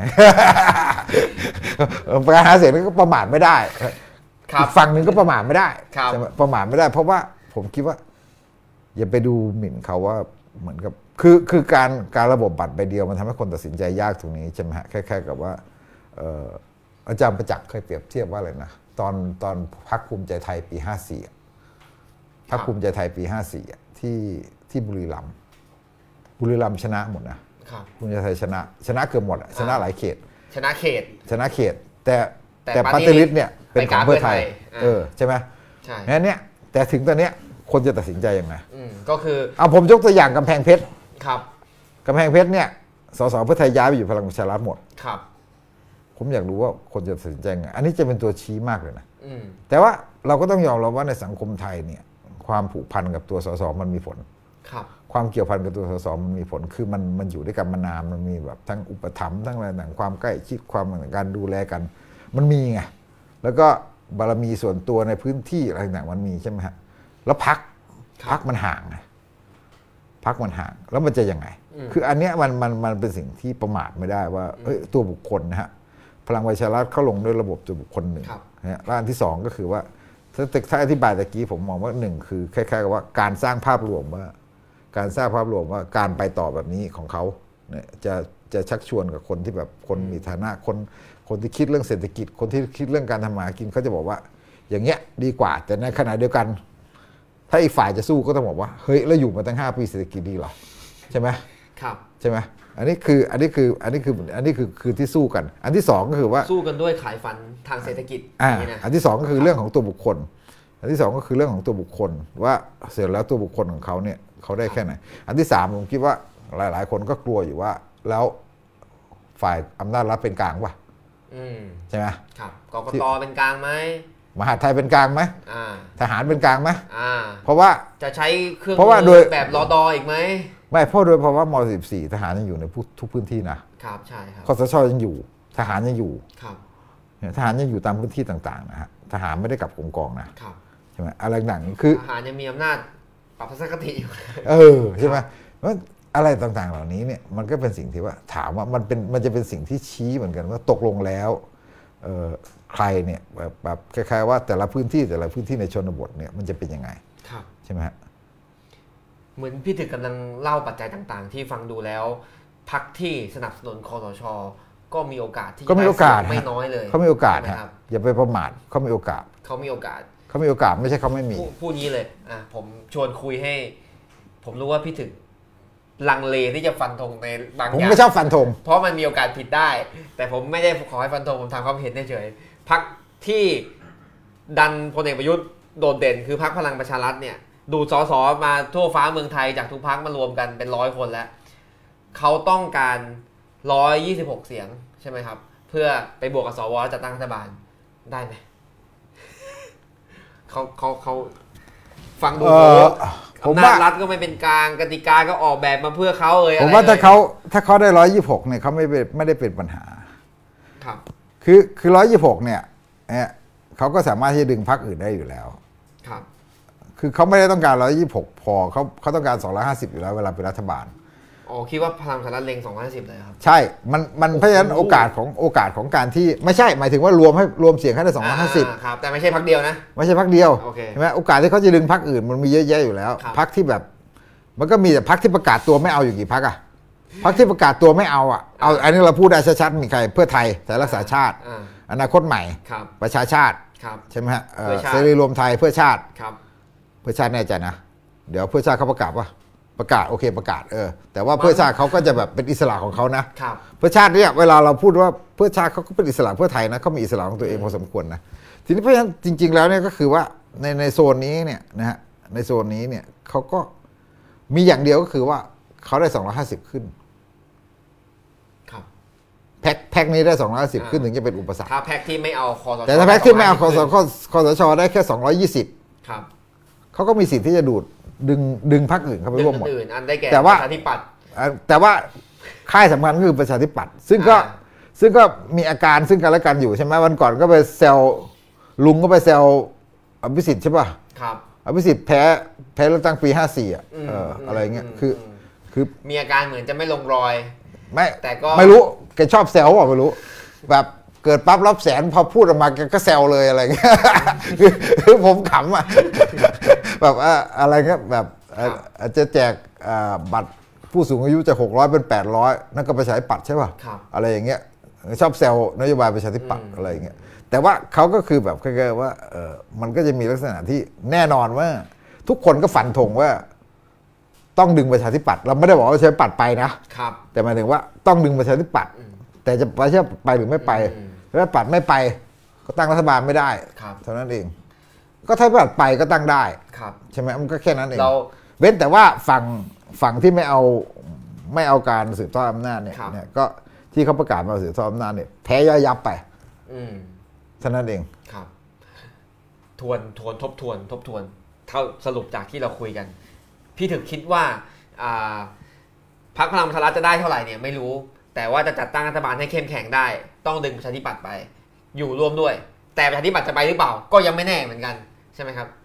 การหาเสียงนี่ก็ประมาทไม่ได้อีกฝั่งหนึ่งก็ประมาทไม่ได้ประมาทไม่ได้เพราะว่าผมคิดว่าอย่าไปดูหมิ่นเขาว่าเหมือนกับคือคือการการระบบบัตรใบเดียวมันทำให้คนตัดสินใจยากตรงนี้ใช่ไหมฮะคล้ายๆกับว่าอาจารย์ประจักษ์เคยเปรียบเทียบว่าอะไรนะตอนตอนพรรคภูมิใจไทยปีห้าสี่พรรคภูมิใจไทยปีห้าสี่ที่ที่บุรีรัมย์บุรีรัมย์ชนะหมดนะภูมิใจไทยชนะชนะเกือบหมดชนะหลายเขตชนะเขตชนะเขตแต่แต่ปาร์ตี้ลิสต์เนี่ยเป็นของเพื่อไทยเออใช่ไหมใช่งั้นเนี่ยแต่ถึงตอนเนี้ยคนจะตัดสินใจยังไงก็คือเอาผมยกตัวอย่างกำแพงเพชรครับกำแพงเพชรเนี่ยสสเพื่อไทยย้ายไปอยู่พลังประชารัฐหมดครับผมอยากรู้ว่าคนจะตัดสินใจไงอันนี้จะเป็นตัวชี้มากเลยนะแต่ว่าเราก็ต้องยอมรับว่าในสังคมไทยเนี่ยความผูกพันกับตัวสสมันมีผลครับความเกี่ยวพันกับตัวสสมันมีผลคือมันมันอยู่ด้วยกันมานานมันมีแบบทั้งอุปถัมภ์ทั้งอะไรต่างความใกล้ชิดความการดูแลกันมันมีไงแล้วก็บารมีส่วนตัวในพื้นที่อะไรต่างมันมีใช่ไหมฮะแล้วพักพักมันห่างไงพักมันห่างแล้วมันจะยังไงคืออันเนี้ยมันมันมันเป็นสิ่งที่ประมาทไม่ได้ว่าเอ้ยตัวบุคคลนะฮะพลังประชารัฐเขาลงด้วยระบบตัวบุคคลหนึ่งนะแล้วอันที่สองก็คือว่าถ้าถ้าอธิบายตะกี้ผมมองว่าหนึ่งคือคล้ายๆกับว่าการสร้างภาพรวมว่าการสร้างภาพรวมว่าการไปต่อแบบนี้ของเขาเนี่ยจะจะชักชวนกับคนที่แบบคนมีฐานะคนคนที่คิดเรื่องเศรษฐกิจคนที่คิดเรื่องการทำมาหากินเขาจะบอกว่าอย่างเงี้ยดีกว่าแต่ในขณะเดียวกันถ้าอีกฝ่ายจะสู้ก็ต้องบอกว่าเฮ้ยแล้วอยู่มาตั้งห้าปีเศรษฐกิจดีหรอใช่ไหมครับใช่ไหมอันนี้คืออันนี้คืออันนี้คืออันนี้คือคือที่สู้กันอันที่สองก็คือว่าสู้กันด้วยขายฝันทางเศรษฐกิจอ่าอันที่สองก็คือเรื่องของตัวบุคคลอันที่สองก็คือเรื่องของตัวบุคคลว่าเสร็จแล้วตัวบุคคลของเขาเนี่ยเขาได้แค่ไหนอันที่สามผมคิดว่าหลายๆคนก็กลัวอยู่ว่าแล้วฝ่ายอำนาจรัฐเป็นกลางป่ะใช่ไหมครับกกตเป็นกลางไหมมหาไทยเป็นกลางไหมทหารเป็นกลางไหมเพราะว่าจะใช้เครื่องเพราะว่าโดยแบบรอดออีกไหมไม่เพราะโดยเพราะว่าม.สิบสี่ทหารยังอยู่ในทุกพื้นที่นะครับใช่ครับคสช.ยังอยู่ทหารยังอยู่ครับทหารยังอยู่ตามพื้นที่ต่างๆนะฮะทหารไม่ได้กลับกองกองนะครับใช่ไหมอะไรต่างๆคือทหารยังมีอำนาจปรับทัศนคติอยู่เออใช่ไหมว่าอะไรต่างๆเหล่านี้เนี่ยมันก็เป็นสิ่งที่ว่าถามว่ามันเป็นมันจะเป็นสิ่งที่ชี้เหมือนกันว่าตกลงแล้วเออใครเนี่ยแบบแบบคล้ายๆว่าแต่ละพื้นที่แต่ละพื้นที่ในชนบทเนี่ยมันจะเป็นยังไงใช่ไหมฮะเหมือนพี่ถึกกำลังเล่าปัจจัยต่างๆ ที่ฟังดูแล้วพรรคที่สนับสนุนคสช.ก็มีโอกาสที่จะได้เสียงไม่น้อยเลยเขามีโอกาสครับอย่าไปประมาทเขามีโอกาสเขามีโอกาสเขามีโอกาสไม่ใช่เขาไม่มีพูดนี้เลยอ่ะผมชวนคุยให้ผมรู้ว่าพี่ถึกลังเลที่จะฟันธงในบางอย่างผมไม่ชอบฟันธงเพราะมันมีโอกาสผิดได้แต่ผมไม่ได้ขอให้ฟันธงผมทำความเห็นเฉยๆพรรคที่ดันพลเอกประยุทธ์โดดเด่นคือพรรคพลังประชารัฐเนี่ยดูสสมาทั่วฟ้าเมืองไทยจากทุกพรรคมารวมกันเป็นร้อยคนแล้วเขาต้องการหนึ่งร้อยยี่สิบหกเสียงใช่ไหมครับเพื่อไปบวกกับสวจัดตั้งรัฐบาลได้ไหมเขาเขาเขาฟังดูอำนาจรัฐก็ไม่เป็นกลางกติกาก็ออกแบบมาเพื่อเขาเลยผมว่าถ้าเขาถ้าเขาได้หนึ่งร้อยยี่สิบหกเนี่ยเขาไม่ไม่ได้เป็นปัญหาครับคือคือหนึ่งร้อยยี่สิบหกเนี่ยเนี่ยเขาก็สามารถที่จะดึงพรรคอื่นได้อยู่แล้วครับคือเขาไม่ได้ต้องการหนึ่งร้อยยี่สิบหกพอเขาเขาต้องการสองร้อยห้าสิบอยู่แล้วเวลาเป็นรัฐบาลอ๋อคิดว่าพลังประชารัฐเล็งสองร้อยห้าสิบเลยครับใช่มันมันเพราะฉะนั้นโอกาสของโอกาสของการที่ไม่ใช่หมายถึงว่ารวมให้รวมเสียงให้ได้สองร้อยห้าสิบครับแต่ไม่ใช่พรรคเดียวนะไม่ใช่พรรคเดียวใช่ไหมโอกาสที่เขาจะดึงพรรคอื่นมันมีเยอะแยะอยู่แล้วพรรคที่แบบมันก็มีแต่พรรคที่ประกาศตัวไม่เอาอยู่กี่พรรคอะพรรคที่ประกาศตัวไม่เอาอะเอาอันนี้เราพูดได้ชัดๆมีใครเพื่อไทยไทยรักษาชาติอนาคตใหม่ประชาชาติใช่ไหมฮะเสรีรวมไทยเพื่อชาติเพื่อชาติแน่ใจนะเดี๋ยวเพื่อชาติเขาประกาศว่าประกาศโอเคประกาศเออแต่ว่าเพื่อชาติเขาก็จะแบบเป็นอิสระของเขานะเพื่อชาติเนี่ยเวลาเราพูดว่าเพื่อชาติเขาก็เป็นอิสระเพื่อไทยนะเขามีอิสระของตัวเองพอสมควรนะทีนี้เพราะฉะนั้นจริงๆแล้วเนี่ยก็คือว่าในในโซนนี้เนี่ยนะฮะในโซนนี้เนี่ยเขาก็มีอย่างเดียวก็คือว่าเขาได้สองร้อยห้าสิบขึ้นครับแพ็คแพ็คนี้ได้สองร้อยห้าสิบขึ้นถึงจะเป็นอุปสรรคถ้าแพ็คที่ไม่เอาคสชแต่ถ้าแพ็คที่ไม่เอาคสชคสชได้แค่สองร้อยยี่สิบครับเขาก็มีสิทธิ์ที่จะดูดดึงดึงพรรคอื่นเข้าไปร่วมหมดอื่นอันได้แก่ประชาธิปัตย์แต่ว่าค่ายสำคัญก็คือประชาธิปัตย์ซึ่งก็ซึ่งก็มีอาการซึ่งกันและกันอยู่ใช่ไหมวันก่อนก็ไปแซวลุงก็ไปแซวอภิสิทธิ์ใช่ป่ะครับอภิสิทธิ์แพ้แพ้เลือกตั้งปีห้าสี่อ่ะเอออะไรเงี้ยคือคือมีอาการเหมือนจะไม่ลงรอยไม่แต่ก็ไม่รู้แกชอบแซวว่าไม่รู้แบบเกิดปั๊บรับแสนพอพูดออกมาแกก็แซวเลยอะไรเงี้ยคือผมขำอ่ะแบบอะไรเงี้ยแบบอาจจะแจกบัตรผู้สูงอายุจะหกร้อยเป็นแปดร้อยนั่นก็ประชาธิปัตย์ใช่ป่ะอะไรอย่างเงี้ยชอบแซวนโยบายประชาธิปัตย์อะไรอย่างเงี้ยแต่ว่าเขาก็คือแบบคล้ายๆว่าเออมันก็จะมีลักษณะที่แน่นอนว่าทุกคนก็ฝันธงว่าต้องดึงประชาธิปัตย์เราไม่ได้บอกว่าประชาธิปัตย์ไปนะครับแต่หมายถึงว่าต้องดึงประชาธิปัตย์แต่จะประชาธิปัตย์ไปหรือไม่ไปถ้าประชาธิปัตย์ไม่ไปก็ตั้งรัฐบาลไม่ได้เท่านั้นเองก็ถ้าประชาธิปัตย์ไปก็ตั้งได้ใช่ไหมมันก็แค่นั้นเองเว้นแต่ว่าฝั่งฝั่งที่ไม่เอาไม่เอาการสืบทอดอำนาจเนี่ยเนี่ยก็ที่เขาประกาศมาสืบทอดอำนาจเนี่ยแพ้ย่อยยับไปเท่านั้นเองครับทวนทวนทบทวนทบทวนเท่าสรุปจากที่เราคุยกันพี่ถึงคิดว่าพรรคพลังประชารัฐจะได้เท่าไหร่เนี่ยไม่รู้แต่ว่าจะจัดตั้งรัฐบาลให้เข้มแข็งได้ต้องดึงประชาธิปัตย์ไปอยู่ร่วมด้วยแต่ประชาธิปัตย์จะไปหรือเปล่าก็ยังไม่แน่เหมือนกันใช่ไหมครับ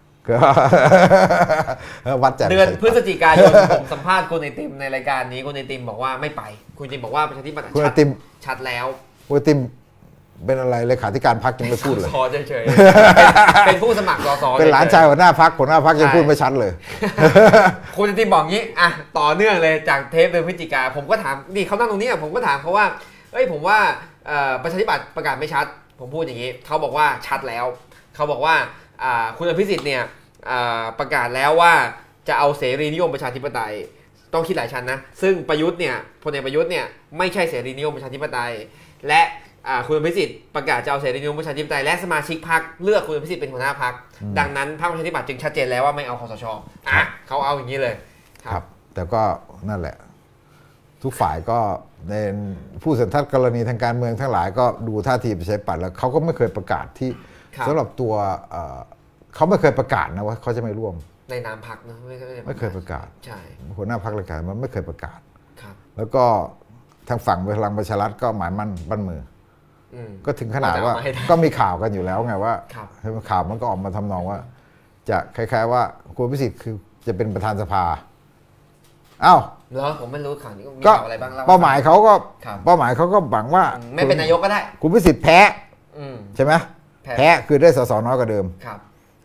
วัดจากเดือนพฤศจิกายนผมสัมภาษณ์คุณไอติมในรายการนี้คุณไอติมบอกว่าไม่ไปคุณไอติมบอกว่าประชาธิปัตย์ชัดชัดแล้วคุณไอติมเป็นอะไรเลขาธิการพรรคยังไม่พูดเลยสอเฉยๆเป็นผู้สมัครสสเป็นหลานชายหัวหน้าพรรคหัวหน้าพรรคยังพูดไม่ชัดเลยคุณไอติมบอกงี้อ่ะต่อเนื่องเลยจากเทปเดือนพฤศจิกาผมก็ถามนี่เขานั่งตรงนี้ผมก็ถามเขาว่าเอ้ยผมว่าประชาธิปัตย์ประกาศไม่ชัดผมพูดอย่างนี้เขาบอกว่าชัดแล้วเขาบอกว่าคุณอภิสิทธิ์เนี่ยประกาศแล้วว่าจะเอาเสรีนิยมประชาธิปไตยต้องคิดหลายชั้นนะซึ่งประยุทธ์เนี่ยพลเอกประยุทธ์เนี่ยไม่ใช่เสรีนิยมประชาธิปไตยและคุณอภิสิทธิ์ประกาศจะเอาเสรีนิยมประชาธิปไตยและสมาชิกพรรคเลือกคุณอภิสิทธิ์เป็นหัวหน้าพรรคดังนั้นพรรคประชาธิปัตย์จึงชัดเจนแล้วว่าไม่เอาคสช.อ่ะเขาเอาอย่างนี้เลยครับแต่ก็นั่นแหละทุกฝ่ายก็ในผู้สันทัดกรณีทางการเมืองทั้งหลายก็ดูท่าทีประชาธิปัตย์แล้วเขาก็ไม่เคยประกาศที่สำหรับตัวเขาไม่เคยประกาศนะว่าเขาจะไม่ร่วมในนามพรรคนะไม่เคยไม่เคยประกาศใช่หัวหน้าพรรครายการมันไม่เคยประกาศครับแล้วก็ทางฝั่งพลังประชารัฐก็หมายมั่นบั้นมือก็ถึงขนาดว่าก็มีข่าวกันอยู่แล้วไงว่าข่าวมันก็ออกมาทำนองว่าจะคล้ายๆว่าคุณอภิสิทธิ์คือจะเป็นประธานสภาอ้าวเหรอผมไม่รู้ข่าวนี้มีข่าวอะไรบ้างเป้าหมายเขาก็เป้าหมายเขาก็หวังว่าไม่เป็นนายกก็ได้คุณอภิสิทธิ์แพ้ใช่ไหมแพ้คือได้สสน้อยกว่าเดิม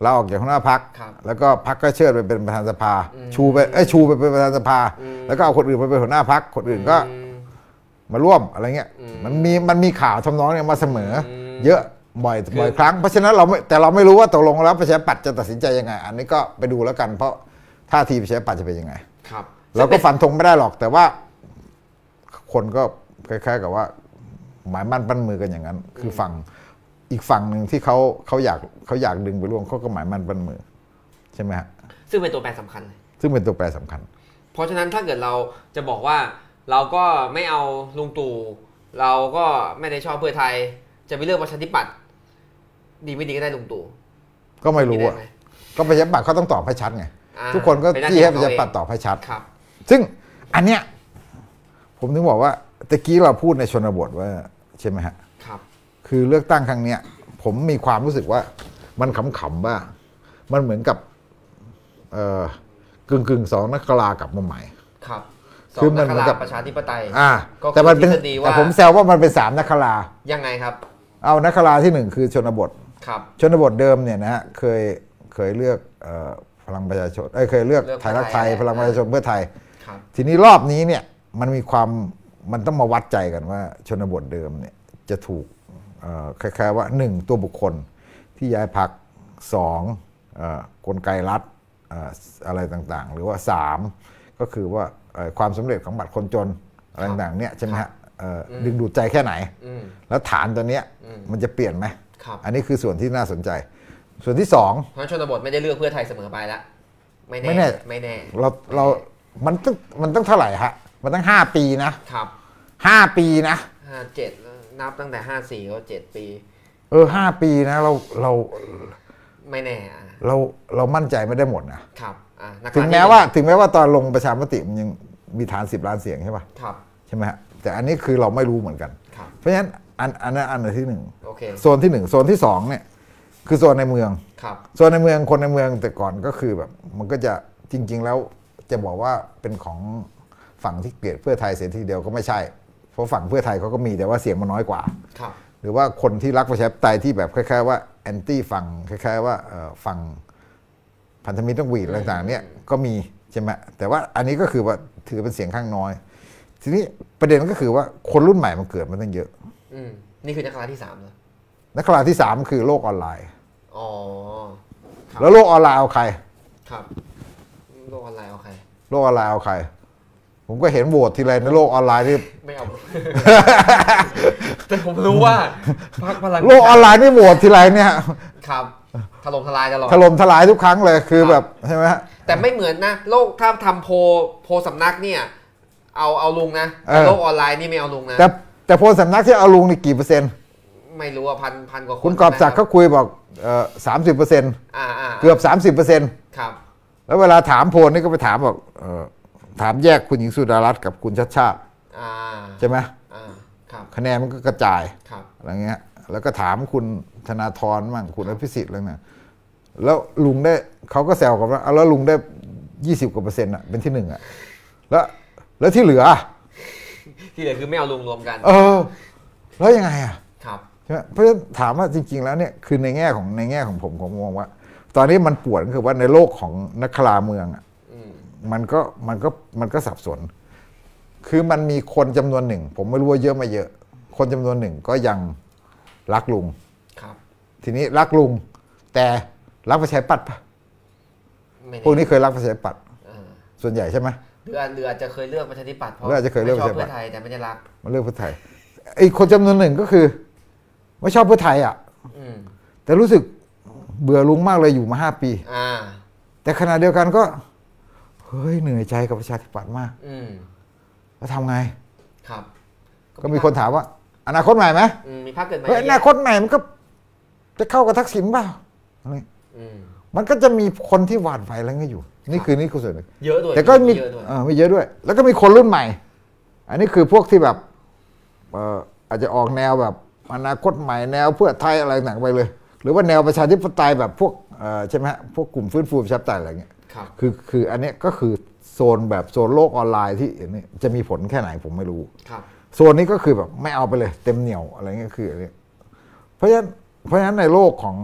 ลาออกจากหัวหน้าพรรคครับแล้วก็พรรคก็เชิญไปเป็นประธานสภาชูไปเอ้ยชูไปเป็นประธานสภาแล้วก็เอาคนอื่นไปเป็นหัวหน้าพรรคคนอื่นก็มาร่วมอะไรเงี้ยมันมีมันมีข่าวทำนองเนี่ยมาเสมอเยอะบ่อยบ่อยครั้งเพราะฉะนั้นเราไม่แต่เราไม่รู้ว่าตกลงแล้วประชาธิปัตย์จะตัดสินใจยังไงอันนี้ก็ไปดูแล้วกันเพราะท่าทีประชาธิปัตย์จะเป็นยังไงครับเราก็ฟันธงไม่ได้หรอกแต่ว่าคนก็คล้ายๆกับว่าหมายมั่นปั้นมือกันอย่างนั้น คือฝั่งอีกฝั่งหนึ่งที่เขาเขาอยากเขาอยากดึงไปร่วมเขาก็หมายมั่นปั้นมือใช่ไหมฮะซึ่งเป็นตัวแปรสำคัญเลยซึ่งเป็นตัวแปรสำคัญเพราะฉะนั้นถ้าเกิดเราจะบอกว่าเราก็ไม่เอาลุงตู่เราก็ไม่ได้ชอบเพื่อไทยจะไปเลือกประชาธิปัตย์ดีไม่ดีก็ได้ลุงตู่ก็ไม่รู้อ่ะก็ประชาธิปัตย์เขาต้องตอบให้ชัดไงทุกคนก็ที่ให้ประชาธิปัตย์ตอบให้ชัดซึ่งอันเนี้ยผมถึงบอกว่าตะกี้เราพูดในชนบทว่าใช่ไหมฮะครับคือเลือกตั้งครั้งเนี้ยผมมีความรู้สึกว่ามันขำๆว่ามันเหมือนกับเอ่อกึ่งกึ่งสองนักกลากลับมาใหม่ครับคือมันเหมือนกับประชาธิปไตยอ่าแต่มันเป็นแต่ผมแซวว่ามันเป็นสามนักกลายังไงครับเอานักกลาที่หนึ่งคือชนบทครับชนบทเดิมเนี่ยนะฮะเคยเคยเลือกเอ่อพลังประชาชนเอ้ยเคยเลือกไทยรักไทยพลังประชาชนเพื่อไทยทีนี้รอบนี้เนี่ยมันมีความมันต้องมาวัดใจกันว่าชนบทเดิมเนี่ยจะถูกคล้ายๆว่าหนึ่งตัวบุคคลที่ย้ายพรรคสองกลไกรัฐอะไรต่างๆหรือว่าสามก็คือว่าความสำเร็จของบัตรคนจนอะไรต่างๆเนี่ยใช่ไหมฮะดึงดูดใจแค่ไหนแล้วฐานตัวเนี้ยมันจะเปลี่ยนไหมอันนี้คือส่วนที่น่าสนใจส่วนที่สองเพราะชนบทไม่ได้เลือกเพื่อไทยเสมอไปแล้วไม่แน่ไม่แน่เราเรามันต้องมันต้องเท่าไหร่ฮะมันตั้งห้าปีนะครับห้าปีนะห้าเจ็ดนับตั้งแต่ห้าสี่ก็เจ็ดปีเออห้าปีนะเราเราไม่แน่เราเรามั่นใจไม่ได้หมดนะครับถึงแม้ว่าถึงแม้ว่าตอนลงประชามติมันยังมีฐานสิบล้านเสียงใช่ป่ะครับใช่ไหมฮะแต่อันนี้คือเราไม่รู้เหมือนกันเพราะฉะนั้นอันอันนั้นอันที่หนึ่งโซนที่หนึ่งโซนที่สองเนี่ยคือโซนในเมืองโซนในเมืองคนในเมืองแต่ก่อนก็คือแบบมันก็จะจริงๆแล้วจะบอกว่าเป็นของฝั่งที่เกลียดเพื่อไทยเสียทีเดียวก็ไม่ใช่เพราะฝั่งเพื่อไทยเขาก็มีแต่ว่าเสียงมันน้อยกว่าหรือว่าคนที่รักประชาธิปไตยที่แบบคล้ายๆว่าแอนตี้ฝั่งคล้ายๆว่าฝั่งพันธมิตรต้องหวีดต่างๆเนี่ยก็มีใช่ไหมแต่ว่าอันนี้ก็คือว่าถือเป็นเสียงข้างน้อยทีนี้ประเด็นก็คือว่าคนรุ่นใหม่มันเกิดมาตั้งเยอะอืมนี่คือนักข่าวที่สามเหรอนักข่าวที่สามคือโลกออนไลน์อ๋อแล้วโลกออนไลน์เอาใครครับโลกออนไลน์เอาใครโลกออนไลน์เอาใครผมก็เห็นโหวตทีไรในโลกออนไลน์ที่ไม่เอาแต่ผมรู้ว่าพรรคพลังโลกออนไลน์นี่โหวตทีไรเนี่ยครับถล่มทลายตลอดถล่มทลายทุกครั้งเลยคือแบบใช่ไหมฮะแต่ไม่เหมือนนะโลกถ้าทำโพโพสำนักเนี่ยเอาเอาลุงนะแต่โลกออนไลน์นี่ไม่เอาลุงนะแต่แต่โพสำนักที่เอาลุงนี่กี่เปอร์เซ็นต์ไม่รู้ว่าพันพันกว่าคนคุณกอบศักดิ์เขาคุยบอกเอ่อสามสิบเปอร์เซ็นต์เกือบสามสิบเปอร์เซ็นต์ครับแล้วเวลาถามโพลนี่ก็ไปถามบอกเอ่อถามแยกคุณหญิงสุดารัตน์กับคุณชัชชาติใช่ไหมคะแนนมันก็กระจายอะไรเงี้ยแล้วก็ถามคุณธนาธรมั่งคุณอภิสิทธิ์อะไรเนี่ยแล้วลุงได้เขาก็แซวกันว่าแล้วลุงได้ยี่สิบกว่าเปอร์เซ็นต์อ่ะเป็นที่หนึ่งอ่ะแล้วแล้วที่เหลือที่เหลือคือไม่เอาลุงรวมกันเออแล้วยังไงอ่ะครับใช่ไหมเพราะฉะนั้นถามว่าจริงๆแล้วเนี่ยคือในแง่ของในแง่ของผมผมมองว่าตอนนี้มันปวดก็คือว่าในโลกของนักข่าวเมืองอ่ะมันก็มันก็มันก็สับสนคือมันมีคนจำนวนหนึ่งผมไม่รู้ว่าเยอะไม่เยอะคนจำนวนหนึ่งก็ยังรักลุงครับทีนี้รักลุงแต่รักประชาธิปัตย์ปะพวกนี้เคยรักประชาธิปัตย์ส่วนใหญ่ใช่ไหมหรือหรืออาจจะเคยเลือกประชาธิปัตย์เพราะอาจจะเคยเลือกเพื่อไทยแต่ไม่ได้รักมันเลือกเพื่อไทยไอ้คนจำนวนหนึ่งก็คือไม่ชอบเพื่อไทยอ่ะแต่รู้สึกเบื่อลุงมากเลยอยู่มาห้าปีแต่ขณะเดียวกันก็เฮ้ยเหนื่อยใจกับประชาธิปัตย์มากแล้วทำไงครับก็มีคนถามว่าอนาคตใหม่ไหมมีพรรคเกิดใหม่อนาคตใหม่มันก็จะเข้ากับทักษิณเปล่ามันก็จะมีคนที่หวาดไหวอะไรเงี้ยอยู่นี่คือนี่คือส่วนหนึ่งเยอะด้วยแต่ก็มีเออไม่เยอะด้วยแล้วก็มีคนรุ่นใหม่อันนี้คือพวกที่แบบเอ่ออาจจะออกแนวแบบอนาคตใหม่แนวเพื่อไทยอะไรต่างไปเลยหรือว่าแนวประชาธิปไตยแบบพวกใช่ไหมฮะพวกกลุ่มฟื้นฟูประชาธิปไตยอะไรเงี้ยคือคืออันนี้ก็คือโซนแบบโซนโลกออนไลน์ที่นี่จะมีผลแค่ไหนผมไม่รู้โซนนี้ก็คือแบบไม่เอาไปเลยเต็มเหนียวอะไรเงี้ยคืออันนี้เพราะฉะนั้นเพราะฉะนั้นในโลกของ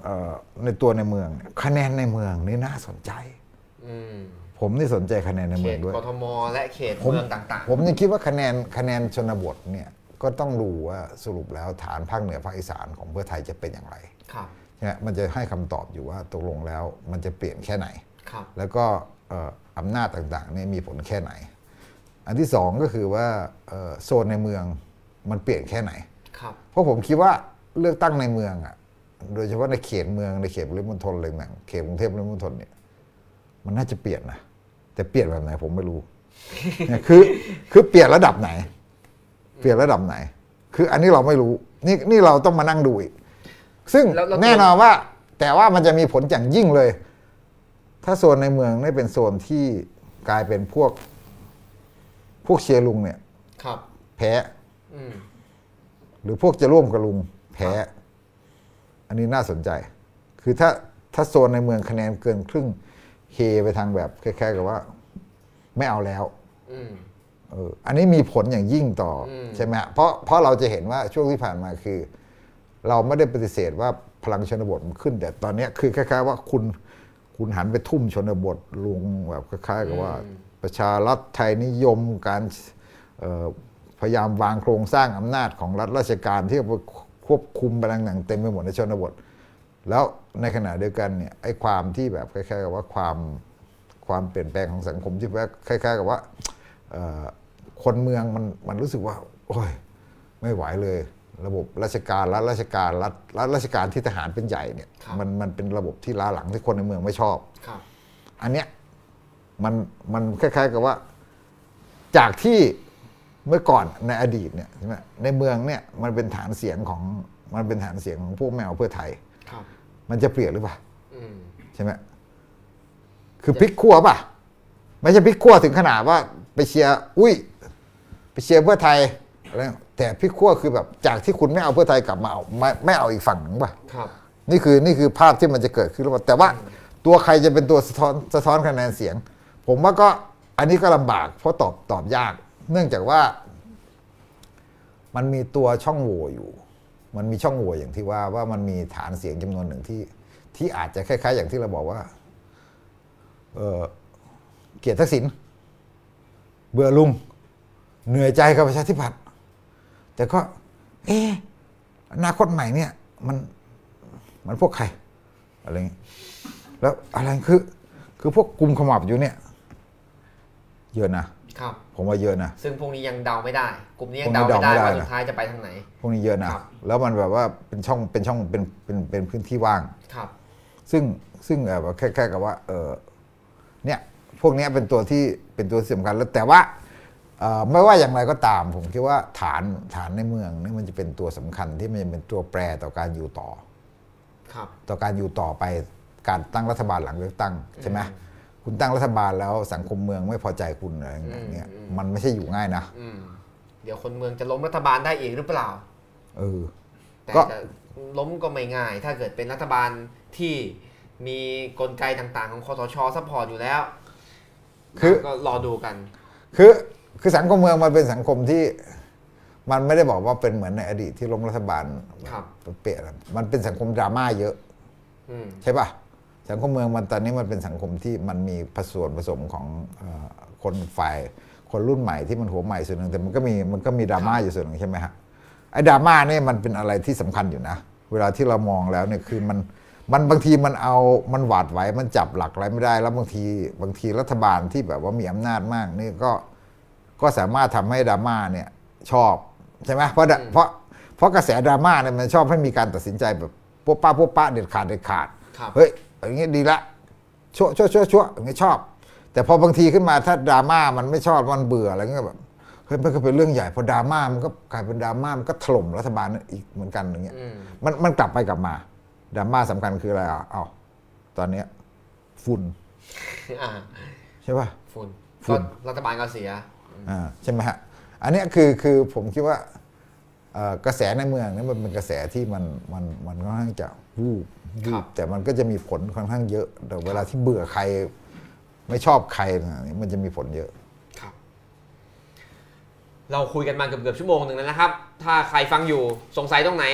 ในตัวในเมืองคะแนนในเมืองนี่น่าสนใจผมนี่สนใจคะแนนในเมืองด้วยเขตกทมและเขตเมืองต่างๆผมยังคิดว่าคะแนนคะแนนชนบทเนี่ยก็ต้องดูว่าสรุปแล้วฐานภาคเหนือภาคอีสานของเพื่อไทยจะเป็นอย่างไรเนี่ยมันจะให้คำตอบอยู่ว่าตกลงแล้วมันจะเปลี่ยนแค่ไหนแล้วก็อำนาจต่างๆนี่มีผลแค่ไหนอันที่สองก็คือว่าโซนในเมืองมันเปลี่ยนแค่ไหนเพราะผมคิดว่าเลือกตั้งในเมืองอ่ะโดยเฉพาะในเขตเมืองในเขตปริมณฑลอะไรต่างเขตกรุงเทพปริมณฑลเนี่ยมันน่าจะเปลี่ยนนะแต่เปลี่ยนแบบไหนผมไม่รู้ คือคือเปลี่ยนระดับไหนเปลี่ยนระดับไหนคืออันนี้เราไม่รู้นี่นี่เราต้องมานั่งดูอีกซึ่งแน่นอนว่าแต่ว่ามันจะมีผลอย่างยิ่งเลยถ้าโซนในเมืองนี่เป็นโซนที่กลายเป็นพวกพวกเชียร์ลุงเนี่ยแพ้หรือพวกจะร่วมกับลุงแพ้อันนี้น่าสนใจคือถ้าถ้าโซนในเมืองคะแนนเกินครึ่งเฮไปทางแบบคล้ายๆกับว่าไม่เอาแล้วเอออันนี้มีผลอย่างยิ่งต่อใช่ไหมเพราะเพราะเราจะเห็นว่าช่วงที่ผ่านมาคือเราไม่ได้ปฏิเสธว่าพลังชนบทมันขึ้นแต่ตอนนี้คือคล้ายๆว่าคุณคุณหันไปทุ่มชนบทลุงแบบคล้ายๆกับว่าประชารัฐไทยนิยมการพยายามวางโครงสร้างอำนาจของรัฐราชการที่ควบคุมพลังหนังเต็มไปหมดในชนบทแล้วในขณะเดียวกันเนี่ยไอ้ความที่แบบคล้ายๆกับว่าความความเปลี่ยนแปลงของสังคมที่แบบคล้ายๆกับว่าคนเมืองมันมันรู้สึกว่าโอ้ยไม่ไหวเลยระบบราชการรัฐราชการรัฐรัฐราชการที่ทหารเป็นใหญ่เนี่ยมันมันเป็นระบบที่ล้าหลังที่คนในเมืองไม่ชอบอันเนี้ยมันมันคล้ายๆกับว่าจากที่เมื่อก่อนในอดีตเนี่ยใช่ไหมในเมืองเนี่ยมันเป็นฐานเสียงของมันเป็นฐานเสียงของพวกแมวเพื่อไทยมันจะเปลี่ยนหรือเปล่าใช่ไหมคือพลิกขั้วป่ะไม่ใช่พลิกขั้วถึงขนาดว่าไปเชียร์อุ้ยไปเชียร์เพื่อไทยอะไรแต่พลิกขั้วคือแบบจากที่คุณไม่เอาเพื่อไทยกลับมาเอาไม่ไม่เอาอีกฝั่งหนึ่งป่ะนี่คือนี่คือภาพที่มันจะเกิดขึ้นแล้วแต่ว่าตัวใครจะเป็นตัวสะท้อนสะท้อนคะแนนเสียงผมว่าก็อันนี้ก็ลำบากเพราะตอบตอบยากเนื่องจากว่ามันมีตัวช่องโหว่อยู่มันมีช่องโหว่อย่างที่ว่าว่ามันมีฐานเสียงจำนวนหนึ่งที่ที่อาจจะคล้ายๆอย่างที่เราบอกว่าเออเกลียดทักษิณเบื่อลุงเหนื่อยใจกับประชาธิปัตย์แต่ก็เอออนาคตใหม่เนี่ยมันมันพวกใครอะไรอย่างนี้แล้วอะไรคือคือพวกกลุ่มขมับอยู่เนี่ยเยอะนะครับผมว่าเยอะนะซึ่งพวกนี้ยังเดาไม่ได้กลุ่มนี้ยังเดาไม่ได้ว่าสุดท้ายจะไปทางไหนพวกนี้เยอะนะแล้วมันแบบว่าเป็นช่องเป็นช่องเป็นเป็นเป็นพื้นที่ว่างครับซึ่งซึ่งแบบแค่ๆกับว่าเออเนี่ยพวกนี้เป็นตัวที่เป็นตัวสำคัญแล้วแต่ว่าไม่ว่าอย่างไรก็ตามผมคิดว่าฐานฐานในเมืองนี่มันจะเป็นตัวสำคัญที่มันจะเป็นตัวแปรต่อการอยู่ต่อครับต่อการอยู่ต่อไปการตั้งรัฐบาลหลังเลือกตั้งใช่ไหมคุณตั้งรัฐบาลแล้วสังคมเมืองไม่พอใจคุณอะไรอย่างเงี้ยมันไม่ใช่อยู่ง่ายนะเดี๋ยวคนเมืองจะล้มรัฐบาลได้อีกหรือเปล่าเออแต่ล้มก็ไม่ง่ายถ้าเกิดเป็นรัฐบาลที่มีกลไกต่างๆของคสช.ซัพพอร์ตอยู่แล้วคือก็รอดูกันคือคือสังคมเมืองมันเป็นสังคมที่มันไม่ได้บอกว่าเป็นเหมือนในอดีตที่ล้มรัฐบาลเปลี่ยนมันเป็นสังคมดราม่าเยอะใช่ป่ะสังคมเมืองมันตอนนี้มันเป็นสังคมที่มันมีผสมผสมของคนฝ่ายคนรุ่นใหม่ที่มันหัวใหม่ส่วนหนึ่งแต่มันก็มีมันก็มีดราม่าอยู่ส่วนหนึ่งใช่ไหมฮะไอ้ดราม่าเนี่ยมันเป็นอะไรที่สำคัญอยู่นะเวลาที่เรามองแล้วเนี่ยคือมันมันบางทีมันเอามันหวาดไหวมันจับหลักอะไรไม่ได้แล้วบางทีบางทีรัฐบาลที่แบบว่ามีอำนาจมากนี่ก็ก็สามารถทำให้ดราม่าเนี่ยชอบใช่ไหมเพราะเพราะเพราะกระแสดราม่าเนี่ยมันชอบให้มีการตัดสินใจแบบปุ๊บป้าปุ๊บป้าเด็ดขาดเด็ดขาดเฮ้ยอย่างเงี้ยดีละชั่วชั่วชั่วชั่วอย่างเงี้ยชอบแต่พอบางทีขึ้นมาถ้าดราม่ามันไม่ชอบมันเบื่ออะไรเงี้ยแบบเฮ้ยมันก็เป็นเรื่องใหญ่พอดราม่ามันก็กลายเป็นดราม่ามันก็ถล่มรัฐบาลอีกเหมือนกันอย่างเงี้ยมันมันกลับไปกลับมาดราม่าสำคัญคืออะไรอ่ะเอาตอนเนี้ยฝุ่นใช่ป่ะฝุ่นฝุ่นรัฐบาลก็เสียอ่าใช่ไหมฮะอันนี้คือคือผมคิดว่ากระแสในเมืองนี่มันเป็นกระแสที่มันมันมันค่อนข้างจะวูบวูบแต่มันก็จะมีผลค่อนข้างเยอะแต่เวลาที่เบื่อใครไม่ชอบใครมันจะมีผลเยอะครับเราคุยกันมาเกือบเกือบชั่วโมงหนึ่งแล้วนะครับถ้าใครฟังอยู่สงสัยตรงไหน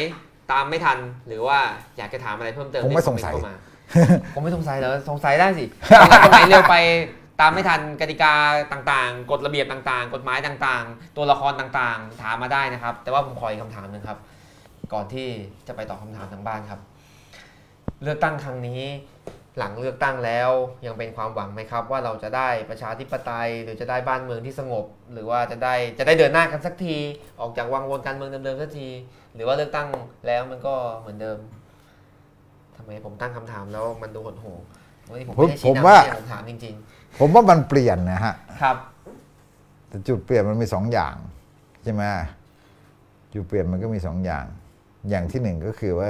ตามไม่ทันหรือว่าอยากจะถามอะไรเพิ่มเติมผมไม่สงสัยผมไม่สงสัยเหรอสงสัยได้สิสมัยเร็วไปตามไม่ทันกติกาต่างๆกฎระเบียบต่างๆกฎหมายต่างๆตัวละครต่างๆถามมาได้นะครับแต่ว่าผมขออีกคำถามนึงครับก่อนที่จะไปตอบคำถามทางบ้านครับเลือกตั้งครั้งนี้หลังเลือกตั้งแล้วยังเป็นความหวังไหมครับว่าเราจะได้ประชาธิปไตยหรือจะได้บ้านเมืองที่สงบหรือว่าจะได้จะได้เดินหน้ากันสักทีออกจากวังวนการเมืองเดิมๆสักทีหรือว่าเลือกตั้งแล้วมันก็เหมือนเดิมทำไมผมตั้งคำถามแล้วมันดูหดหู่วันนี้ผมไม่ได้ชี้นำให้ผมถามจริงๆผมว่ามันเปลี่ยนนะฮะครับแต่จุดเปลี่ยนมันมีสองอย่างใช่ไหมจุดเปลี่ยนมันก็มีสองอย่างอย่างที่หนึ่งก็คือว่า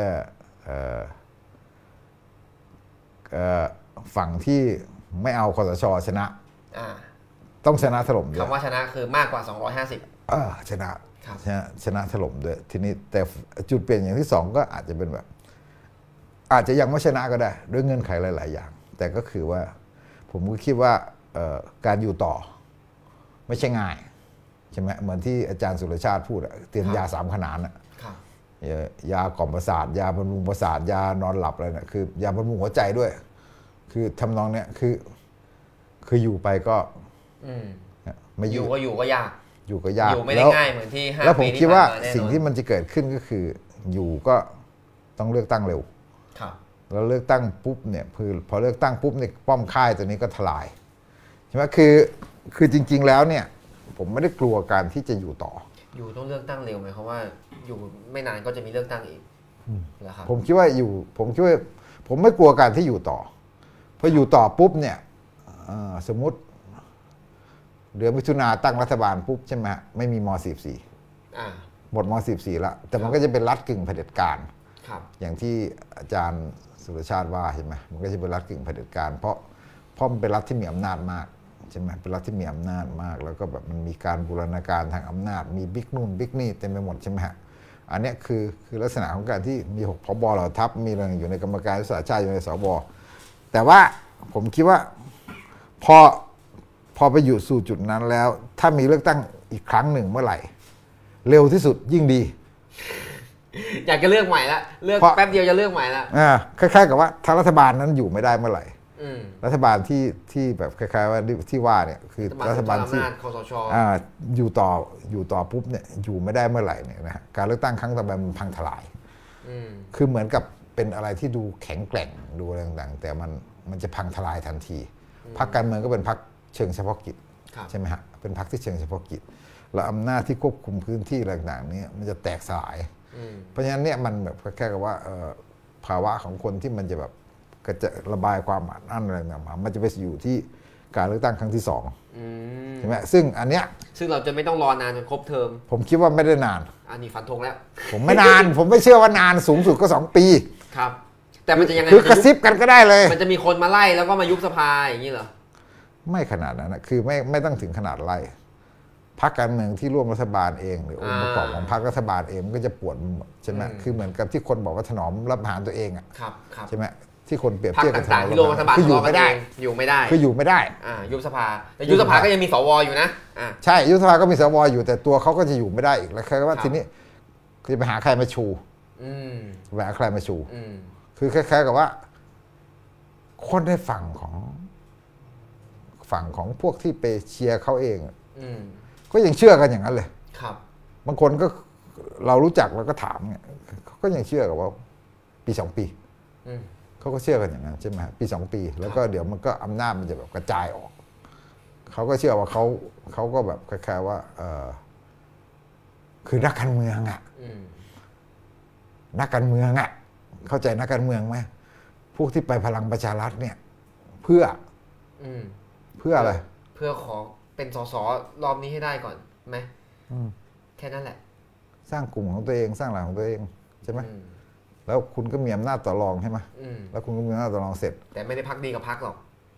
ฝั่งที่ไม่เอาคสช.ชนะต้องชนะถล่มด้วยคำว่าชนะคือมากกว่าสองร้อยห้าสิบอ่าชนะชนะชนะถล่มด้วยทีนี้แต่จุดเปลี่ยนอย่างที่สองก็อาจจะเป็นแบบอาจจะยังไม่ชนะก็ได้ด้วยเงื่อนไขหลายๆอย่างแต่ก็คือว่าผมก็คิดว่าการอยู่ต่อไม่ใช่ง่ายใช่ไหมเหมือนที่อาจารย์สุรชาติพูดอะเตรียมยาสามขนานอะยากล่อมประสาทยาบำรุงประสาทยานอนหลับอะไรเนี่ยคือยาบำรุงหัวใจด้วยคือทำนองเนี้ยคือคืออยู่ไปก็ไม่อยู่ก็อยู่ก็ยากอยู่ก็ยากอยู่ไม่ได้ง่ายเหมือนที่ห้าปีแล้วผมคิดว่าสิ่งที่มันจะเกิดขึ้นก็คืออยู่ก็ต้องเลือกตั้งเร็วแล้วเลือกตั้งปุ๊บเนี่ยคือพอเลือกตั้งปุ๊บเนี่ยป้อมค่ายตัวนี้ก็ทลายใช่ไหมคือคือจริงๆแล้วเนี่ยผมไม่ได้กลัวการที่จะอยู่ต่ออยู่ต้องเลือกตั้งเร็วไหมเพราะว่าอยู่ไม่นานก็จะมีเลือกตั้งอีกนะครับผมคิดว่าอยู่ผมคิดว่าผมไม่กลัวการที่อยู่ต่อพออยู่ต่อปุ๊บเนี่ยสมมุติเดือนมิถุนาตั้งรัฐบาลปุ๊บใช่ไหมไม่มีม.สี่สิบสี่หมดม.สี่สิบสี่แล้วแต่มันก็จะเป็นรัฐกึ่งเผด็จการอย่างที่อาจารย์สุรชาติว่าใช่ไหมมันก็จะเป็นรัฐกึ่งเผด็จการเพราะเพราะมันเป็นรัฐที่มีอำนาจมากใช่ไหมเป็นรัฐที่มีอำนาจมากแล้วก็แบบมันมีการบูรณาการทางอำนาจมีบิ๊กนู่นบิ๊กนี่เต็มไปหมดใช่ไหมฮะอันนี้คือคือลักษณะของการที่มีหกผบ.เหล่าทัพมีอะไรอยู่ในกรรมการยุทธศาสตร์ชาติอยู่ในสบ.แต่ว่าผมคิดว่าพอพอไปอยู่สู่จุดนั้นแล้วถ้ามีเลือกตั้งอีกครั้งหนึ่งเมื่อไหร่เร็วที่สุดยิ่งดีอยากจะเลือกใหม่ละเลือกแป๊บเดียวจะเลือกใหม่ละอ่าคล้ายๆกับว่าถ้ารัฐบาลนั้นอยู่ไม่ได้เมื่อไหร่รัฐบาลที่ที่แบบคล้ายๆว่าที่ว่าเนี่ยคือรัฐบาลที่อ่าอยู่ต่ออยู่ต่อปุ๊บเนี่ยอยู่ไม่ได้เมื่อไหร่เนี่ยนะฮะการเลือกตั้งครั้งต่อไปมันพังทลายคือเหมือนกับเป็นอะไรที่ดูแข็งแกร่งดูอะไรต่างๆแต่มันมันจะพังทลายทันทีพรรคการเมืองก็เป็นพรรคเชิงเฉพาะกิจใช่ไหมฮะเป็นพรรคที่เชิงเฉพาะกิจแล้วอำนาจที่ควบคุมพื้นที่ต่างๆนี้มันจะแตกสลายเพราะฉะนั้นเนี่ยมันแบบแค่กับว่าภาวะของคนที่มันจะแบบก็จะระบายความอัดอั้นอะไรต่างๆมันจะไปอยู่ที่การเลือกตั้งครั้งที่สองใช่ไหมซึ่งอันเนี้ยซึ่งเราจะไม่ต้องรอนานจนครบเทอมผมคิดว่าไม่ได้นานอันนี้ฟันธงแล้วผมไม่นาน ผมไม่เชื่อว่านานสูงสุดก็สองปีครับแต่มันจะยังไงคือกระซิบกันก็ได้เลยมันจะมีคนมาไล่แล้วก็มายุบสภาอย่างนี้เหรอไม่ขนาดนั้นนะคือไม่ไม่ต้องถึงขนาดไล่พรรคการเมืองที่ร่วมรัฐบาลเองหรือองค์ประกอบของพรรครัฐบาลเองมันก็จะปวดใช่ไหมคือเหมือนกับที่คนบอกว่าถนอมรับประหารตัวเองอ่ะใช่ไหมที่คนเปรียบเทียบกับต่างๆที่ร่วมรัฐบาลคืออยู่ไม่ได้อยู่ไม่ได้คืออยู่ไม่ได้อ่ายุบสภาแต่ยุบสภาก็ยังมีสวอยู่นะอ่าใช่ยุบสภาก็มีสวอยู่แต่ตัวเขาก็จะอยู่ไม่ได้อีกแล้วคือว่าทีนี้จะไปหาใครมาชูไปหาใครมาชูคือคล้ายๆกับว่าคนในฝั่งของฝั่งของพวกที่ไปเชียร์เขาเองก็ยังเชื่อกันอย่างนั้นเลยครับบางคนก็เรารู้จักแล้วก็ถามเนี่ยเขาก็ยังเชื่อกับว่าปีสองปีเขาก็เชื่อกันอย่างนั้นใช่ไหมปีสองปีแล้วก็เดี๋ยวมันก็อำนาจมันจะแบบกระจายออกเขาก็เชื่อว่าเขาเขาก็แบบคล้ายๆว่าเออคือนักการเมืองอ่ะนักการเมืองอ่ะเข้าใจนักการเมืองไหมพวกที่ไปพลังประชารัฐเนี่ยเพื่อเพื่ออะไรเพื่อขอเป็นสสรอบนี้ให้ได้ก่อนไหมแค่นั้นแหละสร้างกลุ่มของตัวเองสร้างหลังของตัวเองใช่ไหมแล้วคุณก็มีอำนาจต่อรองใช่ไหมแล้วคุณก็มีอำนาจต่อรองเสร็จแต่ไม่ได้พักดีกับพักหรอก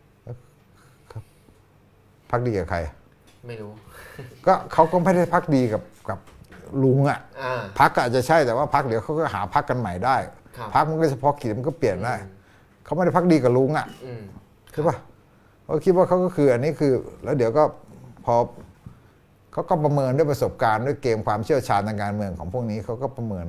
พักดีกับใครไม่รู้ก็เขาก็ไม่ได้พักดีกับกับลุงอ่ะพักอาจจะใช่แต่ว่าพักเดี๋ยวเขาก็หาพักกันใหม่ได้พักมันก็เฉพาะกิจมันก็เปลี่ยนได้เขาไม่ได้พักดีกับลุงอ่ะใช่ป่ะเขาคิดว่าเขาก็คืออันนี้คือแล้วเดี๋ยวก็พอเขาก็ประเมินด้วยประสบการณ์ด้วยเกมความเชี่ยวชาญทางการเมืองของพวกนี้เขาก็ประเมินนะฮะ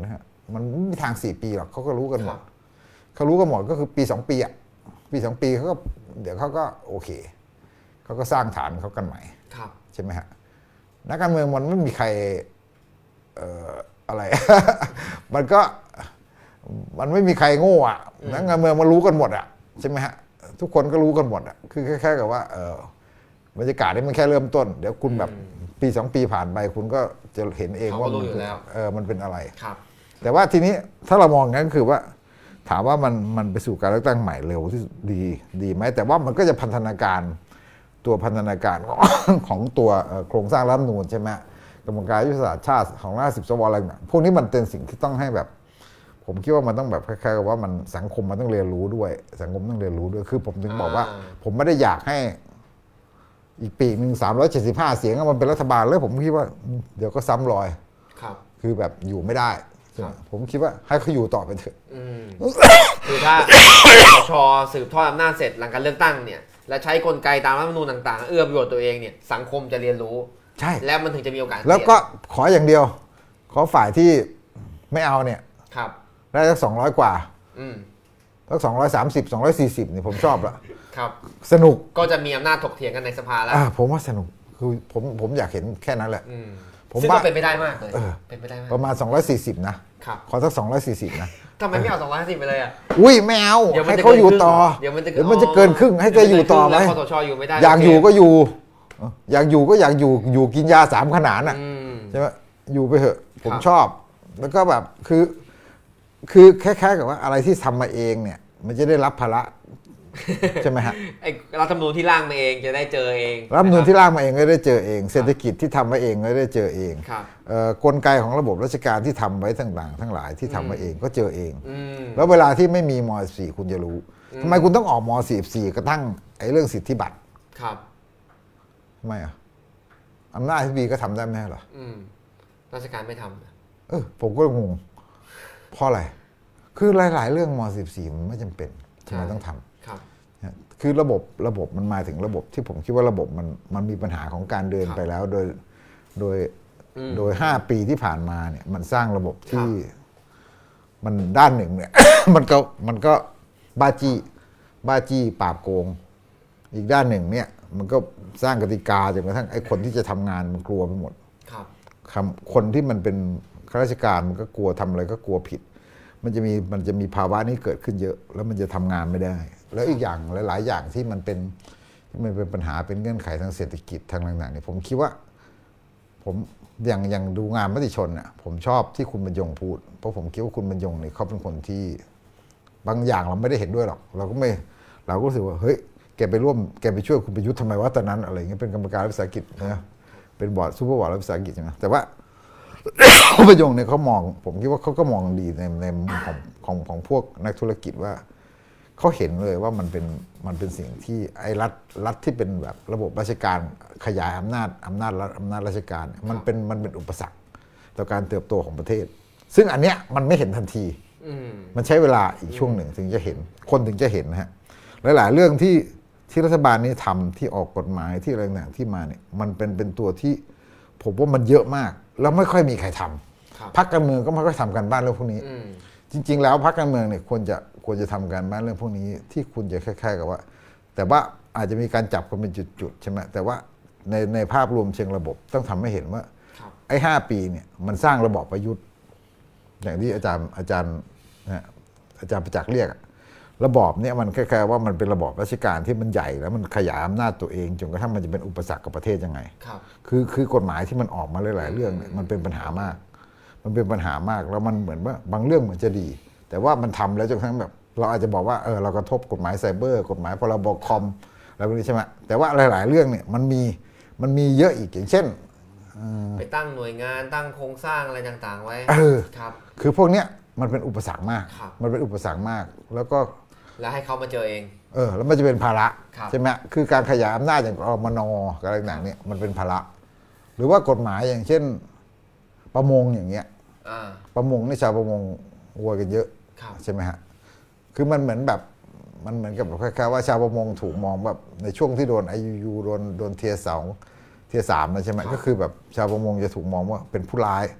มันไม่มีทางสี่ปีหรอกเขาก็รู้กันหมดเขารู้กันหมดก็คือปีสองปีอ่ะปีสองปีเขาก็เดี๋ยวเขาก็โอเคเขาก็สร้างฐานเขากันใหม่ใช่ไหมฮะนักการเมืองมันไม่มีใครเอ่ออะไร มันก็มันไม่มีใครโง่อ่ะนักการเมืองมันรู้กันหมดอ่ะใช่ไหมฮะทุกคนก็รู้กันหมดอ่ะคือแค่ๆกับว่าเออบรรยากาศนี่มันแค่เริ่มต้นเดี๋ยวคุณแบบปีสองปีผ่านไปคุณก็จะเห็นเองว่ามันเออมันเป็นอะไรแต่ว่าทีนี้ถ้าเรามองงั้นคือว่าถามว่ามันมันไปสู่การเลือกตั้งใหม่เร็วที่ดีดีไหมแต่ว่ามันก็จะพันธนาการตัวพันธนาการของของตัวโครงสร้างรัฐธรรมนูญใช่ไหมกรรมการยุทธศาสตร์ชาติของห้าสิบสวอะไรเนี่ยพวกนี้มันเป็นสิ่งที่ต้องให้แบบผมคิดว่ามันต้องแบบคล้ายๆกับว่ามันสังคมมันต้องเรียนรู้ด้วยสังคมต้องเรียนรู้ด้วยคือผมถึงบอกว่าผมไม่ได้อยากให้อีกปีหนึ่งสามร้อยเจ็ดสิบห้าเสียงมันเป็นรัฐบาลแล้วผมคิดว่าเดี๋ยวก็ซ้ำรอยครับคือแบบอยู่ไม่ได้ผมคิดว่าให้เขาอยู่ต่อไปเถอะคือถ้าสชสืบทอดอำนาจเสร็จหลังการเลือกตั้งเนี่ยและใช้กลไกตามรัฐธรรมนูญต่างๆเอื้อประโยชน์ตัวเองเนี่ยสังคมจะเรียนรู้ใช่แล้วมันถึงจะมีโอกาสแล้วก็ขออย่างเดียวขอฝ่ายที่ไม่เอาเนี่ยครับได้สักสองร้อยกว่าสักสองร้อยสามสิบสองร้อยสี่สิบเนี่ยผมชอบละครับสนุกก็จะมีอำนาจถกเถียงกันในสภาแล้วผมว่าสนุกคือผมผมอยากเห็นแค่นั้นแหละผมว่าเป็นไปได้มากเลยเป็นไปได้มากประมาณสองร้อยสี่สิบนะขอสักสองร้อยสี่สิบนะทำไมไม่เอาสองร้อยห้าสิบไปเลยอ่ะอุ้ยไม่เอาให้เขาอยู่ต่อเดี๋ยวมันจะเดี๋ยวมันจะเกินครึ่งให้แกอยู่ต่อไหมคสชอยู่ไม่ได้อยากอยู่ก็อยู่อยากอยู่ก็อยากอยู่อยู่กินยาสามขนาดน่ะใช่ไหมอยู่ไปเถอะผมชอบแล้วก็แบบคือคือคล้ายๆกับว่าอะไรที่ทำมาเองเนี่ยมันจะได้รับภาระใช่ไหมฮะไอ้รัฐธรรมนูญที่ร่างมาเองจะได้เจอเองรัฐธรรมนูญที่ร่างมาเองก็ได้เจอเองเศรษฐกิจที่ทำมาเองก็ได้เจอเองกลไกของระบบราชการที่ทำไว้ต่างๆทั้งหลายที่ทำมาเองก็เจอเองแล้วเวลาที่ไม่มีม.สิบสี่คุณจะรู้ทำไมคุณต้องออกม.สี่สิบสี่กระทั่งไอ้เรื่องสิทธิบัตรครับทำไมอ่ะอำนาจที่ดีก็ทำได้ไหมเหรอราชการไม่ทำเออผมก็งงเพราะอะไรคือหลายๆเรื่องม.สิบสี่มันไม่จำเป็นทำไมต้องทำคือระบบระบบมันมาถึงระบบที่ผมคิดว่าระบบมันมันมีปัญหาของการเดินไปแล้วโดยโดยโดยห้าปีที่ผ่านมาเนี่ยมันสร้างระบบที่มันด้านหนึ่งเนี่ย มันก็มันก็บ้าจี้บ้าจี้ปราบโกงอีกด้านหนึ่งเนี่ยมันก็สร้างกติกาจนกระทั่งไอ้คนที่จะทำงานมันกลัวไปหมดคนที่มันเป็นข้าราชการมันก็กลัวทำอะไรก็กลัวผิดมันจะมีมันจะมีภาวะนี้เกิดขึ้นเยอะแล้วมันจะทำงานไม่ได้แล้วอีกอย่างหลายๆอย่างที่มันเป็นที่มันเป็นปัญหาเป็นเงื่อนไขทางเศรษฐกิจทางต่างๆเนี่ยผมคิดว่าผมอย่างอย่างดูงานมติชนเนี่ยผมชอบที่คุณบรรยงพูดเพราะผมคิดว่าคุณบรรยงเนี่ยเขาเป็นคนที่บางอย่างเราไม่ได้เห็นด้วยหรอกเราก็ไม่เราก็รู้สึกว่าเฮ้ยแกไปร่วมแกไปช่วยคุณประยุทธ์ทำไมวะตอนนั้นอะไรเงี้ยเป็นกรรมการรัฐวิสาหกิจนะเป็นบอร์ดซูเปอร์บอร์ดรัฐวิสาหกิจใช่ไหมแต่ว่าคุณบรรยงเนี่ยเขามองผมคิดว่าเขาก็มองดีในในมุมของของของพวกนักธุรกิจว่าเขาเห็นเลยว่ามันเป็นมันเป็นสิ่งที่ไอ้รัฐรัฐที่เป็นแบบระบบราชการขยายอำนาจอำนาจรัฐอำนาจราชการมันเป็นมันเป็นอุปสรรคต่อการเติบโตของประเทศซึ่งอันเนี้ยมันไม่เห็นทันทีมันใช้เวลาอีกช่วงหนึ่งถึงจะเห็นคนถึงจะเห็นนะฮะหลายๆเรื่องที่ที่รัฐบาลนี้ทำที่ออกกฎหมายที่อะไรต่างๆที่มาเนี่ยมันเป็นเป็นตัวที่ผมว่ามันเยอะมากแล้วไม่ค่อยมีใครทำพรรคการเมืองก็ไม่ค่อยทำกันบ้านเรื่องพวกนี้จริงๆแล้วพรรคการเมืองเนี่ยควรจะควรจะทำการบ้านเรื่องพวกนี้ที่คุณจะคล้ายๆกับว่าแต่ว่าอาจจะมีการจับกันเป็นจุดๆใช่ไหมแต่ว่าในในภาพรวมเชิงระบบต้องทำให้เห็นว่าไอ้ห้าปีเนี่ยมันสร้างระบอบประยุทธ์อย่างที่อาจารย์อาจารย์นะอาจารย์ประจักษ์เรียกระบอบเนี่ยมันคล้ายๆว่ามันเป็นระบอบราชการที่มันใหญ่แล้วมันขยายอำนาจตัวเองจนกระทั่งมันจะเป็นอุปสรรคกับประเทศยังไงคือคือกฎหมายที่มันออกมาหลายๆเรื่องเนี่ยมันเป็นปัญหามากมันเป็นปัญหามากแล้วมันเหมือนว่าบางเรื่องเหมือนจะดีแต่ว่ามันทำแล้วจนกระทั่งแบบเราอาจจะบอกว่าเออเรากระทบกฎหมายไซเบอร์กฎหมายพรบคอมอะไรพวกนี้ใช่ไหมแต่ว่าหลายๆเรื่องเนี่ยมันมีมันมีเยอะอีกอย่างเช่นไปตั้งหน่วยงานตั้งโครงสร้างอะไรต่างๆไว้ครับคือพวกเนี้ยมันเป็นอุปสรรคมากมันเป็นอุปสรรคมากแล้วก็แล้วให้เขามาเจอเองเออแล้วมันจะเป็นภาระใช่ไหมคือการขยายอำนาจอย่างอมนอะไรต่างๆเนี่ยมันเป็นภาระหรือว่ากฎหมายอย่างเช่นประมงอย่างเงี้ยประมงนี่ชาวประมงโวยกันเยอะใช่ไหมฮะคือมันเหมือนแบบมันเหมือนกับคล้ายๆว่าชาวประมงถูกมองแบบในช่วงที่โดนไอยูยูโดนโดนเทียร์สองเทียร์สามนะใช่ไหมก็คือแบบชาวประมงจะถูกมองว่าเป็นผู้ร้าย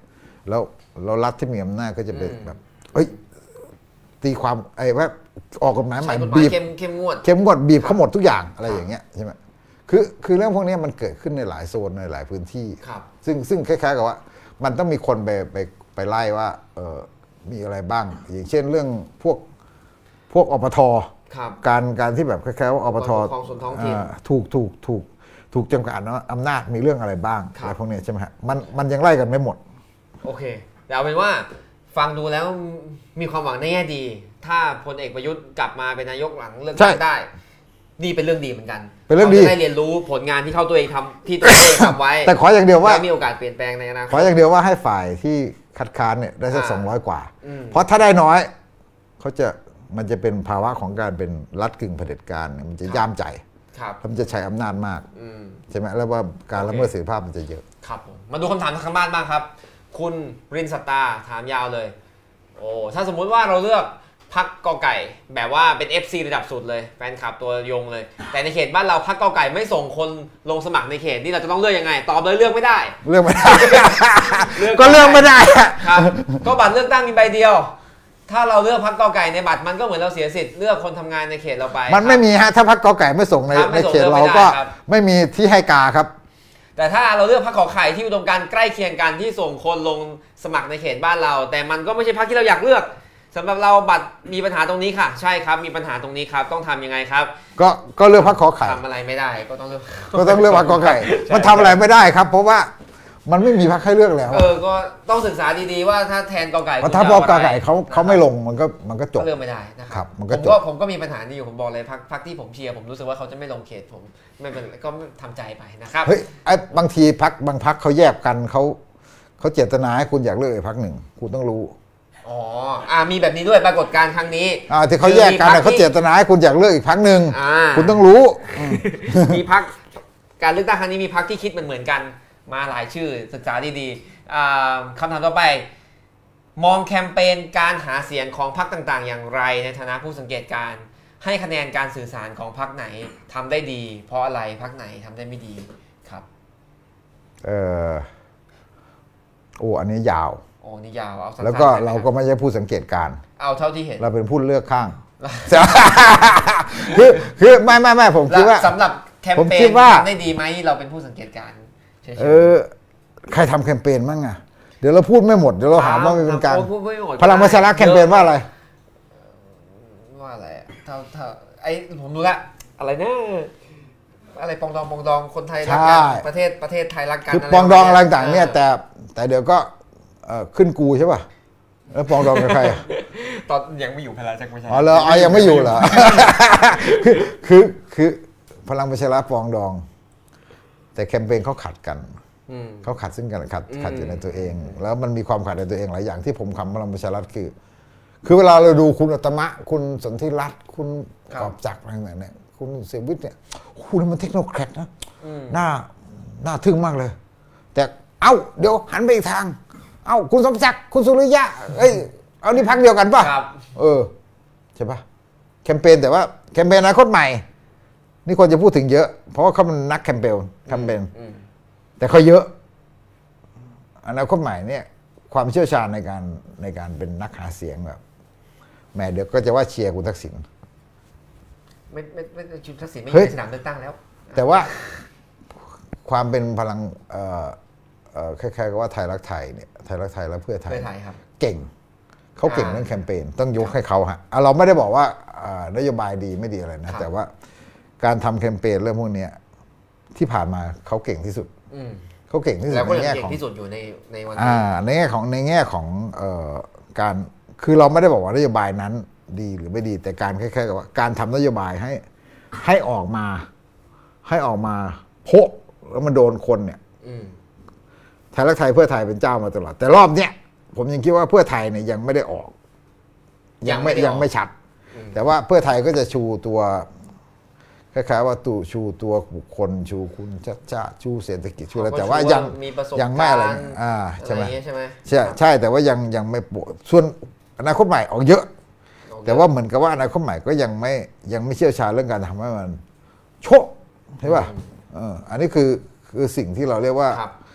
แล้วแล้วรัฐที่มีอำนาจก็จะเป็นแบบเอ้ยตีความไอ้ว่าออกกฎหมายใหม่บีบเข้มงวดเข้มงวดบีบเขาหมดทุกอย่างอะไรอย่างเงี้ยใช่ไหมคือคือเรื่องพวกนี้มันเกิดขึ้นในหลายโซนในหลายพื้นที่ซึ่งซึ่งคล้ายๆกับว่ามันต้องมีคนไปไปไปไล่ว่าเออมีอะไรบ้างอย่างเช่นเรื่องพวกพวกอปท.การการที่แบบคล้ายๆว่าอปท.ถูกถูกถูกถูกจำกัดอำนาจมีเรื่องอะไรบ้างอะไรพวกนี้ใช่ไหมฮะมันมันยังไล่กันไม่หมดโอเคแต่เอาเป็นว่าฟังดูแล้วมีความหวังในแง่ดีถ้าพลเอกประยุทธ์กลับมาเป็นนายกหลังเลือกตั้งได้นี่เป็นเรื่องดีเหมือนกันเป็นเรื่องดีได้เรียนรู้ผลงานที่เขาตัวเองทำที่ตัวเองทำไว้แต่ขออย่างเดียวว่ามีโอกาสเปลี่ยนแปลงในอนาคตขออย่างเดียวว่าให้ฝ่ายที่คัดค้านเนี่ยได้สักสองร้อยกว่าเพราะถ้าได้น้อยเขาจะมันจะเป็นภาวะของการเป็นรัฐกึ่งเผด็จการมันจะย่ามใจแล้วมันจะใช้อำนาจมากใช่ไหมแล้วว่าการละเมิดเสรีภาพมันจะเยอะครับผมมาดูคำถามทางบ้านบ้างครับคุณรินสตาร์ถามยาวเลยโอ้ถ้าสมมุติว่าเราเลือกพรรคกอไก่แบบว่าเป็น เอฟ ซี ระดับสุดเลยแฟนคลับตัวยงเลยแต่ในเขตบ้านเราพรรคกอไก่ไม่ส่งคนลงสมัครในเขตนี่เราจะต้องเลือกยังไงตอบเลยเลือกไม่ได้เลือกไม่ได้ก็เลือกไม่ได้ครับก็บัตรเลือกตั้งมีใบเดียวถ้าเราเลือกพรรคกอไก่ในบัตรมันก็เหมือนเราเสียสิทธิ์เลือกคนทำงานในเขตเราไปมันไม่มีฮะถ้าพรรคกอไก่ไม่ส่งในในเขตเราก็ไม่มีที่ให้กาครับแต่ถ้าเราเลือกพรรคขอไข่ที่อุดมการณ์ใกล้เคียงกันที่ส่งคนลงสมัครในเขตบ้านเราแต่มันก็ไม่ใช่พรรคที่เราอยากเลือกสำหรับเราบัตรมีปัญหาตรงนี้ค่ะใช่ครับมีปัญหาตรงนี้ครับต้องทำยังไงครับก็ก็เลือกพรรคขอไข่ทำอะไรไม่ได้ก็ต้องเลือกก็ต้องเลือกพรรคขอไข่มันทำอะไรไม่ได้ครับเพราะว่ามันไม่มีพรรคให้เลือกแล้วเออก็ต้องศึกษาดีๆว่าถ้าแทนกอไก่ถ้าพอกอไก่เขาเขาไม่ลงมันก็มันก็จบเลือกไม่ได้นะครับมันก็จบผมก็ผมก็มีปัญหานี้อยู่ผมบอกเลยพรรคพรรคที่ผมเชียร์ผมรู้สึกว่าเขาจะไม่ลงเขตผมไม่เป็นก็ทำใจไปนะครับเฮ้ยไอ้บางทีพรรคบางพรรคเขาแยกกันเขาเขาเจตนาให้คุณอยากเลือกอีกพรรคหนึ่งคุณต้องรู้อ๋ออ่ามีแบบนี้ด้วยปรากฏการณ์ครั้งนี้อ่าที่เขาแยกกันเขาเจตนาให้คุณอยากเลือกอีกพรรคหนึ่งคุณต้องรู้มีพรรคการเลือกตั้งครั้งนี้มีพรรคที่คิดเหมือนเหมือนกันมาหลายชื่อศึกษาดีๆคำถามต่อไปมองแคมเปญการหาเสียงของพรรคต่างๆอย่างไรในฐานะผู้สังเกตการให้คะแนนการสื่อสารของพรรคไหนทำได้ดีเพราะอะไรพรรคไหนทำได้ไม่ดีครับเออโอ้อันนี้ยาวโอ้นี่ยาวเอาแล้วก็เราก็ไม่ใช่ผู้สังเกตการเอาเท่าที่เห็นเราเป็นผู้เลือกข้างคือคือไม่ไม่ไม่ผมคิดว่าสำหรับแคมเปญทำได้ดีไหมเราเป็นผู้สังเกตการเออใครทำแคมเปญบ้างอะเดี๋ยวเราพูดไม่หมดเดี๋ยวเราหาว่าไม่เป็นการพลังประชารัฐแคมเปญว่าอะไรว่าอะไรเท่าเท่าไอ้ผมดูละอะไรนะอะไรปองดองปองดองคนไทยรักกันประเทศประเทศไทยรักกันปองดองอะไรต่างเนี่ยแต่แต่เดี๋ยวก็ขึ้นกูใช่ป่ะแล้วปองดองกับใครตอนยังไม่อยู่พลังประชารัฐอ๋อเหรอยังไม่อยู่เหรอคือคือพลังประชารัฐปองดองแต่แคมเปญเขาขัดกันเขาขัดซึ่งกันขัดขัดอยู่ในตัวเองแล้วมันมีความขัดในตัวเองหลายอย่างที่ผมคำพลังประชารัฐคือคือเวลาเราดูคุณอัตมะคุณสนธิรัตน์คุณกอบศักดิ์อะไรแบบนี้คุณเสวิทย์เนี่ยคุณมันเทคโนแครดนะน่าน่าทึ่งมากเลยแต่เอ้าเดี๋ยวหันไปอีกทางเอ้าคุณสมศักดิ์คุณสุริยะเอ้ยเอานี่พรรคเดียวกันป่ะเออใช่ป่ะแคมเปญแต่ว่าแคมเปญอนาคตใหม่นี่คนจะพูดถึงเยอะเพราะว่าเขาเป็นนักแคมเปญแคมเปญแต่เขาเยอะอนาคตใหม่เนี่ยความเชี่ยวชาญในการในการเป็นนักหาเสียงแบบแม่เดี๋ยวก็จะว่าเชียร์คุณทักษิณไม่ไม่ไม่คุณทักษิณไม่อยู่ในสนามเลือกตั้งแล้วแต่ว่าความเป็นพลังเอ่อเอ่อคล้ายๆกับว่าไทยรักไทยเนี่ยไทยรักไทยและเพื่อไทยเก่งเขาเก่งเรื่องแคมเปญต้องยกให้เขาฮะเราไม่ได้บอกว่านโยบายดีไม่ดีอะไรนะแต่ว่าการทำแคมเปญเรื่องพวกนี้ที่ผ่านมาเขาเก่งที่สุดเขาเก่งที่สุดในแง่ของที่สุดอยู่ในในวันนี้ในแง่ของในแง่ของการคือเราไม่ได้บอกว่านโยบายนั้นดีหรือไม่ดีแต่การคล้ายๆกับว่าการทำนโยบายให้ให้ออกมาให้ออกมาโพะแล้วมันโดนคนเนี่ยไทยรักไทยเพื่อไทยเป็นเจ้ามาตลอดแต่รอบเนี้ยผมยังคิดว่าเพื่อไทยเนี่ยยังไม่ได้ออกยังไม่ยังไม่ชัดแต่ว่าเพื่อไทยก็จะชูตัวคล้ายๆว่าตูชูตัวบุคคลชูคุณชัดชาชูเศรษฐกิจชูอะไรแต่ว่ายังยังไม่อะไรอ่าใช่ไหมใช่ใช่แต่ว่ายังยังไม่ปวดส่วนอนาคตใหม่ออกเยอะแต่ว่าเหมือนกับว่าอนาคตใหม่ก็ยังไม่ยังไม่เชี่ยวชาญเรื่องการทำให้มันโชคใช่ป่ะอันนี้คือคือสิ่งที่เราเรียกว่า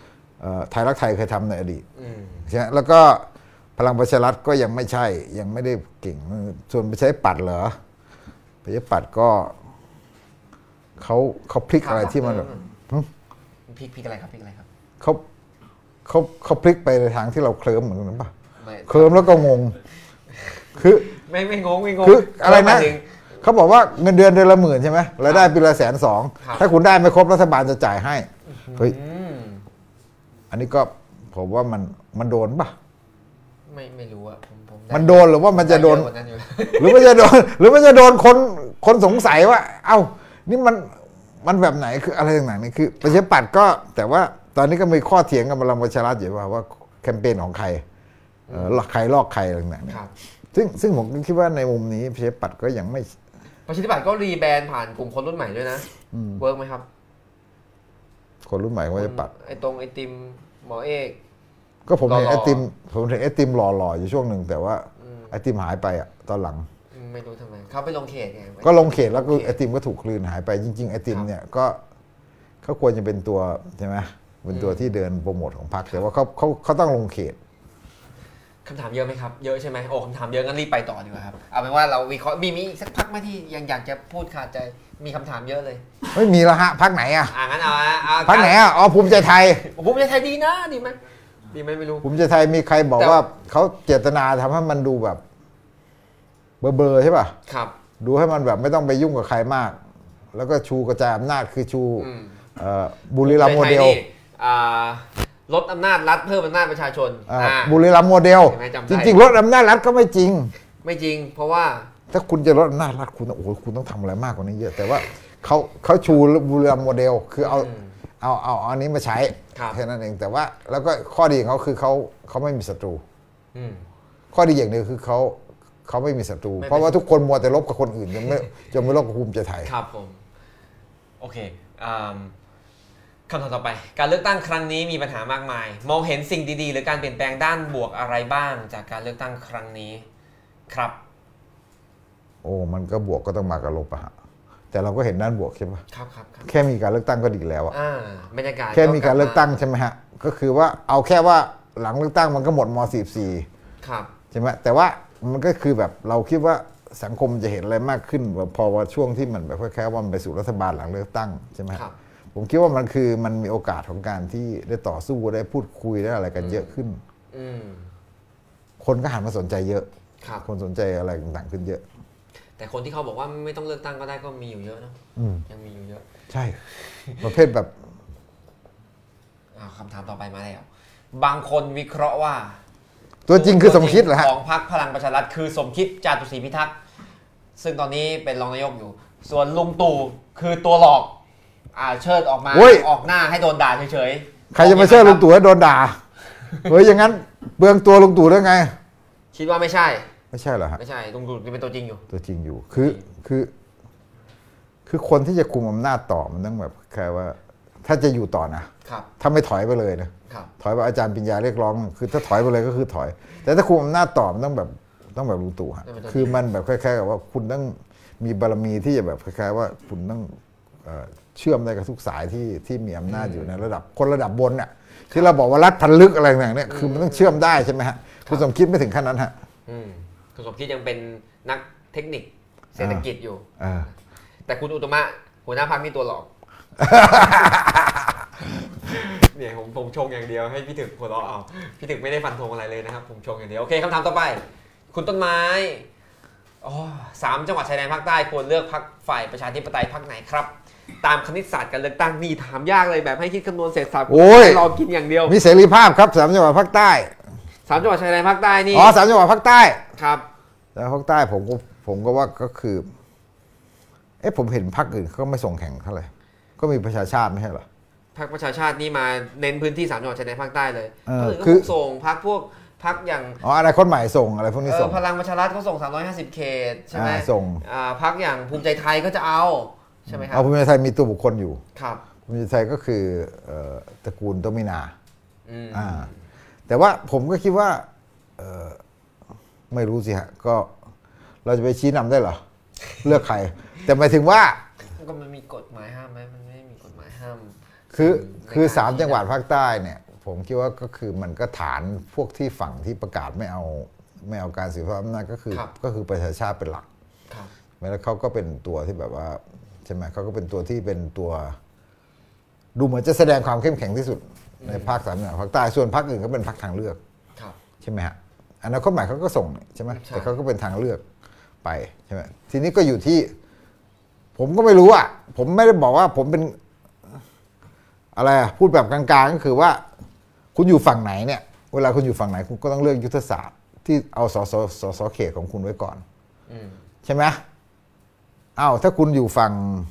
ไทยรักไทยเคยทำในอดีตใช่ไหมแล้วก็พลังประชารัฐก็ยังไม่ใช่ยังไม่ได้เก่งส่วนไปใช้ปัดเหรอไปใช้ปัดก็เขาเขาพลิกอะไรที่มันแบบพลิกพลิกอะไรครับพลิกอะไรครับเขาเขาเขาพลิกไปในทางที่เราเคลิ้มเหมือนกันป่ะเคลิ้มแล้วก็งงคือไม่ไม่งงไม่งงคืออะไรนะเขาบอกว่าเงินเดือนเดือนละหมื่นใช่ไหมรายได้ปีละแสนสองถ้าคุณได้ไม่ครบรัฐบาลจะจ่ายให้เฮ้ยอันนี้ก็ผมว่ามันมันโดนป่ะไม่ไม่รู้อะผมผมมันโดนหรือว่ามันจะโดนหรือมันจะโดนหรือมันจะโดนคนคนสงสัยว่าเอ้านี่มันมันแบบไหนคืออะไรต่างๆนี่คือประชาธิปัตย์ก็แต่ว่าตอนนี้ก็มีข้อเถียงกันพลังประชารัฐอยู่ว่าว่าแคมเปญของใครเออหลอกใครลอกใครอะไรต่างๆซึ่งซึ่งผมคิดว่าในมุมนี้ประชาธิปัตย์ก็ยังไม่ประชาธิปัตย์ก็รีแบรนด์ผ่านกลุ่มคนรุ่นใหม่ด้วยนะเวิร์กไหมครับคนรุ่นใหม่ประชาธิปัตย์ไอ้ตรงไอติมหมอเอกก็ผมเห็นไอติมผมเห็นไอติมหล่อๆอยู่ช่วงหนึ่งแต่ว่าไอติมหายไปอ่ะตอนหลังไม่รู้ทำไมเขาไปลงเขตไงก็ลงเขตแล้วก็ไอติมก็ถูกคลืนหายไปจริงๆไอติมเนี่ยก็เขาควรจะเป็นตัวใช่ไหมเป็นตัวที่เดินโปรโมทของพรรคแต่ว่าเขาเขาเขาต้องลงเขตคำถามเยอะไหมครับเยอะใช่ไหมโอ้คำถามเยอะงั้นรีบไปต่อดีกว่าครับเอาเป็นว่าเราวิเคราะห์มีมีสักพักไหมที่ยังอยากจะพูดขาดใจมีคำถามเยอะเลยไม่มีละฮะพรรคไหนอ่ะอ่างั้นเอาพรรคไหนอ่ะอ๋อภูมิใจไทยภูมิใจไทยดีนะดีไหมดีไหมไม่รู้ภูมิใจไทยมีใครบอกว่าเขาเจตนาทำให้มันดูแบบเบลอๆใช่ป่ะครับดูให้มันแบบไม่ต้องไปยุ่งกับใครมากแล้วก็ชูกระจายอำนาจคือชูบุรีรัมย์โมเดลลดอำนาจรัฐเพิ่มอำนาจประชาชนบุรีรัมย์โมเดลจริงๆลดอำนาจรัฐก็ไม่จริงไม่จริงเพราะว่าถ้าคุณจะลดอำนาจรัฐคุณโอ้โหคุณต้องทำอะไรมากกว่านี้เยอะแต่ว่าเขาเขาชูบุรีรัมย์โมเดลคือเอาเอาเอาอันนี้มาใช้แค่นั้นเองแต่ว่าแล้วก็ข้อดีของเขาคือเขาเขาไม่มีศัตรูข้อดีอย่างหนึ่งคือเขาเขาไม่มีศัตรูเพราะว่าทุกคนมัวแต่ลบกับคนอื่นจนไม่จนไม่ลบกับภูมิใจไทยครับผมโอเคคำถามต่อไปการเลือกตั้งครั้งนี้มีปัญหามากมายมองเห็นสิ่งดีๆหรือการเปลี่ยนแปลงด้านบวกอะไรบ้างจากการเลือกตั้งครั้งนี้ครับโอ้มันก็บวกก็ต้องมากับลบอะฮะแต่เราก็เห็นด้านบวกใช่ไหมครับครับแค่มีการเลือกตั้งก็ดีแล้วอะบรรยากาศแค่มีการเลือกตั้งใช่ไหมฮะก็คือว่าเอาแค่ว่าหลังเลือกตั้งมันก็หมดม.สี่สิบสี่ครับใช่ไหมแต่ว่ามันก็คือแบบเราคิดว่าสังคมจะเห็นอะไรมากขึ้นพอว่าช่วงที่มันแบบแค่ว่ามันไปสู่รัฐบาลหลังเลือกตั้งใช่ไหมครับผมคิดว่ามันคือมันมีโอกาสของการที่ได้ต่อสู้ได้พูดคุยได้อะไรกันเยอะขึ้นคนก็หันมาสนใจเยอะคนสนใจอะไรต่างๆขึ้นเยอะแต่คนที่เขาบอกว่าไม่ต้องเลือกตั้งก็ได้ก็มีอยู่เยอะเนาะยังมีอยู่เยอะใช่ประเภทแบบคำถามต่อไปมาแล้วบางคนวิเคราะห์ว่าตัวจริงคือสมคิดเหรอฮะของพรรคพลังประชารัฐคือสมคิดจาตุศรีพิทักษ์ซึ่งตอนนี้เป็นรองนายกอยู่ส่วนลุงตู่คือตัวหลอกอ่าเชิดออกมาออกหน้าให้โดนด่าเฉยๆใครจะมาเชิดลุงตู่ให้โดนด่าเฮ้ยอย่างนั้นเบืองตัวลุงตู่ได้ไงคิดว่าไม่ใช่ไม่ใช่เหรอฮะไม่ใช่ลุงตู่เป็นตัวจริงอยู่ตัวจริงอยู่คือคือคือคนที่จะคุมอำนาจต่อมันต้องแบบแค่ว่าถ้าจะอยู่ต่อนะถ้าไม่ถอยไปเลยนะถอยไปอาจารย์ปริญญาเรียกร้องคือถ้าถอยไปเลยก็คือถอยแต่ถ้าคุมอำนาจต่อมันต้องแบบต้องแบบลุงตู่ฮะคือมันแบบคล้ายๆกับว่าคุณต้องมีบารมีที่จะแบบคล้ายๆว่าคุณต้องเชื่อมได้กับทุกสายที่ที่มีอำนาจอยู่ในระดับคนระดับบนเนี่ยที่เราบอกว่ารัฐพันลึกอะไรต่างๆเนี่ยคือมันต้องเชื่อมได้ใช่ไหมฮะคุณสมคิดไม่ถึงขั้นนั้นฮะคุณสมคิดยังเป็นนักเทคนิคเศรษฐกิจอยู่แต่คุณอุตมะหัวหน้าพรรคนี่ตัวหลอกเนี่ยผมผมชงอย่างเดียวให้พี่ถึกหัวเราะเอาพี่ถึกไม่ได้ฟันธงอะไรเลยนะครับผมชงอย่างเดียวโอเคคำถามต่อไปคุณต้นไม้อ๋อสามจังหวัดชายแดนภาคใต้ควรเลือกพรรคฝ่ายประชาธิปไตยพรรคไหนครับตามคณิตศาสตร์การเลือกตั้งนี่ถามยากเลยแบบให้คิดคำนวณเศรษฐศาสตร์รอกินอย่างเดียวมีเสรีภาพครับสามจังหวัดภาคใต้สามจังหวัดชายแดนภาคใต้นี่อ๋อสามจังหวัดภาคใต้ครับแล้วภาคใต้ผมก็ผมก็ว่าก็คือเอ๊ะผมเห็นพรรคอื่นเขาไม่ส่งแข่งเท่าไหร่ก็มีประชาชาติไม่ใช่เหรอพรรคประชาชาตินี่มาเน้นพื้นที่สามจังหวัดชายแดนภาคใต้เลยก็คือส่งพรรคพวกพรรคอย่างอ๋ออะไรคนใหม่ส่งอะไรพวกนี้ส่งพลังประชารัฐเขาส่งสามร้อยห้าสิบเขตใช่ไหมส่งพรรคอย่างภูมิใจไทยก็จะเอาใช่ไหมครับเอาภูมิใจไทยมีตัวบุคคลอยู่ครับภูมิใจไทยก็คือตระกูลโตมินาอ่าแต่ว่าผมก็คิดว่าไม่รู้สิฮะก็เราจะไปชี้นำได้เหรอเลือกใครแต่หมายถึงว่าก็มันมีกฎหมายห้ามไหมมันไม่มีกฎหมายห้ามคือคือสามจังหวัดภาคใต้เนี่ยผมคิดว่าก็คือมันก็ฐานพวกที่ฝั่งที่ประกาศไม่เอาไม่เอาการสืบทอดอำนาจก็คือก็คือประชาชาติเป็นหลักแล้วเขาก็เป็นตัวที่แบบว่าใช่ไหมเขาก็เป็นตัวที่เป็นตัวดูเหมือนจะแสดงความเข้มแข็งที่สุดในภาคสามเหนือภาคใต้ส่วนภาคอื่นก็เป็นภาคทางเลือกใช่ไหมฮะอนาคตใหม่เขาก็ส่งใช่ไหมแต่เขาก็เป็นทางเลือกไปใช่ไหมทีนี้ก็อยู่ที่ผมก็ไม่รู้อ่ะผมไม่ได้บอกว่าผมเป็นอะไรพูดแบบกลางๆก็คือว่าคุณอยู่ฝั่งไหนเนี่ยเวลาคุณอยู่ฝั่งไหนคุณก็ต้องเลือกยุทธศาสตร์ที่เอาสสสสเขตของคุณไว้ก่อนใช่ไหมอ้าวถ้าคุณอยู่ฝั่ง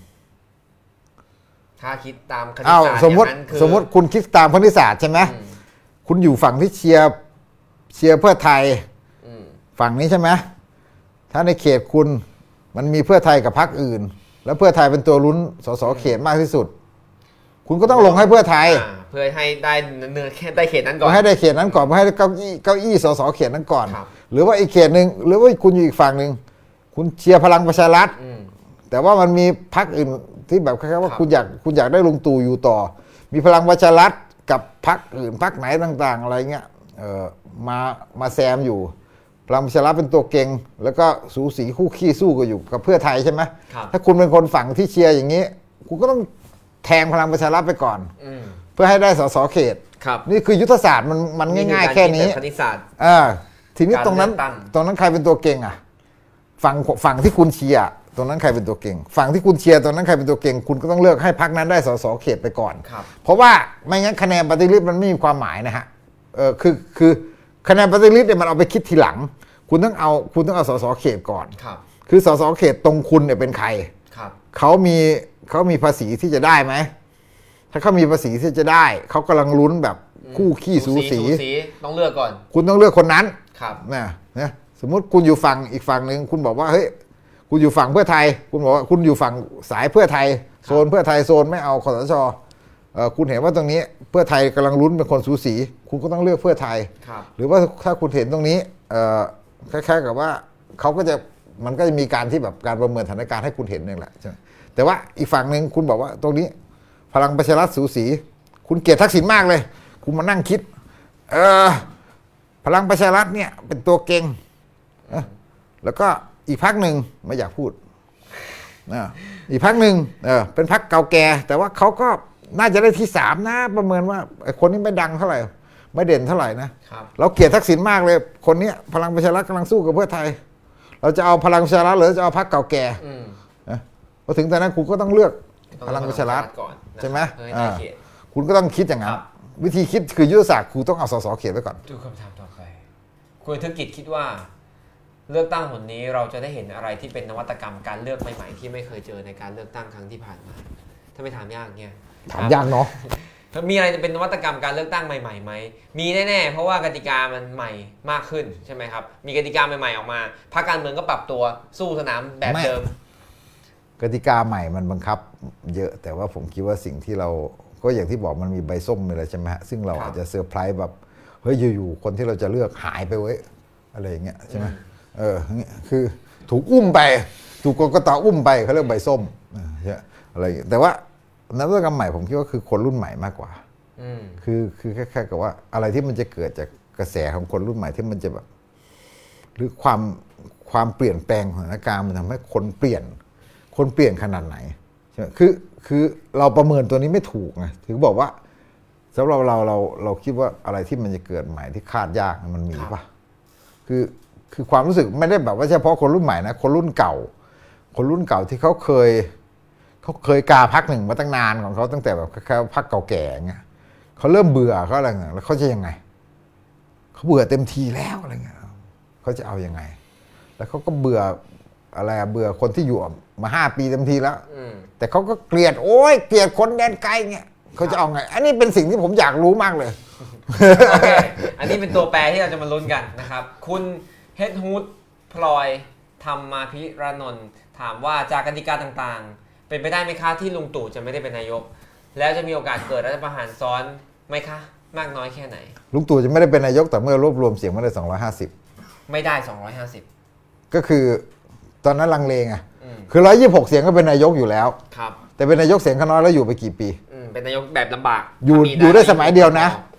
ถ้าคิดตามคณิตศาสตร์สมมติสมมติคุณคิดตามคณิตศาสตร์ใช่ไหมคุณอยู่ฝั่งที่เชียร์เชียร์เพื่อไทยฝั่งนี้ใช่ไหมถ้าในเขตคุณมันมีเพื่อไทยกับพรรคอื่นแล้วเพื่อไทยเป็นตัวลุ้นสสเขตมากที่สุดคุณก็ต้องลงให้เพื่อไทยเพื่อให้ได้เนื้อแค่ได้เขตนั้นก่อนให้ได้เขตนั้นก่อนเพื่อให้เก้าอี้เก้าอี้สสเขตนั้นก่อนหรือว่าอีกเขตหนึ่งหรือว่าคุณอยู่อีกฝั่งหนึ่งคุณเชียร์พลังประชารัฐแต่ว่ามันมีพรรคอื่นที่แบบคล้ายๆว่าคุณอยากคุณอยากได้ลุงตู่อยู่ต่อมีพลังประชารัฐกับพรรคอื่นพรรคไหนต่างๆอะไรเงี้ยเออมามาแซมอยู่พลังประชารัฐเป็นตัวเก่งแล้วก็สูสีคู่ขี้สู้กันอยู่กับเพื่อไทยใช่ไหมถ้าคุณเป็นคนฝั่งที่เชียร์อย่างนี้คุณก็ต้องแทงพลังประชารัฐไปก่อนเพื่อให้ได้สสเขตนี่คือยุทธศาสตร์มันมันง่ายๆแค่นี้คณิตศาสตร์อ่าทีนี้ตรงนั้นตรงนั้นใครเป็นตัวเก่งอ่ะฝั่งฝั่งที่คุณเชียร์ตรงนั้นใครเป็นตัวเก่งฝั่งที่คุณเชียร์ตรงนั้นใครเป็นตัวเก่งคุณก็ต้องเลือกให้พรรคนั้นได้สสเขตไปก่อนเพราะว่าไม่งั้นคะแนนปฏิริษีมันไม่มีความหมายนะฮะเออคือคือคะแนนปฏิริษีเนี่ยมันเอาไปคิดทีหลังคุณต้องเอาคุณต้องเอาสสเขตก่อนคือสสเขตตรงคุณเนี่ยเป็นใครเขามีเขามีภาษีที่จะได้ไหมถ้าเขามีภาษีที่จะได้เขากำลังลุ้นแบบคู่ขี้สูสีต้องเลือกก่อนคุณต้องเลือกคนนั้นนะนะสมมุติคุณอยู่ฝั่งอีกฝั่งหนึ่งคุณบอกว่าเฮ้ยคุณอยู่ฝั่งเพื่อไทยคุณบอกว่าคุณอยู่ฝั่งสายเพื่อไทยโซนเพื่อไทยโซนไม่เอาคสช.คุณเห็นว่าตรงนี้เพื่อไทยกำลังลุ้นเป็นคนสูสีคุณก็ต้องเลือกเพื่อไทยหรือว่าถ้าคุณเห็นตรงนี้คล้ายๆกับว่าเขาก็จะมันก็จะมีการที่แบบการประเมินสถานการณ์ให้คุณเห็นนึงแหละใช่ไหมแต่ว่าอีกฝั่งหนึ่งคุณบอกว่าตรงนี้พลังประชารัฐสูสีคุณเกลียดทักษิณมากเลยคุณมานั่งคิดเออพลังประชารัฐเนี่ยเป็นตัวเก่งแล้วก็อีกพรรคหนึ่งไม่อยากพูดอีกพรรคหนึ่งเออเป็นพรรคเก่าแก่แต่ว่าเขาก็น่าจะได้ที่สามนะประเมินว่าไอ้คนนี้ไม่ดังเท่าไหร่ไม่เด่นเท่าไหร่นะเราเกลียดทักษิณมากเลยคนนี้พลังประชารัฐกำลังสู้กับเพื่อไทยเราจะเอาพลังประชารัฐหรือจะเอาพรรคเก่าแก่พอถึงตอนนั้นคุณก็ต้องเลือกพลังประชารัฐใช่ไหมคุณก็ต้องคิดอย่างนั้นวิธีคิดคือยุทธศาสตร์คุณต้องเอาสสเขตไว้ก่อนดูคำถามต่อไปคุณธุรกิจคิดว่าเลือกตั้งหนนี้เราจะได้เห็นอะไรที่เป็นนวัตกรรมการเลือกใหม่ๆที่ไม่เคยเจอในการเลือกตั้งครั้งที่ผ่านมาถ้าไม่ถามยากเนี่ยถามยากเนาะมีอะไรเป็นนวัตกรรมการเลือกตั้งใหม่ๆไหมมีแน่ๆเพราะว่ากติกามันใหม่มากขึ้นใช่ไหมครับมีกติกาใหม่ๆออกมาพรรคการเมืองก็ปรับตัวสู้สนามแบบเดิมกติกาใหม่มันบังคับเยอะแต่ว่าผมคิดว่าสิ่งที่เราก็อย่างที่บอกมันมีใบส้มอะไรใช่ไหมฮะซึ่งเราอาจจะเซอร์ไพรส์แบบเฮ้ยอยู่ๆคนที่เราจะเลือกหายไปเว้ยอะไรอย่างเงี้ยใช่ไหมเออคือถูกอุ้มไปถูกกกต.อุ้มไปเขาเรียกใบส้มอะไรแต่ว่านวัตกรรมใหม่ผมคิดว่าคือคนรุ่นใหม่มากกว่าคือคือแค่ๆกับว่าอะไรที่มันจะเกิดจากกระแสของคนรุ่นใหม่ที่มันจะแบบหรือความความเปลี่ยนแปลงของสถานการณ์มันทำให้คนเปลี่ยนคนเปลี่ยนขนาดไหนใช่ไหมคือคือเราประเมินตัวนี้ไม่ถูกไงถึงบอกว่าสำหรับเราเราเราคิดว่าอะไรที่มันจะเกิดใหม่ที่คาดยากมันมีป่ะคือคือความรู้สึกไม่ได้แบบว่าเฉพาะคนรุ่นใหม่นะคนรุ่นเก่าคนรุ่นเก่าที่เขาเคยเขาเคยกาพักหนึ่งมาตั้งนานของเขาตั้งแต่แบบแค่พักเก่าแก่เงี้ยเขาเริ่มเบื่อเขาอะไรเงี้ยแล้วเขาจะยังไงเขาเบื่อเต็มทีแล้วอะไรเงี้ยเขาจะเอายังไงแล้วเขาก็เบื่ออะไรเบื่อคนที่อยู่มาห้าปีเต็มทีแล้วแต่เขาก็เกลียดโอ้ยเกลียดคนแดนไกลเงี้ยเขาจะเอาไงอันนี้เป็นสิ่งที่ผมอยากรู้มากเลยโอเคอันนี้เป็นตัวแปรที่เราจะมาลุ้นกันนะครับคุณเฮดฮูดพลอยธรรมาภิรานนท์ถามว่าจากกติกาต่างๆเป็นไปได้ไหมคะที่ลุงตู่จะไม่ได้เป็นนายกแล้วจะมีโอกาสเกิดรัฐประหารซ้อนไหมคะมากน้อยแค่ไหนลุงตู่จะไม่ได้เป็นนายกแต่เมื่อรวบรวมเสียงมาได้สองร้อยห้าสิบไม่ได้สองร้อยห้าสิบก็คือตอนนั้นลังเลไงคือหนึ่งร้อยยี่สิบหกเสียงก็เป็นนายกอยู่แล้วครับแต่เป็นนายกเสียงข้างน้อยแล้วอยู่ไปกี่ปีเป็นนายกแบบลำบากอยู่อยู่ได้สมัยเดียวนะ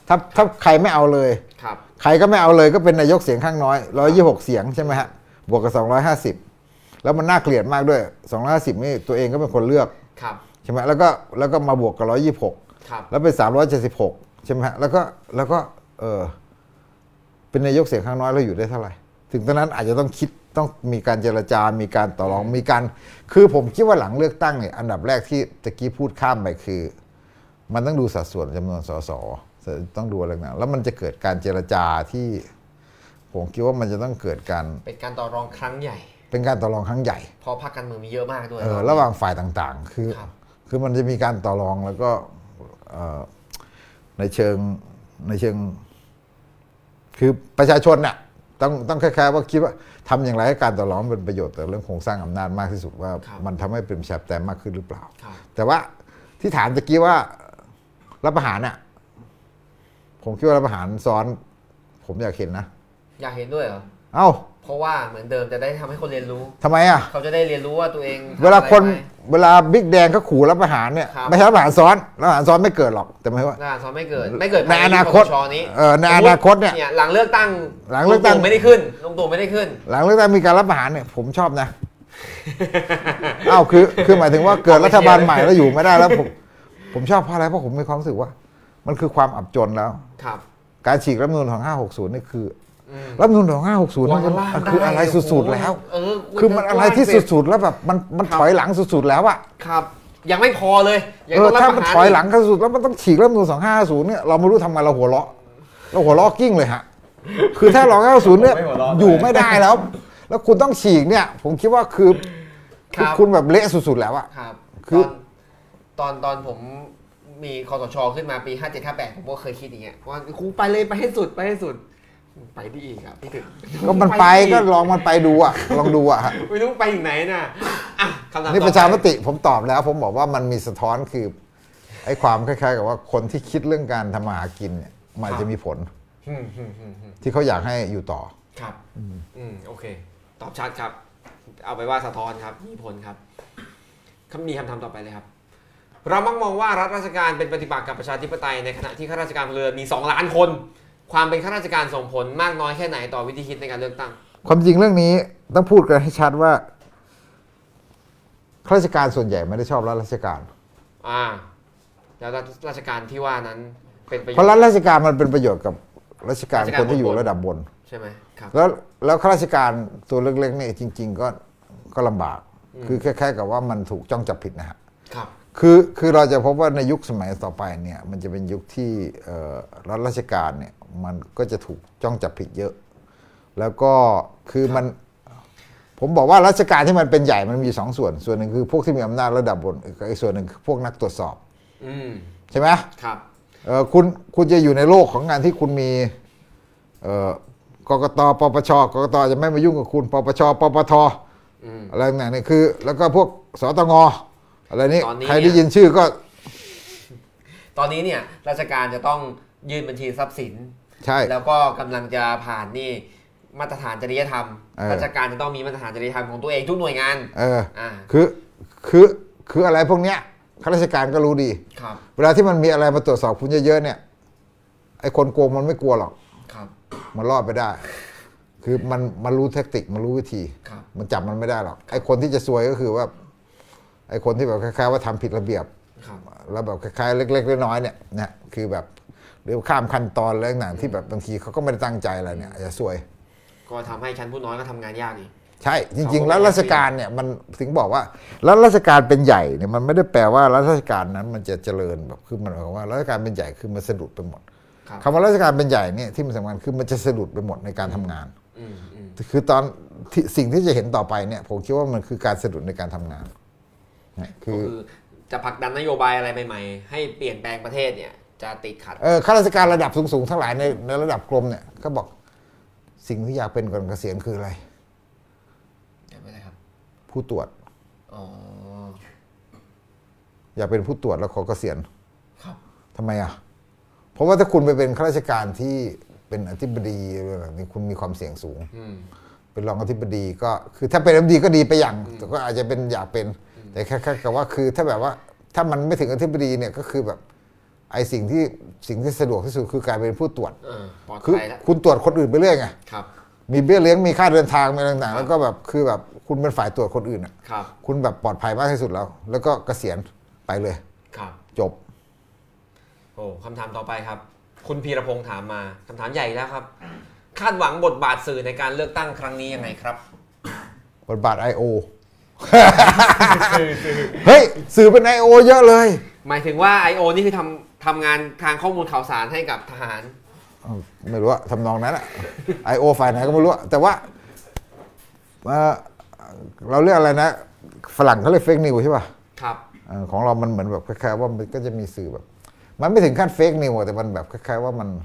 ถ้าถ้าใครไม่เอาเลยครับใครก็ไม่เอาเลยก็เป็นนายกเสียงข้างน้อยหนึ่งร้อยยี่สิบหกเสียงใช่ไหมฮะบวกกับสองร้อยห้าสิบแล้วมันน่าเกลียดมากด้วยสองร้อยห้าสิบนี่ตัวเองก็เป็นคนเลือกใช่ไหมแล้วก็แล้วก็มาบวกกับหนึ่งร้อยยี่สิบหกแล้วเป็นสามร้อยเจ็ดสิบหกใช่ไหมฮะแล้วก็แล้วก็เออเป็นนายกเสียงข้างน้อยเราอยู่ได้เท่าไหร่ถึงตอนนั้นอาจจะต้องคิดต้องมีการเจรจามีการต่อรองมีการคือผมคิดว่าหลังเลือกตั้งเนี่ยอันดับแรกที่ตะกี้พูดข้ามไปคือมันต้องดูสัดส่วนจำนวนสสต้องดูอะไรต่างๆแล้วมันจะเกิดการเจรจาที่ผมคิดว่ามันจะต้องเกิดการเป็นการต่อรองครั้งใหญ่เป็นการต่อรองครั้งใหญ่เพราะพรรคการเมืองมีเยอะมากด้วยเออระหว่างฝ่ายต่างๆคือคือมันจะมีการต่อรองแล้วก็ในเชิงในเชิงคือประชาชนน่ะต้องต้องคล้ายๆว่าคิดว่าทำอย่างไรให้การต่อรองเป็นประโยชน์ต่อเรื่องโครงสร้างอำนาจมากที่สุดว่ามันทำให้เป็นประชาธิปไตยมากขึ้นหรือเปล่าแต่ว่าที่ถามตะกี้ว่ารัฐประหารน่ะผมคิดว่ารัฐประหารซ้อนผมอยากเห็นนะอยากเห็นด้วยเหรอเอ้าเพราะว่าเหมือนเดิมจะได้ทำให้คนเรียนรู้ทำไมอ่ะเขาจะได้เรียนรู้ว่าตัวเองเวลาคนเวลาบิ๊กแดงเขาขู่รัฐประหารเนี่ยไม่ใช่รัฐประหารซ้อนรัฐประหารซ้อนไม่เกิดหรอกแต่ไม่ว่ารัฐประหารซ้อนไม่เกิดไม่เกิดในอนาคตเออในอนาคตเนี่ยหลังเลือกตั้งหลังเลือกตั้งไม่ได้ขึ้นลุงตู่ไม่ได้ขึ้นหลังเลือกตั้งมีการรัฐประหารเนี่ยผมชอบนะอ้าวคือคือหมายถึงว่าเกิดรัฐบาลใหม่แล้วอยู่ไม่ได้แล้วผมผมชอบเพราะอะไรเพราะผมมีความรู้สึกว่ามันคือความอับจนแล้วการฉีกรัฐธรรมนูญของห้าหกศูนย์นี่คือรัฐธรรมนูญของห้าหกศูนย์มันคืออะไรสุดๆแล้วคือมันอะไรที่สุดๆแล้วแบบมันมันถอยหลังสุดๆแล้วอะครับยังไม่พอเลยเออถ้ามันถอยหลังสุดแล้วมันต้องฉีกรัฐธรรมนูญสองห้าศูนย์เนี่ยเราไม่รู้ทำไงเราหัวเราะเราหัวเราะกิ้งเลยฮะคือถ้าเราห้าศูนย์เนี่ยอยู่ไม่ได้แล้วแล้วคุณต้องฉีกเนี่ยผมคิดว่าคือคุณแบบเละสุดๆแล้วอะครับคือตอนตอนผมมีคสช.ขึ้นมาปีห้าเจ็ดห้าแปดผมก็เคยคิดอย่างเงี้ยว่าครูไปเลยไปให้สุดไปให้สุดไปดีอีกครับพี่ถึงก็มันไปก็ลองมันไปดูอ่ะลองดูอ่ะไม่รู้ไปถึงไหนน่ะอ่ะคำถามนี่ประชามติผมตอบแล้วผมบอกว่ามันมีสะท้อนคือไอ้ความคล้ายๆกับว่าคนที่คิดเรื่องการทำมาหากินเนี่ยมันจะมีผลที่เขาอยากให้อยู่ต่อครับอืมโอเคตอบชัดครับเอาไปว่าสะท้อนครับมีผลครับมีคำถามต่อไปเลยครับเรามักมองว่ารัฐราชการเป็นปฏิปักษ์กับประชาธิปไตยในขณะที่ข้าราชการพลเรือนมีสองล้านคนความเป็นข้าราชการส่งผลมากน้อยแค่ไหนต่อวิธีคิดในการเลือกตั้งความจริงเรื่องนี้ต้องพูดกันให้ชัดว่าข้าราชการส่วนใหญ่ไม่ได้ชอบรัฐราชการอ่าแล้วราชการที่ว่านั้นเป็นประโยชน์เพราะรัฐราชการมันเป็นประโยชน์กับราชการคนที่อยู่ระดับบนใช่ไหมครับแล้วแล้วข้าราชการตัวเล็กๆนี่จริงๆก็ก็ลำบากคือคล้ายๆกับว่ามันถูกจ้องจับผิดนะฮะครับคือคือเราจะพบว่าในยุคสมัยต่อไปเนี่ยมันจะเป็นยุคที่รัฐราชการเนี่ยมันก็จะถูกจ้องจับผิดเยอะแล้วก็คือมันผมบอกว่าราชการที่มันเป็นใหญ่มันมีสองส่วนส่วนหนึ่งคือพวกที่มีอำนาจระดับบนอีกส่วนหนึ่งคือพวกนักตรวจสอบใช่ไหมครับคุณคุณจะอยู่ในโลกของงานที่คุณมีกกตปปชกกตจะไม่มายุ่งกับคุณปปชปปทอะไรต่างๆนี่คือแล้วก็พวกสตงอะไรนี้ใครได้ยินชื่อก็ตอนนี้เนี่ยราชการจะต้องยื่นบัญชีทรัพย์สินใช่แล้วก็กำลังจะผ่านนี่มาตรฐานจริยธรรมราชการจะต้องมีมาตรฐานจริยธรรมของตัวเองทุกหน่วยงานเอออ่าคือคือคืออะไรพวกเนี้ยข้าราชการก็รู้ดีครับเวลาที่มันมีอะไรมาตรวจสอบคุณเยอะๆเนี่ยไอ้คนโกงมันไม่กลัวหรอกครับมันรอดไปได้คือมันมันรู้เทคนิคมันรู้วิธีมันจับมันไม่ได้หรอกไอ้คนที่จะซวยก็คือว่าไอ้คนที่แบบคล้ายๆว่าทำผิดระเบียบแล้วแบบคล้ายๆเล็กๆน้อยๆเนี่ยนะคือแบบหรือข้ามขั้นตอนอะไรต่างๆที่แบบบางทีเขาก็ไม่ได้ตั้งใจอะไรเนี่ยอาจจะซวยก็ทำให้ชั้นผู้น้อยก็ทำงานยากอีกใช่จริงๆแล้วราชการเนี่ยมันถึงบอกว่าแล้วราชการเป็นใหญ่เนี่ยมันไม่ได้แปลว่ารัฐราชการนั้นมันจะเจริญแบบคือมันหมายความว่าราชการเป็นใหญ่คือมันสะดุดไปหมดคำว่าราชการเป็นใหญ่เนี่ยที่มันสำคัญคือมันจะสะดุดไปหมดในการทำงานคือตอนสิ่งที่จะเห็นต่อไปเนี่ยผมคิดว่ามันคือการสะดุดในการทำงานคือจะผลักดันนโยบายอะไรใหม่ๆให้เปลี่ยนแปลงประเทศเนี่ยจะติดขัดเออข้าราชการระดับสูงๆทั้งหลายในในระดับกรมเนี่ยก็บอกสิ่งที่อยากเป็นก่อนเกษียณคืออะไรอยากเป็นอะไรครับผู้ตรวจอ๋ออยากเป็นผู้ตรวจแล้วขอเกษียณครับทำไมอ่ะเพราะว่าถ้าคุณไปเป็นข้าราชการที่เป็นอธิบดีอะไรแบบนี้คุณมีความเสี่ยงสูงเป็นรองอธิบดีก็คือถ้าเป็นอธิบดีก็ดีไปอย่างแต่ก็อาจจะเป็นอยากเป็นแต่แค่แค่กับว่าคือถ้าแบบว่าถ้ามันไม่ถึงอธิบดีเนี่ยก็คือแบบไอ้สิ่งที่สิ่งที่สะดวกที่สุดคือการเป็นผู้ตรวจเออปลอดคือภัยแล้วคุณตรวจคนอื่นไปเรื่อยไงครับมีเบี้ยเลี้ยงมีค่าเดินทางมีอะไรต่างๆแล้วก็แบบคือแบบคุณเป็นฝ่ายตรวจคนอื่นอ่ะครับคุณแบบปลอดภัยมากที่สุดแล้ว แล้วก็เกษียณไปเลยครับจบโอ้คำถามต่อไปครับ คุณพีรพงษ์ถามมาคำถามใหญ่แล้วครับ คาดหวังบทบาทสื่อในการเลือกตั้งครั้งนี้ยังไงครับบทบาท ไอ โอ เฮ้ยสื่อเป็น ไอ โอ เยอะเลยหมายถึงว่า ไอ โอ นี่คือทำทำงานทางข้อมูลข่าวสารให้กับทหารไม่รู้อะทำนองนั้นอะ ไอ โอ ฝ่ายไหนก็ไม่รู้อะแต่ว่าเอ่อเราเรียกอะไรนะฝรั่งเขาเรียกเฟกนิวใช่ป่ะครับเอ่อของเรามันเหมือนแบบคล้ายๆว่ามันก็จะมีสื่อแบบ มันไม่ถึงขั้นเฟกนิวแต่มันแบบคล้ายๆว่ามัน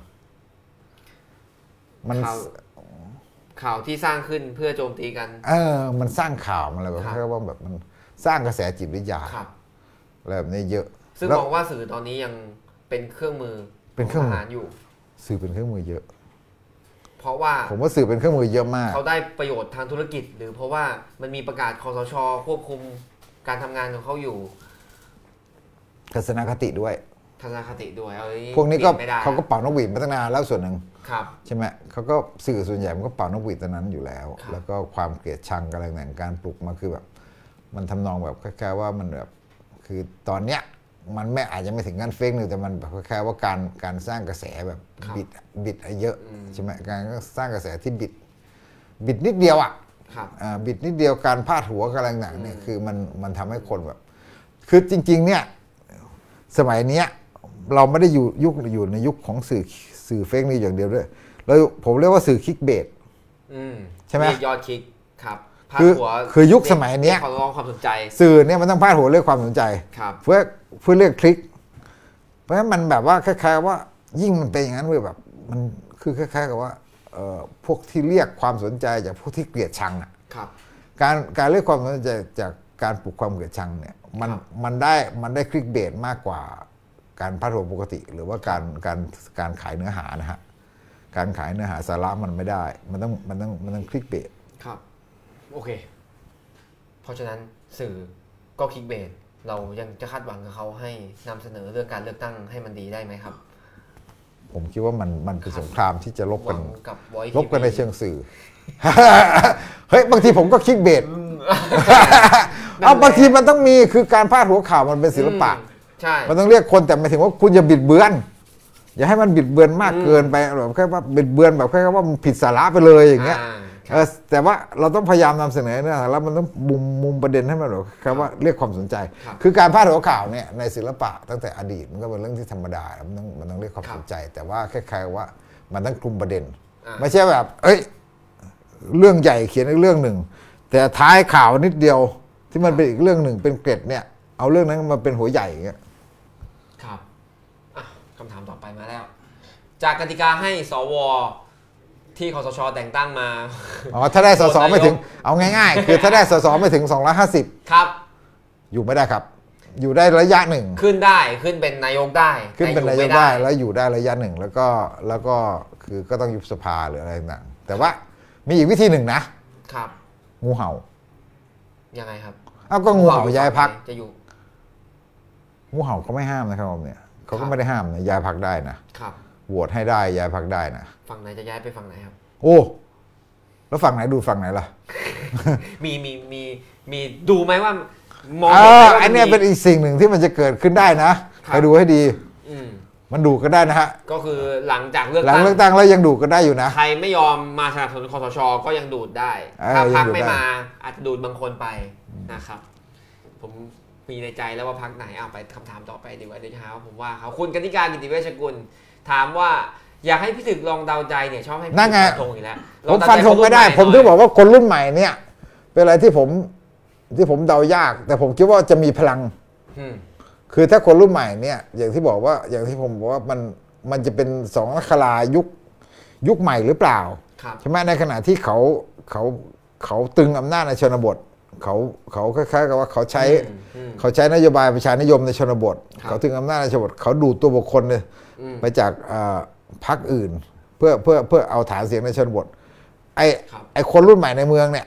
มันข่าวข่าวที่สร้างขึ้นเพื่อโจมตีกันเออมันสร้างข่าวมันอะไรแบบคล้ายๆว่าแบบมันสร้างกระแสจิตวิทยาครับอะไรแบบนี้เยอะซึ่งแล้วมองว่าสื่อตอนนี้ยังเป็นเครื่องมือเป็นเครื่องมือทหารอยู่สื่อเป็นเครื่องมือเยอะเพราะว่าผมว่าสื่อเป็นเครื่องมือเยอะมากเขาได้ประโยชน์ทางธุรกิจ หรือเพราะว่ามันมีประกาศคสชควบคุมการทำงานของเขาอยู่ทัศนคติด้วยทัศนคติด้วยเอาพวกนี้ก็ปลี่ยไม่ได้เขาก็เป่านกหวีดมาตั้งนานแล้วส่วนหนึ่งครับใช่ไหมเขาก็สื่อส่วนใหญ่มันก็เป่านกหวีดตอนนั้นอยู่แล้วครับแล้วก็ความเกลียดชังอะไรต่างๆการปลุกมาคือแบบ มันทำนองแบบคล้ายๆว่ามันแบบคือตอนเนี้ยมันไม่อาจจะไม่ถึงขั้นเฟกนิวแต่มันแบบคล้ายๆว่าการการสร้างกระแสแบบบิดบิดเยอะใช่ไหมการสร้างกระแสที่บิด บิดนิดเดียวอ่ะครับอ่าบิดนิดเดียวการพาดหัวอะไรต่างๆเนี่ยคือมันมันทำให้คนแบบ คือจริง ๆ เนี่ยสมัยเนี้ยเราไม่ได้อยู่ยุคอยู่ในยุคของสื่อสื่อเฟกนิวอย่างเดียวด้วยแล้วผมเรียกว่าสื่อคลิกเบสอืมใช่ไหมเรียกยอดคลิกครับพาดคือหัวคือยุคสมัยเนี้ยรีกความร้องความสนใจสื่อเนี่ยมันต้องพาดหัวเรียกความสนใจครับเพื่อเพื่อเรียกคลิก เพราะฉะนั้นมันแบบว่าคล้ายๆว่ายิ่งมันเป็นอย่างนั้นเว้ยแบบมันคือคล้ายๆกับว่าเอ่อพวกที่เรียกความสนใจจากพวกที่เกลียดชังอ่ะครับการการเรียกความสนใจจากการปลุกความเกลียดชังเนี่ยมันครับมันได้มันได้คลิกเบสมากกว่าการพาดหัวปกติ หรือว่าการการการขายเนื้อหานะฮะการขายเนื้อหาสาระมันไม่ได้ มันต้องมันต้องมันต้องคลิกเบสครับโอเค เพราะฉะนั้นสื่อก็คลิกเบสเรายังจะคาดหวังกับเขาให้นำเสนอเรื่องการเลือกตั้งให้มันดีได้ไหมครับผมคิดว่ามันมันเป็นสงครามที่จะลบหกัวัน งกับ Voice ลบกันทีในวีเชิงสื่อ เฮ้ยบางทีผมก็คลิกเบสเอาบางทีมันต้องมีคือการพาดหัวข่าวมันเป็นศิลปะใช่มันต้องเรียกคนแต่หมายถึงว่าคุณอย่าบิดเบือน อย่าให้มันบิดเบือนมากเกินไปแบบแค่ว่าบิดเบือนแบบแค่ว่ามันผิดสาระไปเลยอย่างเงี้ยอ่าเออแต่ว่าเราต้องพยายามนำเสนอเนื้อหาแล้วมันต้องมุมมุมประเด็นให้มันแบบแค่ว่าเรียกความสนใจครับคือการพาดหัวข่าวเนี่ยในศิลปะตั้งแต่อดีตมันก็เป็นเรื่องที่ธรรมดามันต้องมันต้องเรียกความครับสนใจ แต่ว่าแค่ใครว่ามันต้องคลุมประเด็นอ่าไม่ใช่แบบ เอ้ย เรื่องใหญ่เขียนอีกเรื่องหนึ่ง แต่ท้ายข่าวนิดเดียวที่มันเป็นอีกเรื่องหนึ่งเป็นเกร็ดเนี่ยเอาเรื่องนั้นมาเป็นหัวใหญ่อย่างเงี้ยครับอ่ะคำถามต่อไปมาแล้ว จากกติกาให้สวที่คสชแต่งตั้งมาอ๋อถ้าได้สสโหวตนายกไม่ถึงเอาง่ายๆ คือถ้าได้สสไม่ถึงสองร้อยห้าสิบครับอยู่ไม่ได้ครับ อยู่ได้ระยะหนึ่งขึ้นได้ขึ้นเป็นนายกได้ขึ้นเป็นแต่นายไม่กได้แล้วอยู่ได้ระยะหนึ่งแล้วก็แล้วก็คือก็ต้องยุบสภาหรืออะไรต่างๆแต่ว่ามีอีกวิธีหนึ่งนะครับ งูเห่ายังไงครับเอาก็งูเห่าย้ายพักจะอยู่งูเห่าเขาไม่ห้ามนะครับผมเนี่ยเขาก็ไม่ได้ห้ามนะย้ายพักได้นะครับ โหวตให้ได้ย้ายพักได้นะฝั่งไหนจะย้ายไปฝั่งไหนครับโอ้แล้วฝั่งไหนดูฝั่งไหนล่ะมีมีมีมีดูไหมว่ามองเอเห็นไหมอว่าอันเนี้ยเป็นอีกสิ่งหนึ่งที่มันจะเกิดขึ้นได้นะครับ ไปดูให้ดีอืมมันดูกันได้นะฮะก็คือหลังจากเลือกหลังตั้งเลือกตั้งแล้วยังดูกันได้อยู่นะใครไม่ยอมมาสนับสนุนคสชก็ยังดูดได้เออถ้าพรรคยังดูดไม่ได้มาอาจจะดูดบางคนไปนะครับ ผมมีในใจแล้วว่าพรรคไหนเอาไปคำถามต่อไปดีกว่าเดี๋ยวจะหาว่าผมว่าเขาคุณกนิการกิติเวชกุลถามว่าอยากให้พี่ถึกลองเดาใจเนี่ยชอบให้พี่นั่นไงฟันธงอีกแล้วผมฟันธงไม่ได้ ผมถึงบอกว่าคนรุ่นใหม่เนี่ยเป็นอะไรที่ผมที่ผมเดายาก แต่ผมคิดว่าจะมีพลังอืมคือถ้าคนรุ่นใหม่เนี่ยอย่างที่บอกว่าอย่างที่ผมบอกว่ามันมันจะเป็นสองลัครายุคยุคใหม่หรือเปล่าครับใช่ไหมในขณะที่เขาเขาเขาตึงอำนาจในชนบทเขาเขาคล้ายๆกับว่าเขาใช้อืมอืมเขาใช้นโยบายประชานิยมในชนบทครับเขาตึงอำนาจในชนบทเขาดูดตัวบุคคลเนี่ยอืมไปจากอ่าพรรคอื่น เพื่อเพื่อเพื่อเอาฐานเสียงในชนบทไอครับไอคนรุ่นใหม่ในเมืองเนี่ย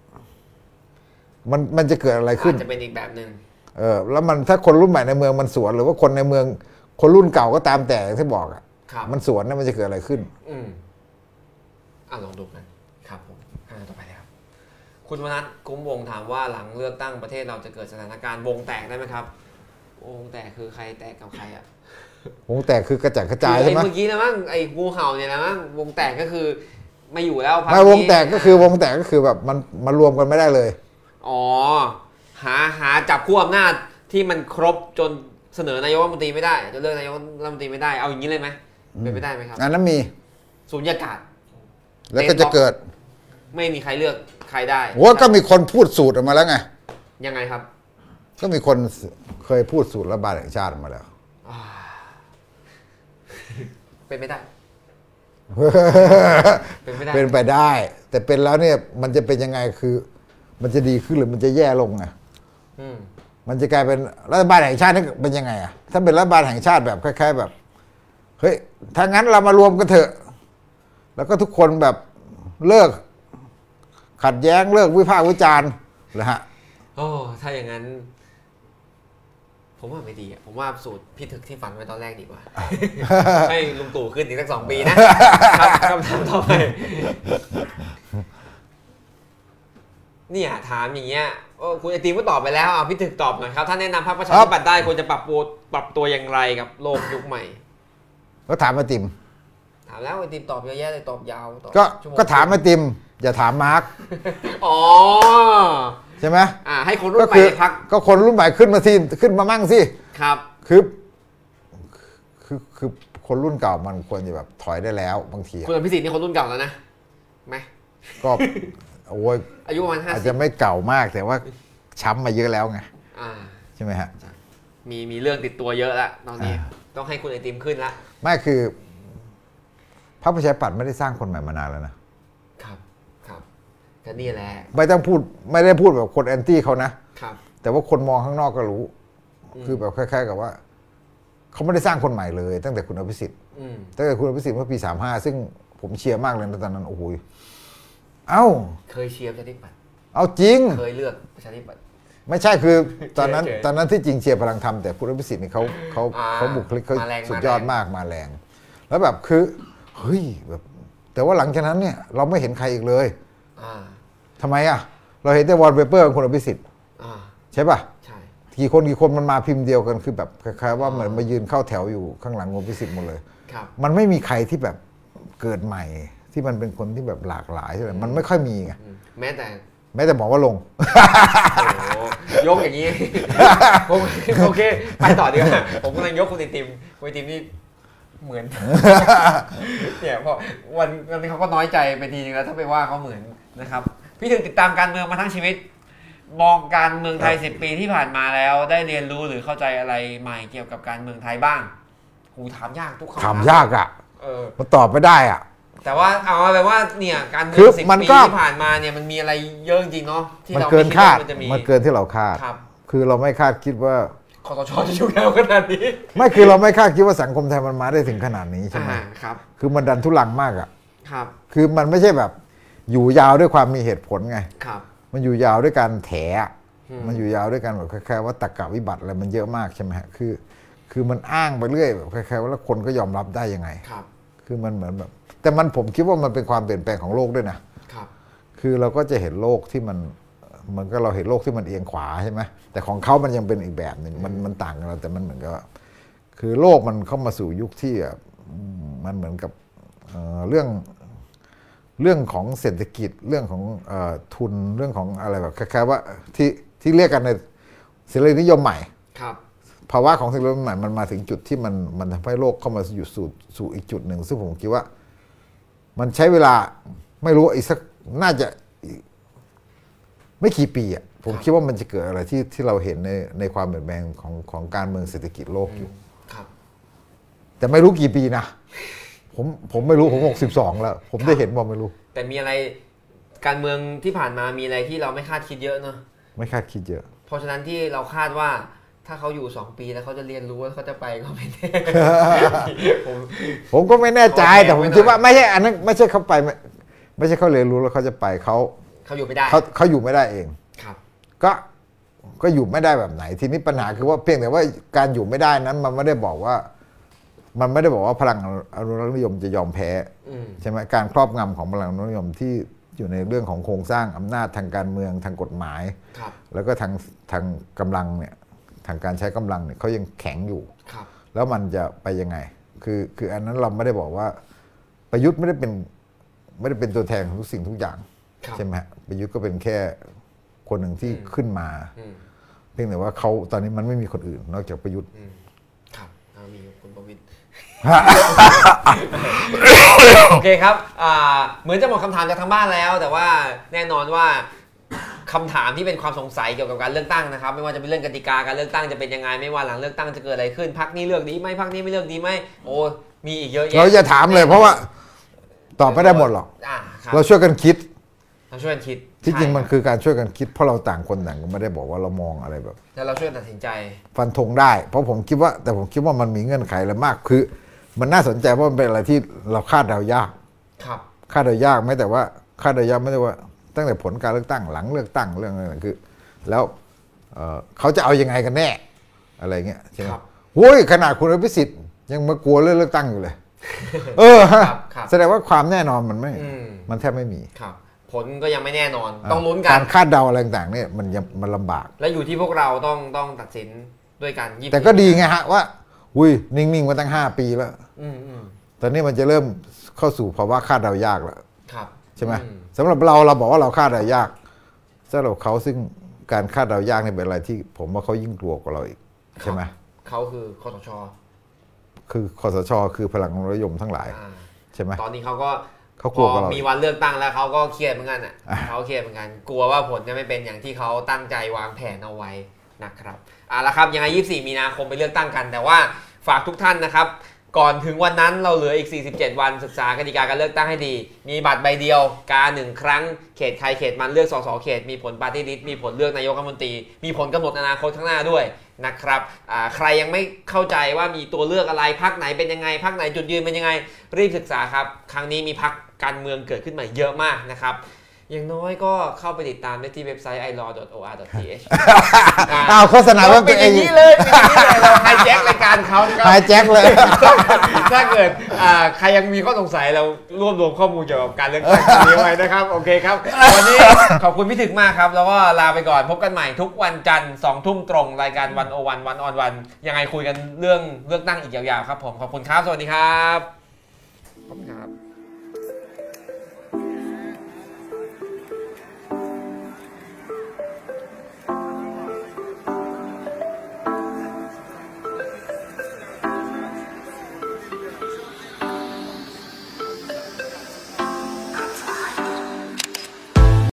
มันมันจะเกิดอะไรขึ้นอาจจะเป็นอีกแบบหนึ่งเออแล้วมันถ้าคนรุ่นใหม่ในเมืองมันสวนหรือว่าคนในเมืองคนรุ่นเก่าก็ตามแต่ที่บอกอ่ะครับมันสวนนะมันจะเกิดอะไรขึ้นอืมอ่ะลองดูกันครับผมอ่าต่อไปเลยครับคุณวนัทกุ้มวงถามว่าหลังเลือกตั้งประเทศเราจะเกิดสถานการณ์วงแตกได้ไหมครับวงแตกคือใครแตกกับใครอ่ะวงแตกคือกระจัดกระจายคือใช่ไอ้ไหมเมื่อกี้นะมั้งไอ้งูเห่าเนี่ยนะมั้งวงแตกก็คือไม่อยู่แล้วพรรคไม่นี้วงแตกก็คือวงแตกก็คือแบบมันมารวมกันไม่ได้เลยอ๋อหาหาจับคู่อำนาจที่มันครบจนเสนอนายกรัฐมนตรีไม่ได้จะเลือกนายกรัฐมนตรีไม่ได้เอาอย่างนี้เลยไหมเป็นไปได้ไหมครับอันนั้นมีสุญญากาศแล้วก็จะเกิดไม่มีใครเลือกใครได้โอ้ก็มีคนพูดสูตรออกมาแล้วไงยังไงครับก็มีคนเคยพูดสูตรรัฐบาลแห่งชาติออกมาแล้วอ่าเป็นไม่ได้ เป็นไม่ได้เป็นไปได้ แต่เป็นแล้วเนี่ยมันจะเป็นยังไงคือ มันจะดีขึ้นหรือมันจะแย่ลงไงอืมมันจะกลายเป็นรัฐบาลแห่งชาตินี่เป็นยังไงอ่ะถ้าเป็นรัฐบาลแห่งชาติแบบคล้ายๆแบบเฮ้ยถ้างั้นเรามารวมกันเถอะ แล้วก็ทุกคนแบบเลิก ขัดแย้งเลิกวิพากษ์วิจารณ์เลยฮะโอ้ถ้าอย่างนั้น ผมว่าไม่ดีอ่ะผมว่าสูตรพิถึกที่ฝันไว้ตอนแรกดีกว่า ให้ลุงตู่ขึ้นอีกสักสองปีนะครับคำถามต่อไปเนี่ยถามอย่างเงี้ยโอ้คุณไอติมก็ตอบไปแล้วเอาพิถึกตอบหน่อยครับถ้าแนะนำพรรคประชาธิปัตย์ได้ควรจะปรับตัวปรับตัวอย่างไรกับโลกยุคใหม่ก็ถามมาติมถามแล้วไอติมตอบเยอะแยะเลยตอบยาวตอบก็ชั่วโงก็ถามมาติม อย่าถามมาร์กอ๋อใช่ไหมอ่าให้คนรุ่นก็ใหม่คือในพรรคก็คนรุ่นใหม่ขึ้นมาสิขึ้นมามั่งสิครับคือคือคือคนรุ่นเก่ามันควรจะแบบถอยได้แล้วบางทีคุณอภิสิทธิ์นี่คนรุ่นเก่าแล้วนะไหมก็โอ้ยอายุประมาณห้าอาจสิจะบไม่เก่ามากแต่ว่าช้ำมาเยอะแล้วไงอ่าใช่ไหมฮะมีมีเรื่องติดตัวเยอะละตอนนี้อ่าต้องให้คุณไอติมขึ้นละไม่คือพรรคประชาธิปัตย์ไม่ได้สร้างคนใหม่มานานแล้วนะครับครับก็นี่แหละไม่ต้องพูดไม่ได้พูดแบบคนแอนตี้เขานะครับ แต่ว่าคนมองข้างนอกก็รู้อืมคือแบบคล้ายๆกับว่าเขาไม่ได้สร้างคนใหม่เลย ตั้งแต่คุณอภิสิทธิ์อืมตั้งแต่คุณอภิสิทธิ์เมื่อปีสามห้าซึ่งผมเชียร์มากเลยนะตอนนั้นโอ้โหเอ้าเคยเชียร์ประชาธิปัตย์เอาจริงเคยเลือกประชาธิปัตย์ไม่ใช่คือตอนนั้นเฉยๆตอนนั้นที่จริงเชียร์พลังธรรมแต่คุณอภิสิทธิ์นี่เขาเขาอ่าเขาบุคลิกเขามาแรงสุดยอดมาแรงมากมาแรง แล้วแบบคือเฮ้ยแบบแต่ว่าหลังจากนั้นเนี่ยเราไม่เห็นใครอีกเลยอ่าทำไมอ่ะเราเห็นแต่วอลเปเปอร์ของคุณอภิสิทธิ์อ่าใช่ป่ะใช่กี่คนกี่คนมันมาพิมพ์เดียวกันคือแบบคล้ายๆว่าเหมือนมายืนเข้าแถวอยู่ข้างหลังคุณอภิสิทธิ์หมดเลยครับมันไม่มีใครที่แบบเกิดใหม่ ที่มันเป็นคนที่แบบหลากหลายใช่ไหมมันไม่ค่อยมีไงอืมแม้แต่แม้แต่หมอว่าลงโอ้โหยกอย่างนี้ ผมโอเคไปต่อดีกว่าผมกำลังยกคุณไอติมคุณไอติมนี่เหมือน เนี่ยพอวันวันนี้เขาก็น้อยใจไปทีนึงแล้วถ้าไปว่าเขาเหมือนนะครับพี่ถึงติดตามการเมืองมาทั้งชีวิต มองการเมืองไทยสิบปีที่ผ่านมาแล้ว ได้เรียนรู้หรือเข้าใจอะไรใหม่เกี่ยวกับการเมืองไทยบ้างหูถามยากทุกคำถามถามยากอ่ะเออมันตอบไม่ได้อ่ะแต่ว่าเอาแปลว่าเนี่ยการเมืคือองสิบมันปีก็ที่ผ่านมาเนี่ยมันมีอะไรเยอะจริงๆเนาะที่มันเราเกิไม่นคิดคาดว่ามันจะมีมันเกินที่เราคาดครับคือเราไม่คาดคิดว่าคสชจะอยู่ยาวขนาดนี้ไม่คือเราไม่คาดคิดว่าสังคมไทยมันมาได้ถึงขนาดนี้ใช่ไหมอ่าครับคือมันดันทุลังมากอ่ะครับคือมันไม่ใช่แบบอยู่ยาวด้วยความมีเหตุผลไงครับมันอยู่ยาวด้วยการแถอะอืมมันอยู่ยาวด้วยการแบบคล้ายๆว่าตรรกะวิบัติอะไรมันเยอะมากใช่ไหมฮะ คือ คือมันอ้างไปเรื่อยแบบคล้ายๆว่าแล้วคนก็ยอมรับได้ยังไงครับคือมันเหมือนแบบ แต่มันผมคิดว่ามันเป็นความเปลี่ยนแปลงของโลกด้วยนะครับคือเราก็จะเห็นโลกที่มันมันก็เราเห็นโลกที่มันเอียงขวาใช่ไหมแต่ของเขามันยังเป็นอีกแบบหนึ่งมันมันต่างกันเราแต่มันเหมือนกับว่าคือโลกมันเข้ามาสู่ยุคที่แบบมันเหมือนกับเอ่อเรื่องเรื่องของเศรษฐกิจเรื่องของเออทุนเรื่องของอะไรแบบคล้ายๆว่าที่ที่เรียกกันในเสรีนิยมใหม่ครับภาวะของเสรีนิยมใหม่มันมาถึงจุดที่มันมันทำให้โลกเข้ามาอยู่สู่สู่อีกจุดหนึ่งซึ่งผมคิดว่า มันใช้เวลาไม่รู้อีกสักน่าจะไม่กี่ปีอ่ะผมคิดว่ามันจะเกิดอะไรที่ที่เราเห็นในในความเปลี่ยนแปลงของของการเมืองเศรษฐกิจโลกอยู่ครับแต่ไม่รู้กี่ปีนะผมผมไม่รู้ผมหกสิบสองแล้ว ผมได้เห็นบอกไม่รู้แต่มีอะไรการเมืองที่ผ่านมามีอะไรที่เราไม่คาดคิดเยอะเนาะไม่คาดคิดเยอะเพราะฉะนั้นที่เราคาดว่าถ้าเขาอยู่สองปีแล้วเขาจะเรียนรู้ว่าเขาจะไปก็ไม่แน่ ผมผมก็ไม่แน่ใจขอแย้งแต่ผมไว้หน่อยคิดว่าไม่ใช่อันนั้นไม่ใช่เขาไปไม่ไม่ใช่เขาเรียนรู้แล้วเขาจะไปเขาเขาอยู่ไม่ได้เขาเขาอยู่ไม่ได้เองครับก็ก็อยู่ไม่ได้แบบไหน ทีนี้ปัญหาคือว่าเพียงแต่ว่าการอยู่ไม่ได้นั้น มันไม่ได้บอกว่ามันไม่ได้บอกว่าพลังอนุรักษ์นิยมจะยอมแพ้ใช่ไหมการครอบงำของพลังอนุรักษ์นิยมที่อยู่ในเรื่องของโครงสร้างอำนาจทางการเมืองทางกฎหมายแล้วก็ทางทางกำลังเนี่ยทางการใช้กำลังเนี่ยเขายังแข็งอยู่แล้วมันจะไปยังไงคือคืออันนั้นเราไม่ได้บอกว่าประยุทธ์ไม่ได้เป็นไม่ได้เป็นตัวแทนของทุกสิ่งทุกอย่างใช่ไหมประยุทธ์ก็เป็นแค่คนหนึ่งที่ขึ้นมาเพียงแต่ว่าเขาตอนนี้มันไม่มีคนอื่นนอกจากประยุทธ์ครับมีคุณประวิตรโอเคครับเหมือนจะหมดคำถามจากทางบ้านแล้วแต่ว่าแน่นอนว่าคำถามที่เป็นความสงสัยเกี่ยวกับการเลือกตั้งนะครับไม่ว่าจะเป็นเรื่องกติกาการเลือกตั้งจะเป็นยังไงไม่ว่าหลังเลือกตั้งจะเกิดอะไรขึ้นพรรคนี้เลือกดีไหมพรรคนี้ไม่เลือกดีไหมโอ้มีอีกเยอะแยะเราจะถามเลยเพราะว่าตอบไม่ได้หมดหรอกเราช่วยกันคิดเราช่วยกันคิดที่จริงมันคือการช่วยกันคิดเพราะเราต่างคนต่างก็ไม่ได้บอกว่าเรามองอะไรแบบแต่เราช่วยตัดสินใจฟันธงได้เพราะผมคิดว่าแต่ผมคิดว่ามันมีเงื่อนไขอะไรมากคือมันน่าสนใจเพราะมันเป็นอะไรที่เราคาดเดายากครับคาดเดายากไม่แต่ว่าคาดเดายากไม่ได้ว่าตั้งแต่ผลการเลือกตั้งหลังเลือกตั้งเรื่องอะไรคือแล้วเขาจะเอายังไงกันแน่อะไรเงี้ยใช่ไหมโว้ยขนาดคุณอภิสิทธิ์ยังมากลัวเรื่องเลือกตั้งอยู่เลยเออแสดงว่าความแน่นอนมันไม่มันแทบไม่มีครับผลก็ยังไม่แนิ่นอนต้องลุ้นกันการคาดเดาอะไรต่างๆเนี่ยมันยังมันลำบากและอยู่ที่พวกเราต้องต้องตัดสินด้วยกันแต่ก็ดีไงฮะว่าอุ้ยนิ่งๆมาตั้งห้าปีแล้วตอนนี้มันจะเริ่มเข้าสู่ภาวะคาดเดายากแล้วใช่ไหมสำหรับเราเราบอกว่าเราคาดเดายากสำหรับเขาซึ่งการคาดเดายากนี่เป็นอะไรที่ผมว่าเขายิ่งกลัวกว่าเราอีกใช่ไหมเขาคือคสช. คือคสช.คือพลังนิยมทั้งหลายใช่ไหมตอนนี้เขาก็เขากลัวกับเรามีวันเลือกตั้งแล้วเขาก็เครียดเหมือนกันอ่ะเขาเครียดเหมือนกันกลัวว่าผลจะไม่เป็นอย่างที่เขาตั้งใจวางแผนเอาไว้นะครับเอาละครับยังไงยี่สิบสี่มีนาคมไปเลือกตั้งกันแต่ว่าฝากทุกท่านนะครับก่อนถึงวันนั้นเราเหลืออีกสี่สิบเจ็ดวันศึกษากติกาการเลือกตั้งให้ดีมีบัตรใบเดียวกาหนึ่งครั้งเขตใครเขตมันเลือกสสเขตมีผลปาร์ตี้ลิสต์มีผลเลือกนายกรัฐมนตรีมีผลกำหนดอนาคตข้างหน้าด้วยนะครับใครยังไม่เข้าใจว่ามีตัวเลือกอะไรพรรคไหนเป็นยังไงพรรคไหนจุดยืนเป็นยังไงรีบศึกษาครับครั้งนี้มีพรรคการเมืองเกิดขึ้นมาเยอะมากนะครับอย่างน้อยก็เข้าไปติดตามได้ที่เว็บไซต์ ไอ แอล โอ ดอท โอ อาร์ ดอท ที เอชอ้าวโฆษณาว่าเป็นอย่างนี้เลยเป็นอย่างนี้เลยเราไฮแจ็ครายการเขาไฮแจ็คเลยถ้าเกิดใครยังมีข้อสงสัยเรารวบรวมข้อมูลเกี่ยวกับการเลือกตั้งนี้ไว้นะครับโอเคครับวันนี้ขอบคุณพี่ถึกมากครับแล้วก็ลาไปก่อนพบกันใหม่ทุกวันจันทร์สองทุ่มตรงรายการวันโอวันวันออนวันยังไงคุยกันเรื่องเลือกตั้งอีกยาวๆครับผมขอบคุณครับสวัสดีครับขอบคุณครับ